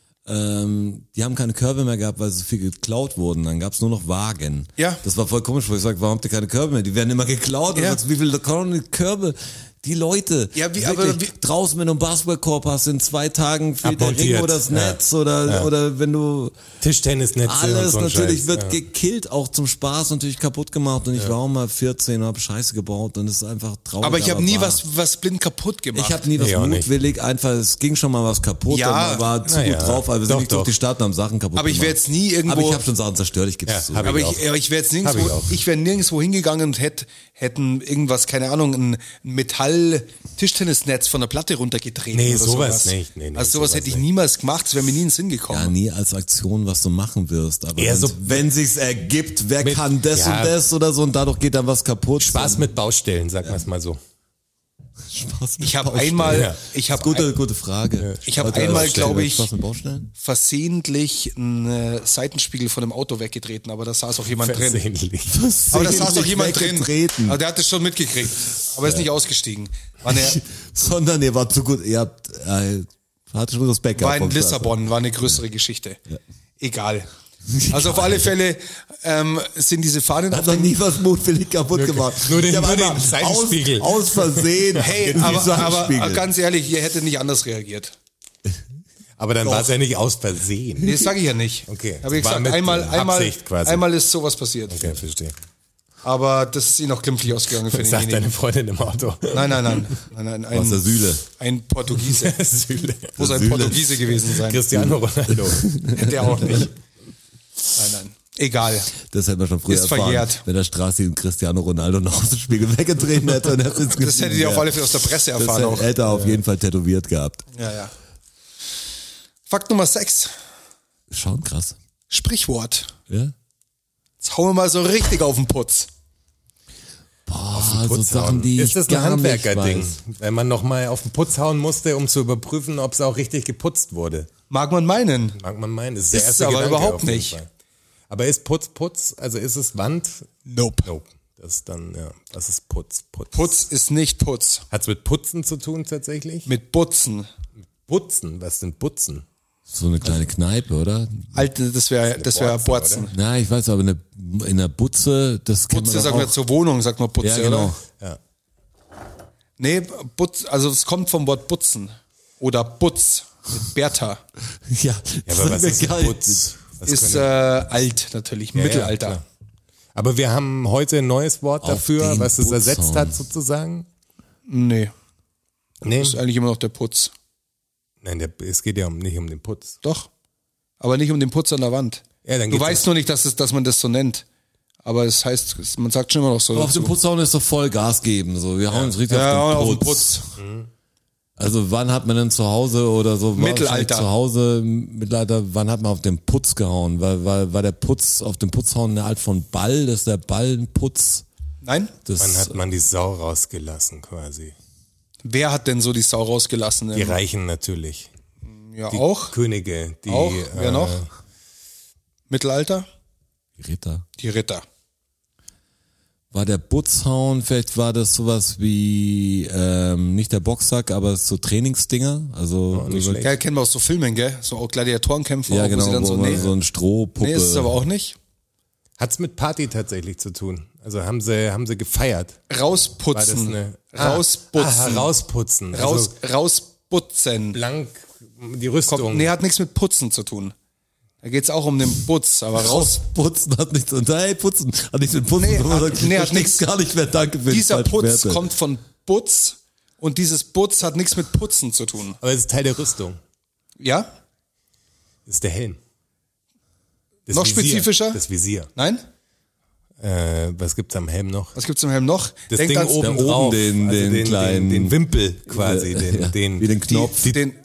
die haben keine Körbe mehr gehabt, weil so viel geklaut wurden. Dann gab's nur noch Wagen. Ja. Das war voll komisch, wo ich sag, warum habt ihr keine Körbe mehr? Die werden immer geklaut. Ja. Und sagst, wie viele Körbe? Die Leute. Ja, wie- wirklich, aber wie- draußen, wenn du einen Basketballkorb hast, in 2 Tagen fehlt der Ring Abmontiert. oder das Ja. Netz oder wenn du Tischtennisnetze und alles so ein natürlich Scheiß, wird ja. gekillt, auch zum Spaß natürlich kaputt gemacht. Und ich war auch mal 14 und habe Scheiße gebaut und es ist einfach traurig. Aber ich habe nie wahr. was blind kaputt gemacht. Ich habe nie was Nee, auch nicht. mutwillig, einfach, es ging schon mal was kaputt Ja, und man war zu naja, gut drauf, weil wir sind doch, nicht durch doch. die Stadt und haben Sachen kaputt aber ich gemacht. wäre jetzt nie irgendwo. Aber ich habe schon Sachen zerstört, ich gebe es zu. hab Aber auch. ich wäre jetzt Hab ich auch. ich wäre nirgendwo hingegangen und hätten irgendwas, keine Ahnung, ein Metall-Tischtennisnetz von der Platte runtergetreten. Nee, oder sowas nicht. Nee, also sowas hätte ich niemals gemacht, das wäre mir nie in den Sinn gekommen. Ja, nie als Aktion, was du machen wirst. Aber Eher so- wenn sich's ergibt, wer Mit- kann das ja. und das oder so und dadurch geht dann was kaputt. Spaß mit Baustellen, sagen wir es mal so. Spaß mit Ich habe Baustellen. einmal, Ja. ich habe Gute Frage. Ich hab Leute, einmal, Baustellen, glaub ich- Spaß mit Baustellen? versehentlich einen Seitenspiegel von einem Auto weggetreten, aber da saß auch jemand drin. Versehentlich. Aber da saß doch jemand weggetreten. drin. Aber der hat es schon mitgekriegt. Aber ist nicht ausgestiegen. War, Sondern ihr wart zu gut, ihr habt, hatte schon Respekt war gehabt in vom Spaß. Lissabon, war eine größere Geschichte. Egal. Also auf alle Fälle sind diese Fahnen Hat noch nie was mutwillig kaputt gemacht. Nur den- Ich hab nur den einmal Seitenspiegel. Aus Versehen. Hey, den aber Seitenspiegel. ganz ehrlich, ihr hättet nicht anders reagiert. Aber dann war es ja nicht aus Versehen. Nee, das sage ich ja nicht. Okay. Habe ich War gesagt, mit einmal Absicht quasi. einmal ist sowas passiert. Okay, verstehe. Aber das ist ihnen auch glimpflich ausgegangen für Sagt denjenigen. deine Freundin im Auto. Nein. Aus der Sühle. Ein Portugiese. Süle. Muss ein Süle. Portugiese gewesen sein. Cristiano Ronaldo. Der auch nicht. Nein. Egal. Das hätte man schon früher Ist erfahren, verjährt. wenn der Straße den Cristiano Ronaldo noch aus dem Spiegel weggetreten hätte. Und er ins Das hättet ihr auf alle Fälle aus der Presse erfahren auch. Das hätte er auf jeden Fall tätowiert gehabt. Ja. Fakt Nummer 6. Schon krass. Sprichwort. Ja? Jetzt hauen wir mal so richtig auf den Putz. Boah, so Putz Sachen, hauen. die Ist ich das ein gar nicht Handwerkerding? weiß. Wenn man nochmal auf den Putz hauen musste, um zu überprüfen, ob es auch richtig geputzt wurde. Mag man meinen. Mag man meinen. Das ist der Ist erste aber Gedanke überhaupt auf jeden nicht. Fall. Aber ist Putz? Also ist es Wand? Nope. Nope. Das ist dann, ja, was ist Putz? Putz ist nicht Putz. Hat's mit Putzen zu tun tatsächlich? Mit Butzen. Putzen? Was sind Putzen? So eine kleine Kneipe, oder? Alte, das wäre Borzen, Borzen. Na, ich weiß, aber in der Butze, das kennt Putze man sagt doch man auch. zur Wohnung, sagt man Putze, Ja, genau. oder? Ja. Nee, also es kommt vom Wort Butzen. Oder Butz mit Bertha. Ja, Ja, aber was wär ist geil. Putz? Was Ist können- alt natürlich, Ja, Mittelalter. ja, klar. Aber wir haben heute ein neues Wort Auf dafür, den was es Putz ersetzt hauen. hat sozusagen. Nee, Nee. das ist eigentlich immer noch der Putz. Nein, es geht ja nicht um den Putz. Doch. Aber nicht um den Putz an der Wand. Ja, dann Du geht's weißt nur nicht, dass man das so nennt. Aber es heißt, man sagt schon immer noch so. Aber auf dem dazu. Putzhauen ist doch voll Gas geben. So, wir hauen uns richtig Ja, auf auf den den Putz. Putz. Also wann hat man denn zu Hause oder so? war Mittelalter. wahrscheinlich Zu Hause, Mittelalter, wann hat man auf den Putz gehauen? War der Putz, auf den Putzhauen eine Art von Ball? Das ist der Ball ein Putz? Nein? Das, Wann hat man die Sau rausgelassen quasi? Wer hat denn so die Sau rausgelassen? Die Reichen natürlich. Ja, Die auch. Könige. Die, Auch. Wer noch? Mittelalter? Ritter. Die Ritter. War der Putzhauen, vielleicht war das sowas wie, nicht der Boxsack, aber so Trainingsdinger? Also, nicht schlecht. Ja, kennen wir aus so Filmen, gell? So auch Gladiatorenkämpfe, ja auch, wo genau, sie dann wo so, man nee, so ein Strohpuppe. nee, ist es aber auch nicht. Hat's mit Party tatsächlich zu tun? Also haben sie gefeiert? War das Rausputzen. eine Rausputzen. Rausputzen. Also Rausputzen. blank die Rüstung. Nee, hat nichts mit Putzen zu tun. Da geht's auch um den Putz, aber Putzen hat nichts, hey, Putzen hat nichts mit Putzen. Nee, zu tun. hat- Ich nee, hat versteh's nichts. gar nicht mehr, danke für die dieser falschen Putz Werte. kommt von Putz und dieses Putz hat nichts mit Putzen zu tun. Aber es ist Teil der Rüstung. Ja? Das ist der Helm. Das Noch Visier. spezifischer? Das Visier. Nein? Was gibt's am Helm noch? Was gibt's im Helm noch? Das Denkt Ding ans- oben Da oben drauf. den also kleinen- den Wimpel quasi. Ja, Den, wie den Knopf.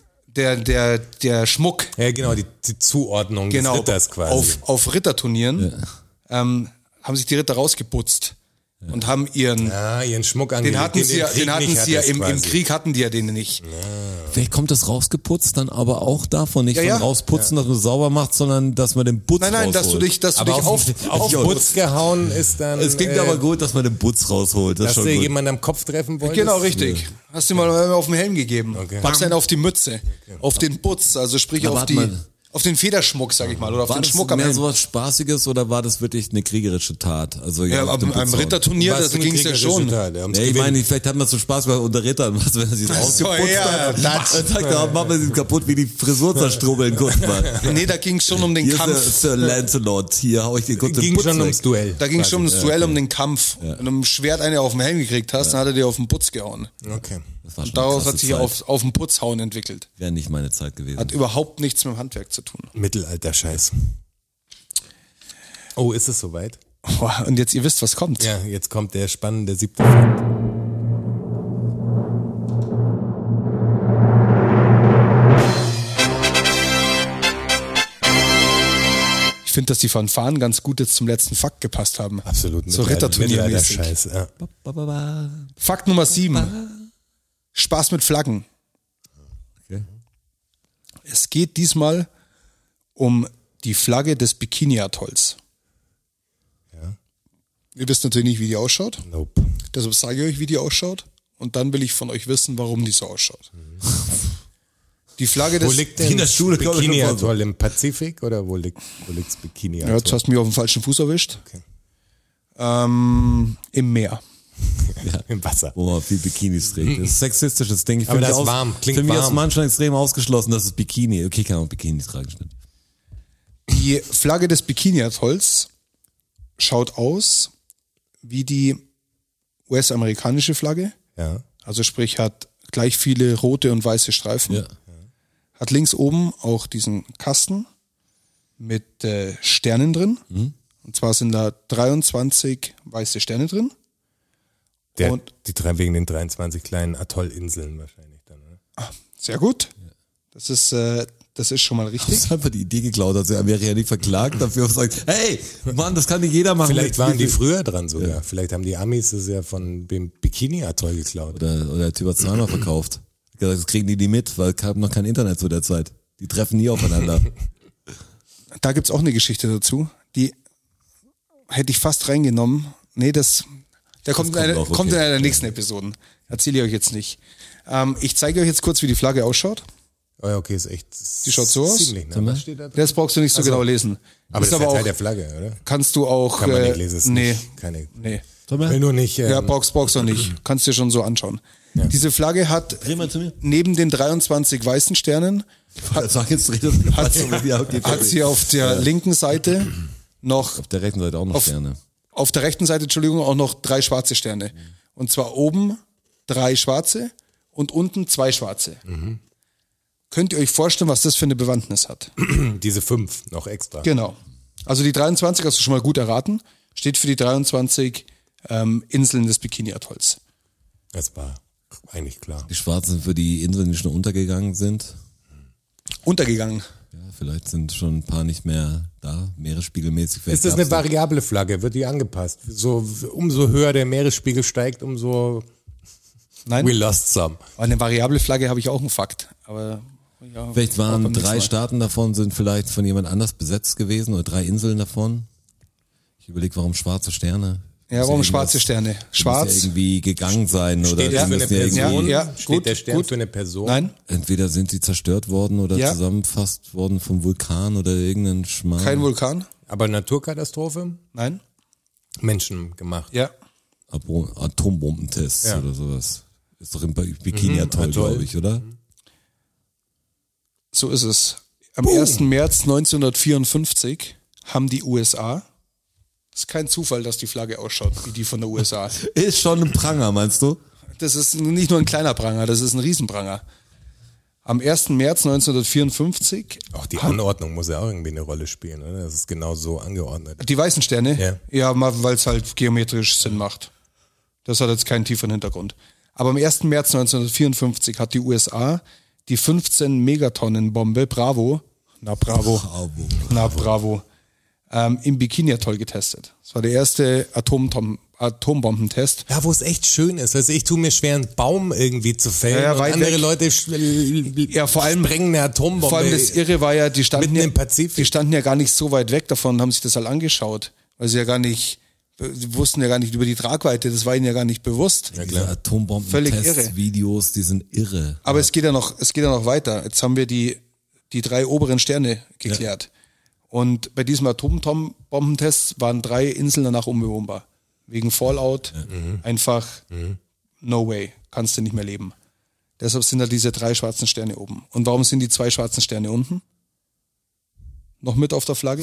Der Schmuck, Ja, genau, die Zuordnung genau, des Ritters quasi. auf Ritterturnieren haben sich die Ritter rausgeputzt und haben ihren, Ihren Schmuck angelegt. den hatten sie ja, Krieg nicht hattest im quasi. Krieg hatten die ja den nicht. Vielleicht kommt das rausgeputzt dann aber auch davon, nicht Ja, von ja. rausputzen, dass man sauber macht, sondern dass man den Putz Nein, dass du rausholt. dich Aber auf auf Putz gehauen ist dann. Es klingt aber gut, dass man den Putz rausholt. Das Dass ist du schon gut. jemanden am Kopf treffen wolltest. Genau, richtig. Hast du mal auf den Helm gegeben. Okay. Packst einen auf die Mütze, auf den Putz, also sprich Aber auf hat die, man- auf den Federschmuck, sag ich mal, oder auf War den das Schmuck am mehr Helm. sowas Spaßiges oder war das wirklich eine kriegerische Tat? Also Ja, auf dem am Putzhauen. Ritterturnier, Was da ein ging's ja kriegerischer schon. Teil, der ums Nee, ich Gewinnen. meine, vielleicht hat man so Spaß gemacht unter Rittern, was, wenn er sich ausgeputzt ja, hat. das- Dann sagt er, machen wir sie kaputt wie die Frisur zerstrubbeln, guck mal. Nee, da ging's schon um den Hier ist Kampf. Sir Lancelot, hier hau ich dir kurz den Ging Putz schon weg. ums Duell. Da ging es schon quasi. ums Duell um den Kampf. Wenn du mit dem Schwert eine auf den Helm gekriegt hast, dann hat er dir auf den Putz gehauen. Okay. Das war schon Und daraus eine hat sich krasse Zeit. auf den Putzhauen entwickelt. Wäre nicht meine Zeit gewesen. Hat überhaupt nichts mit dem Handwerk zu tun. Mittelalter-Scheiß. Oh, ist es soweit? Boah, und jetzt, ihr wisst, was kommt. Ja, jetzt kommt der spannende 7. Fakt. Ich finde, dass die Fanfaren ganz gut jetzt zum letzten Fakt gepasst haben. Absolut. So Ritterturniermäßig. Mittelalter-Scheiß. Ja. Fakt Nummer 7. Spaß mit Flaggen. Okay. Es geht diesmal um die Flagge des Bikini-Atolls. Ja. Ihr wisst natürlich nicht, wie die ausschaut. Nope. Deshalb sage ich euch, wie die ausschaut. Und dann will ich von euch wissen, warum die so ausschaut. Die Flagge Wo des... liegt in denn der Schule kann man schon Bikini-Atoll? Im Pazifik oder wo liegt's Ja, Bikini-Atoll? jetzt hast du mich auf den falschen Fuß erwischt. Okay. Im Meer. Im Wasser. Wo man viel Bikinis trägt. Das ist sexistisches Ding. Ich Aber finde das mich ist warm, klingt für mich als warm. Mann schon extrem ausgeschlossen, dass es Bikini. Okay, kann auch Bikini tragen, stimmt. Die Flagge des Bikini-Atolls schaut aus wie die US-amerikanische Flagge. Ja. Also sprich hat gleich viele rote und weiße Streifen. Ja. Hat links oben auch diesen Kasten mit Sternen drin. Und zwar sind da 23 weiße Sterne drin. Und- Die drei wegen den 23 kleinen Atollinseln wahrscheinlich dann, oder? Sehr gut. Das ist Das ist schon mal Das richtig. ist einfach die Idee geklaut. Also er wäre ja nicht verklagt dafür und sagt, hey, Mann, das kann nicht jeder machen. Vielleicht waren die früher dran sogar. Ja. Vielleicht haben die Amis das ja von dem Bikini-Atoll geklaut. Oder der Typ hat es zweimal verkauft. Das kriegen die mit, weil es gab noch kein Internet zu der Zeit. Die treffen nie aufeinander. Da gibt's auch eine Geschichte dazu, die hätte ich fast reingenommen. Nee, der kommt kommt auch, okay. kommt in einer der nächsten Episoden. Erzähle ich euch jetzt nicht. Ich zeige euch jetzt kurz, wie die Flagge ausschaut. Oh ja, okay, ist echt. Die schaut so aus. Ziemlich, ne? Was steht da drin? Das brauchst du nicht so genau lesen. Aber Ist das ist aber Teil auch, der Flagge, oder? kannst du auch, Kann man nicht lesen. Ist nee, nicht, keine, nee. will nur nicht. Ja, brauchst du nicht. Kannst dir schon so anschauen. Ja. Diese Flagge hat Dreh mal zu mir. neben den 23 weißen Sternen, Sag jetzt, dreh das ja, okay, hat sie auf der linken Seite noch, auf der rechten Seite auch noch Sterne. auf der rechten Seite, Entschuldigung, auch noch 3 schwarze Sterne. Und zwar oben 3 schwarze und unten 2 schwarze. Könnt ihr euch vorstellen, was das für eine Bewandtnis hat? Diese 5 noch extra. Genau. Also die 23, hast du schon mal gut erraten, steht für die 23 Inseln des Bikini-Atolls. Das war eigentlich klar. Die Schwarzen für die Inseln, die schon untergegangen sind. Untergegangen. Ja, vielleicht sind schon ein paar nicht mehr da, meeresspiegelmäßig. Vielleicht Ist das eine gab's noch- variable Flagge? Wird die angepasst? So, umso höher der Meeresspiegel steigt, umso Nein, we lost some. eine variable Flagge habe ich auch einen Fakt. Aber ja, Vielleicht auch beim waren nächsten 3 Mal. Staaten davon, sind vielleicht von jemand anders besetzt gewesen oder 3 Inseln davon. Ich überlege, warum schwarze Sterne? Ja, Muss warum irgendwas- schwarze Sterne? die Muss Schwarz? ja irgendwie gegangen sein oder Steht die der für eine müssen ja Person? irgendwie, Ja, Steht gut, der Stern gut. für eine Person? Nein, entweder sind sie zerstört worden oder Ja. zusammenfasst worden vom Vulkan oder irgendein Schmarrn. kein Vulkan. Aber Naturkatastrophe? Nein. Menschen gemacht. Ja. Atombombentests Ja. oder sowas. Ist doch im Bikini-Atoll, Atoll. glaube ich, oder? So ist es. Am 1. März 1954 haben die USA, das ist kein Zufall, dass die Flagge ausschaut wie die von der USA. Ist schon ein Pranger, meinst du? Das ist nicht nur ein kleiner Pranger, das ist ein Riesenpranger. Am 1. März 1954 Auch die Anordnung muss ja auch irgendwie eine Rolle spielen, oder? Das ist genau so angeordnet. die weißen Sterne, Ja. ja, weil es halt geometrisch Sinn macht. Das hat jetzt keinen tieferen Hintergrund. Aber am 1. März 1954 hat die USA die 15 Megatonnen-Bombe Bravo, im Bikini-Atoll getestet. Das war der erste Atombombentest. Ja, wo es echt schön ist. Also ich tue mir schwer, einen Baum irgendwie zu fällen. Ja, und weit andere weg. Leute Vor allem sprengen eine Atombombe. Vor allem das Irre war ja, die standen Mitten ja, im Pazifik. die standen ja gar nicht so weit weg davon, haben sich das halt angeschaut, weil sie ja gar nicht, sie wussten ja gar nicht über die Tragweite, das war ihnen ja gar nicht bewusst. Ja, Diese klar. Völlig irre. Atombomben-Test-Videos, die sind irre. Aber es geht ja noch weiter. Jetzt haben wir die 3 oberen Sterne geklärt. Und bei diesem Atombombentest waren 3 Inseln danach unbewohnbar. Wegen Fallout, einfach no way, kannst du nicht mehr leben. Deshalb sind da diese 3 schwarzen Sterne oben. Und warum sind die 2 schwarzen Sterne unten? Noch mit auf der Flagge?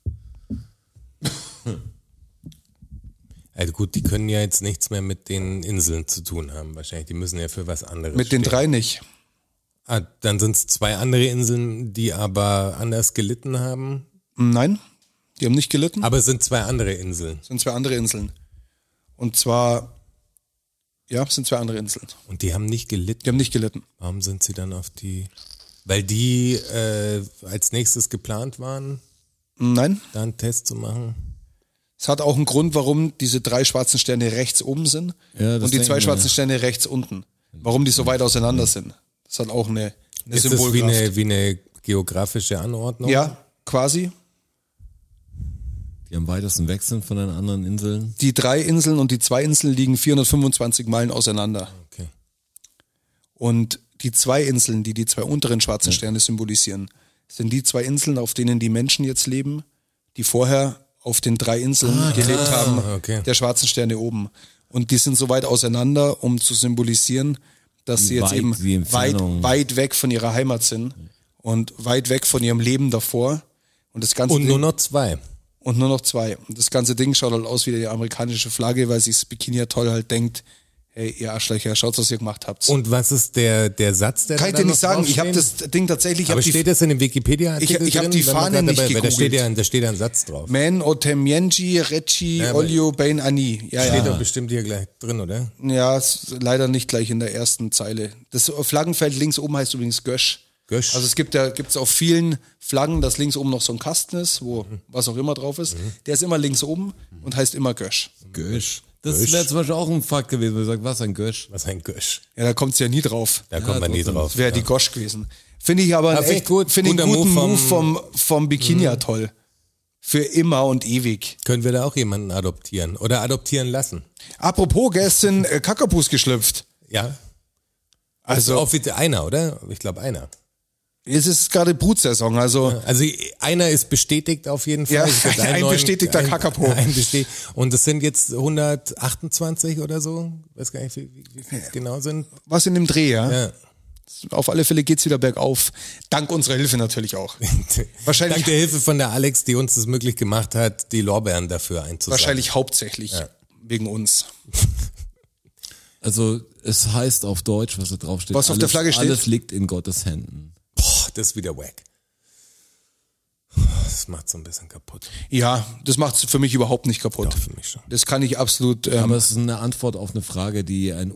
Also gut, die können ja jetzt nichts mehr mit den Inseln zu tun haben. Wahrscheinlich, die müssen ja für was anderes Mit den stehen. 3 nicht. Ah, dann sind es 2 andere Inseln, die aber anders gelitten haben. Nein, die haben nicht gelitten. Aber es sind 2 andere Inseln. Es sind 2 andere Inseln. Und zwar, ja, es sind 2 andere Inseln. Und die haben nicht gelitten. Die haben nicht gelitten. Warum sind sie dann auf die... Weil die als nächstes geplant waren, Nein, da einen Test zu machen. es hat auch einen Grund, warum diese 3 schwarzen Sterne rechts oben sind Ja, das und die denken 2 wir. schwarzen Sterne rechts unten. Warum die so weit auseinander sind. Das hat auch eine Ist das Symbolkraft. wie eine geografische Anordnung? Ja, quasi. Die am weitesten weg sind von den anderen Inseln. Die 3 Inseln und die 2 Inseln liegen 425 Meilen auseinander. Okay. Und die 2 Inseln, die 2 unteren schwarzen Sterne symbolisieren, sind die 2 Inseln, auf denen die Menschen jetzt leben, die vorher auf den 3 Inseln gelebt haben, okay. der schwarzen Sterne oben. Und die sind so weit auseinander, um zu symbolisieren, dass sie jetzt weit eben die Entfernung. weit weg von ihrer Heimat sind und weit weg von ihrem Leben davor. Und das ganze Und Ding, nur noch 2. und nur noch 2. Und das ganze Ding schaut halt aus wie die amerikanische Flagge, weil sich das Bikini-Atoll halt denkt, hey, ihr Arschlöcher, schaut, was ihr gemacht habt. Und was ist der Satz, der Kann ich da dir noch nicht sagen, ich habe draufsteht? das Ding tatsächlich, Aber steht das in dem Wikipedia-Artikel Ich hab drin, die wenn wir Fahne grad nicht weil da steht, gegoogelt. da steht ja ein Satz drauf. Man Otemienji Rechi Ja, aber- Olio Bain Ani. Ja, Steht ja. doch bestimmt hier gleich drin, oder? Ja, ist leider nicht gleich in der ersten Zeile. Das Flaggenfeld links oben heißt übrigens Gösch. Gösch. Also gibt's auf vielen Flaggen, dass links oben noch so ein Kasten ist, wo was auch immer drauf ist. Der ist immer links oben und heißt immer Gösch. Gösch. Das wäre zum Beispiel auch ein Fakt gewesen, wo ich sage, was ein Gösch? Was ein Gösch. Ja, da kommt's ja nie drauf. Da kommt man nie drauf. Das wäre die Gosch gewesen. Finde ich aber Ja, einen finde ich gut. Finde ich einen Guter guten Move Move vom Bikini toll. Für immer und ewig. Können wir da auch jemanden adoptieren oder adoptieren lassen? Apropos, gestern Kakapus geschlüpft. Ja. Also, Offiziell einer, oder? Ich glaube einer. es ist gerade Brutsaison, also Also einer ist bestätigt auf jeden Fall. Ja, Es gibt ein bestätigter Kakapo. Und es sind jetzt 128 oder so. Weiß gar nicht, wie viel es genau sind. was in dem Dreh, ja. Ja. Auf alle Fälle geht's wieder bergauf. Dank unserer Hilfe natürlich auch. Wahrscheinlich- Dank der Hilfe von der Alex, die uns das möglich gemacht hat, die Lorbeeren dafür einzusammeln. Wahrscheinlich hauptsächlich wegen uns. Also es heißt auf Deutsch, was da drauf steht. Was auf der Flagge steht? Alles liegt in Gottes Händen. Boah, das ist wieder wack. Das macht so ein bisschen kaputt. Ja, das macht's für mich überhaupt nicht kaputt. Doch, für mich schon. Das kann ich absolut. Aber es ist eine Antwort auf eine Frage, die ein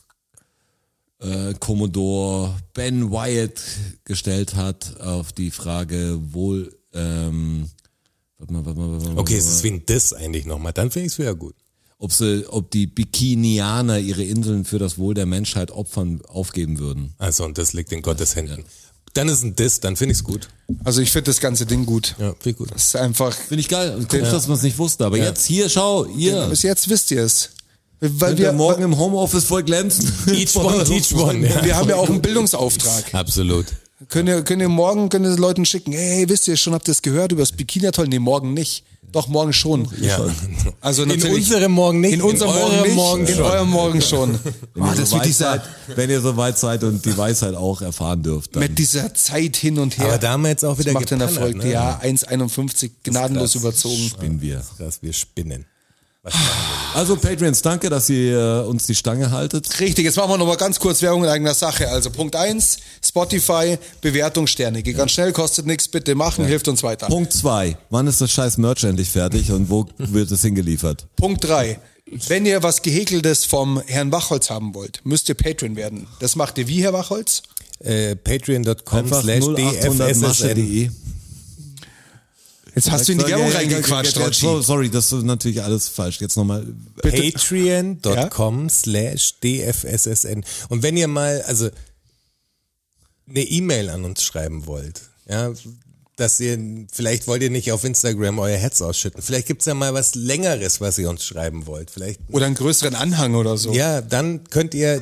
US-Commodore Ben Wyatt gestellt hat, auf die Frage Okay, es ist wie ein Diss eigentlich nochmal. Dann finde ich es wieder gut. ob die Bikinianer ihre Inseln für das Wohl der Menschheit aufgeben würden. Also, und das liegt in Gottes Händen. Dann ist ein Diss, dann finde ich es gut. Also ich finde das ganze Ding gut. Ja, viel gut. Das ist einfach. Finde ich geil. Und guck, dass man es nicht wusste. Aber jetzt hier, schau, ihr. Bis jetzt wisst ihr es. Weil Könnt ihr morgen im Homeoffice voll glänzen. Each one, teach one. Ja. wir haben ja auch einen Bildungsauftrag. Absolut. Könnt ihr morgen Leuten schicken, hey, wisst ihr schon, habt ihr es gehört über das Bikini-Atoll? Nee, morgen nicht. Doch, morgen schon. Ja. Also In natürlich. unserem Morgen nicht, In unserem in Morgen eurem nicht, Morgen in schon. eurem Morgen schon. Wenn ihr so weit seid und die Weisheit auch erfahren dürft, dann Mit dieser Zeit hin und her. Aber da haben wir jetzt auch wieder das macht den gepannert, Erfolg. ne? Ja, 1,51 gnadenlos krass. überzogen. spinnen wir. Dass wir spinnen. Was machen wir? Also Patreons, danke, dass ihr uns die Stange haltet. Richtig, jetzt machen wir noch mal ganz kurz Werbung in eigener Sache. Also Punkt 1, Spotify, Bewertung, Sterne. Geht ganz schnell, kostet nichts, bitte machen, hilft uns weiter. Punkt 2. Wann ist das scheiß Merch endlich fertig und wo wird es hingeliefert? Punkt 3. Wenn ihr was Gehäkeltes vom Herrn Wachholz haben wollt, müsst ihr Patreon werden. Das macht ihr wie, Herr Wachholz? Patreon.com/dfssn. Jetzt hast du in die Werbung reingequatscht, Rotschi. Sorry, das ist natürlich alles falsch. Jetzt nochmal. Patreon.com/dfssn. Und wenn ihr mal, also eine E-Mail an uns schreiben wollt, ja, dass ihr, vielleicht wollt ihr nicht auf Instagram euer Herz ausschütten. Vielleicht gibt's ja mal was Längeres, was ihr uns schreiben wollt. Vielleicht, Oder einen größeren Anhang oder so. ja, dann könnt ihr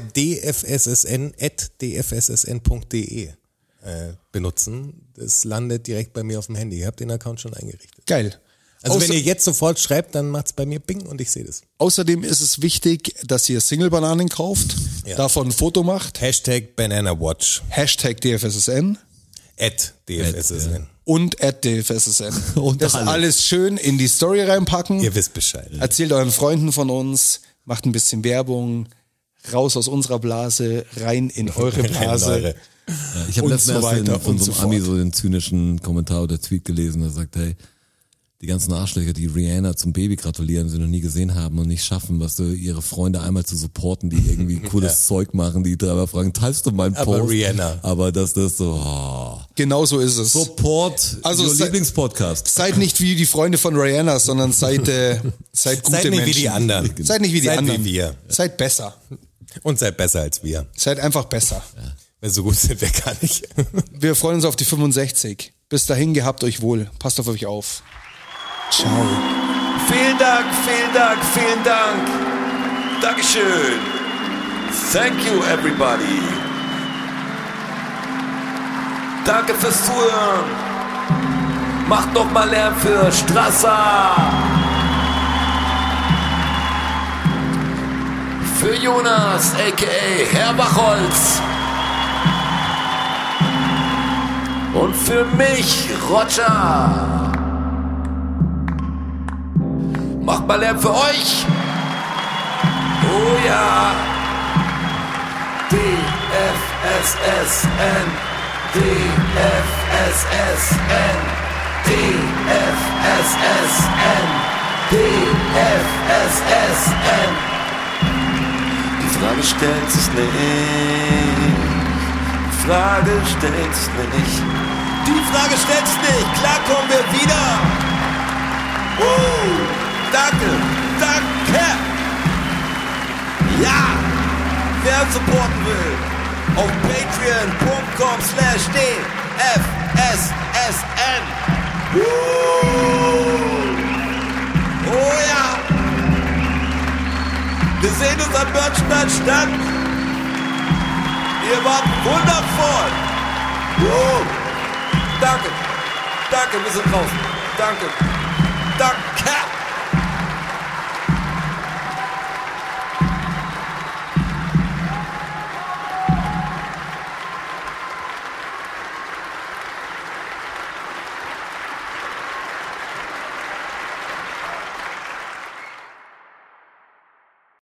dfssn@dfssn.de benutzen. Das landet direkt bei mir auf dem Handy. Ihr habt den Account schon eingerichtet. Geil. Also wenn ihr jetzt sofort schreibt, dann macht's bei mir Bing und ich sehe das. Außerdem ist es wichtig, dass ihr Single-Bananen kauft, Ja. davon ein Foto macht, Hashtag BananaWatch. Hashtag DFSSN @dfssn. und @DFSSN. Und das alles schön in die Story reinpacken. Ihr wisst Bescheid. Erzählt euren Freunden von uns, macht ein bisschen Werbung, raus aus unserer Blase, rein in eure Blase. Eure. Ich habe Und letztens so erst weiter von und so so einem Ami fort. so den zynischen Kommentar oder Tweet gelesen, der sagt, hey, die ganzen Arschlöcher, die Rihanna zum Baby gratulieren, sie noch nie gesehen haben und nicht schaffen, was so ihre Freunde einmal zu supporten, die irgendwie cooles Zeug machen, die dreimal fragen, teilst du meinen Post? Aber Rihanna. Aber das so, Genau so ist es. Support Also your se- Lieblingspodcast. Seid nicht wie die Freunde von Rihanna, sondern seid gute Seid Menschen. nicht wie die anderen. Seid nicht wie die Seid anderen. wie wir. Seid besser. Und seid besser als wir. Seid einfach besser. Weil so gut sind wir gar nicht. Wir freuen uns auf die 65. Bis dahin, gehabt euch wohl. Passt auf euch auf. Ciao. Vielen Dank, vielen Dank, vielen Dank. Dankeschön. Thank you, everybody. Danke fürs Zuhören. Macht noch mal Lärm für Strasser. Für Jonas, a.k.a. Herr Wachholz. Und für mich, Roger. Macht mal Lärm für euch. Oh ja. DFSSN. DFSSN. DFSSN. DFSSN. Die Frage stellt sich nicht. Frage stellst nicht. Die Frage stellst nicht. Klar kommen wir wieder. Danke, danke. Ja, wer uns supporten will, auf patreon.com/dfssn. Oh ja. Wir sehen uns am Börnstein statt. Ihr wart wundervoll. Danke. Danke, wir sind draußen. Danke.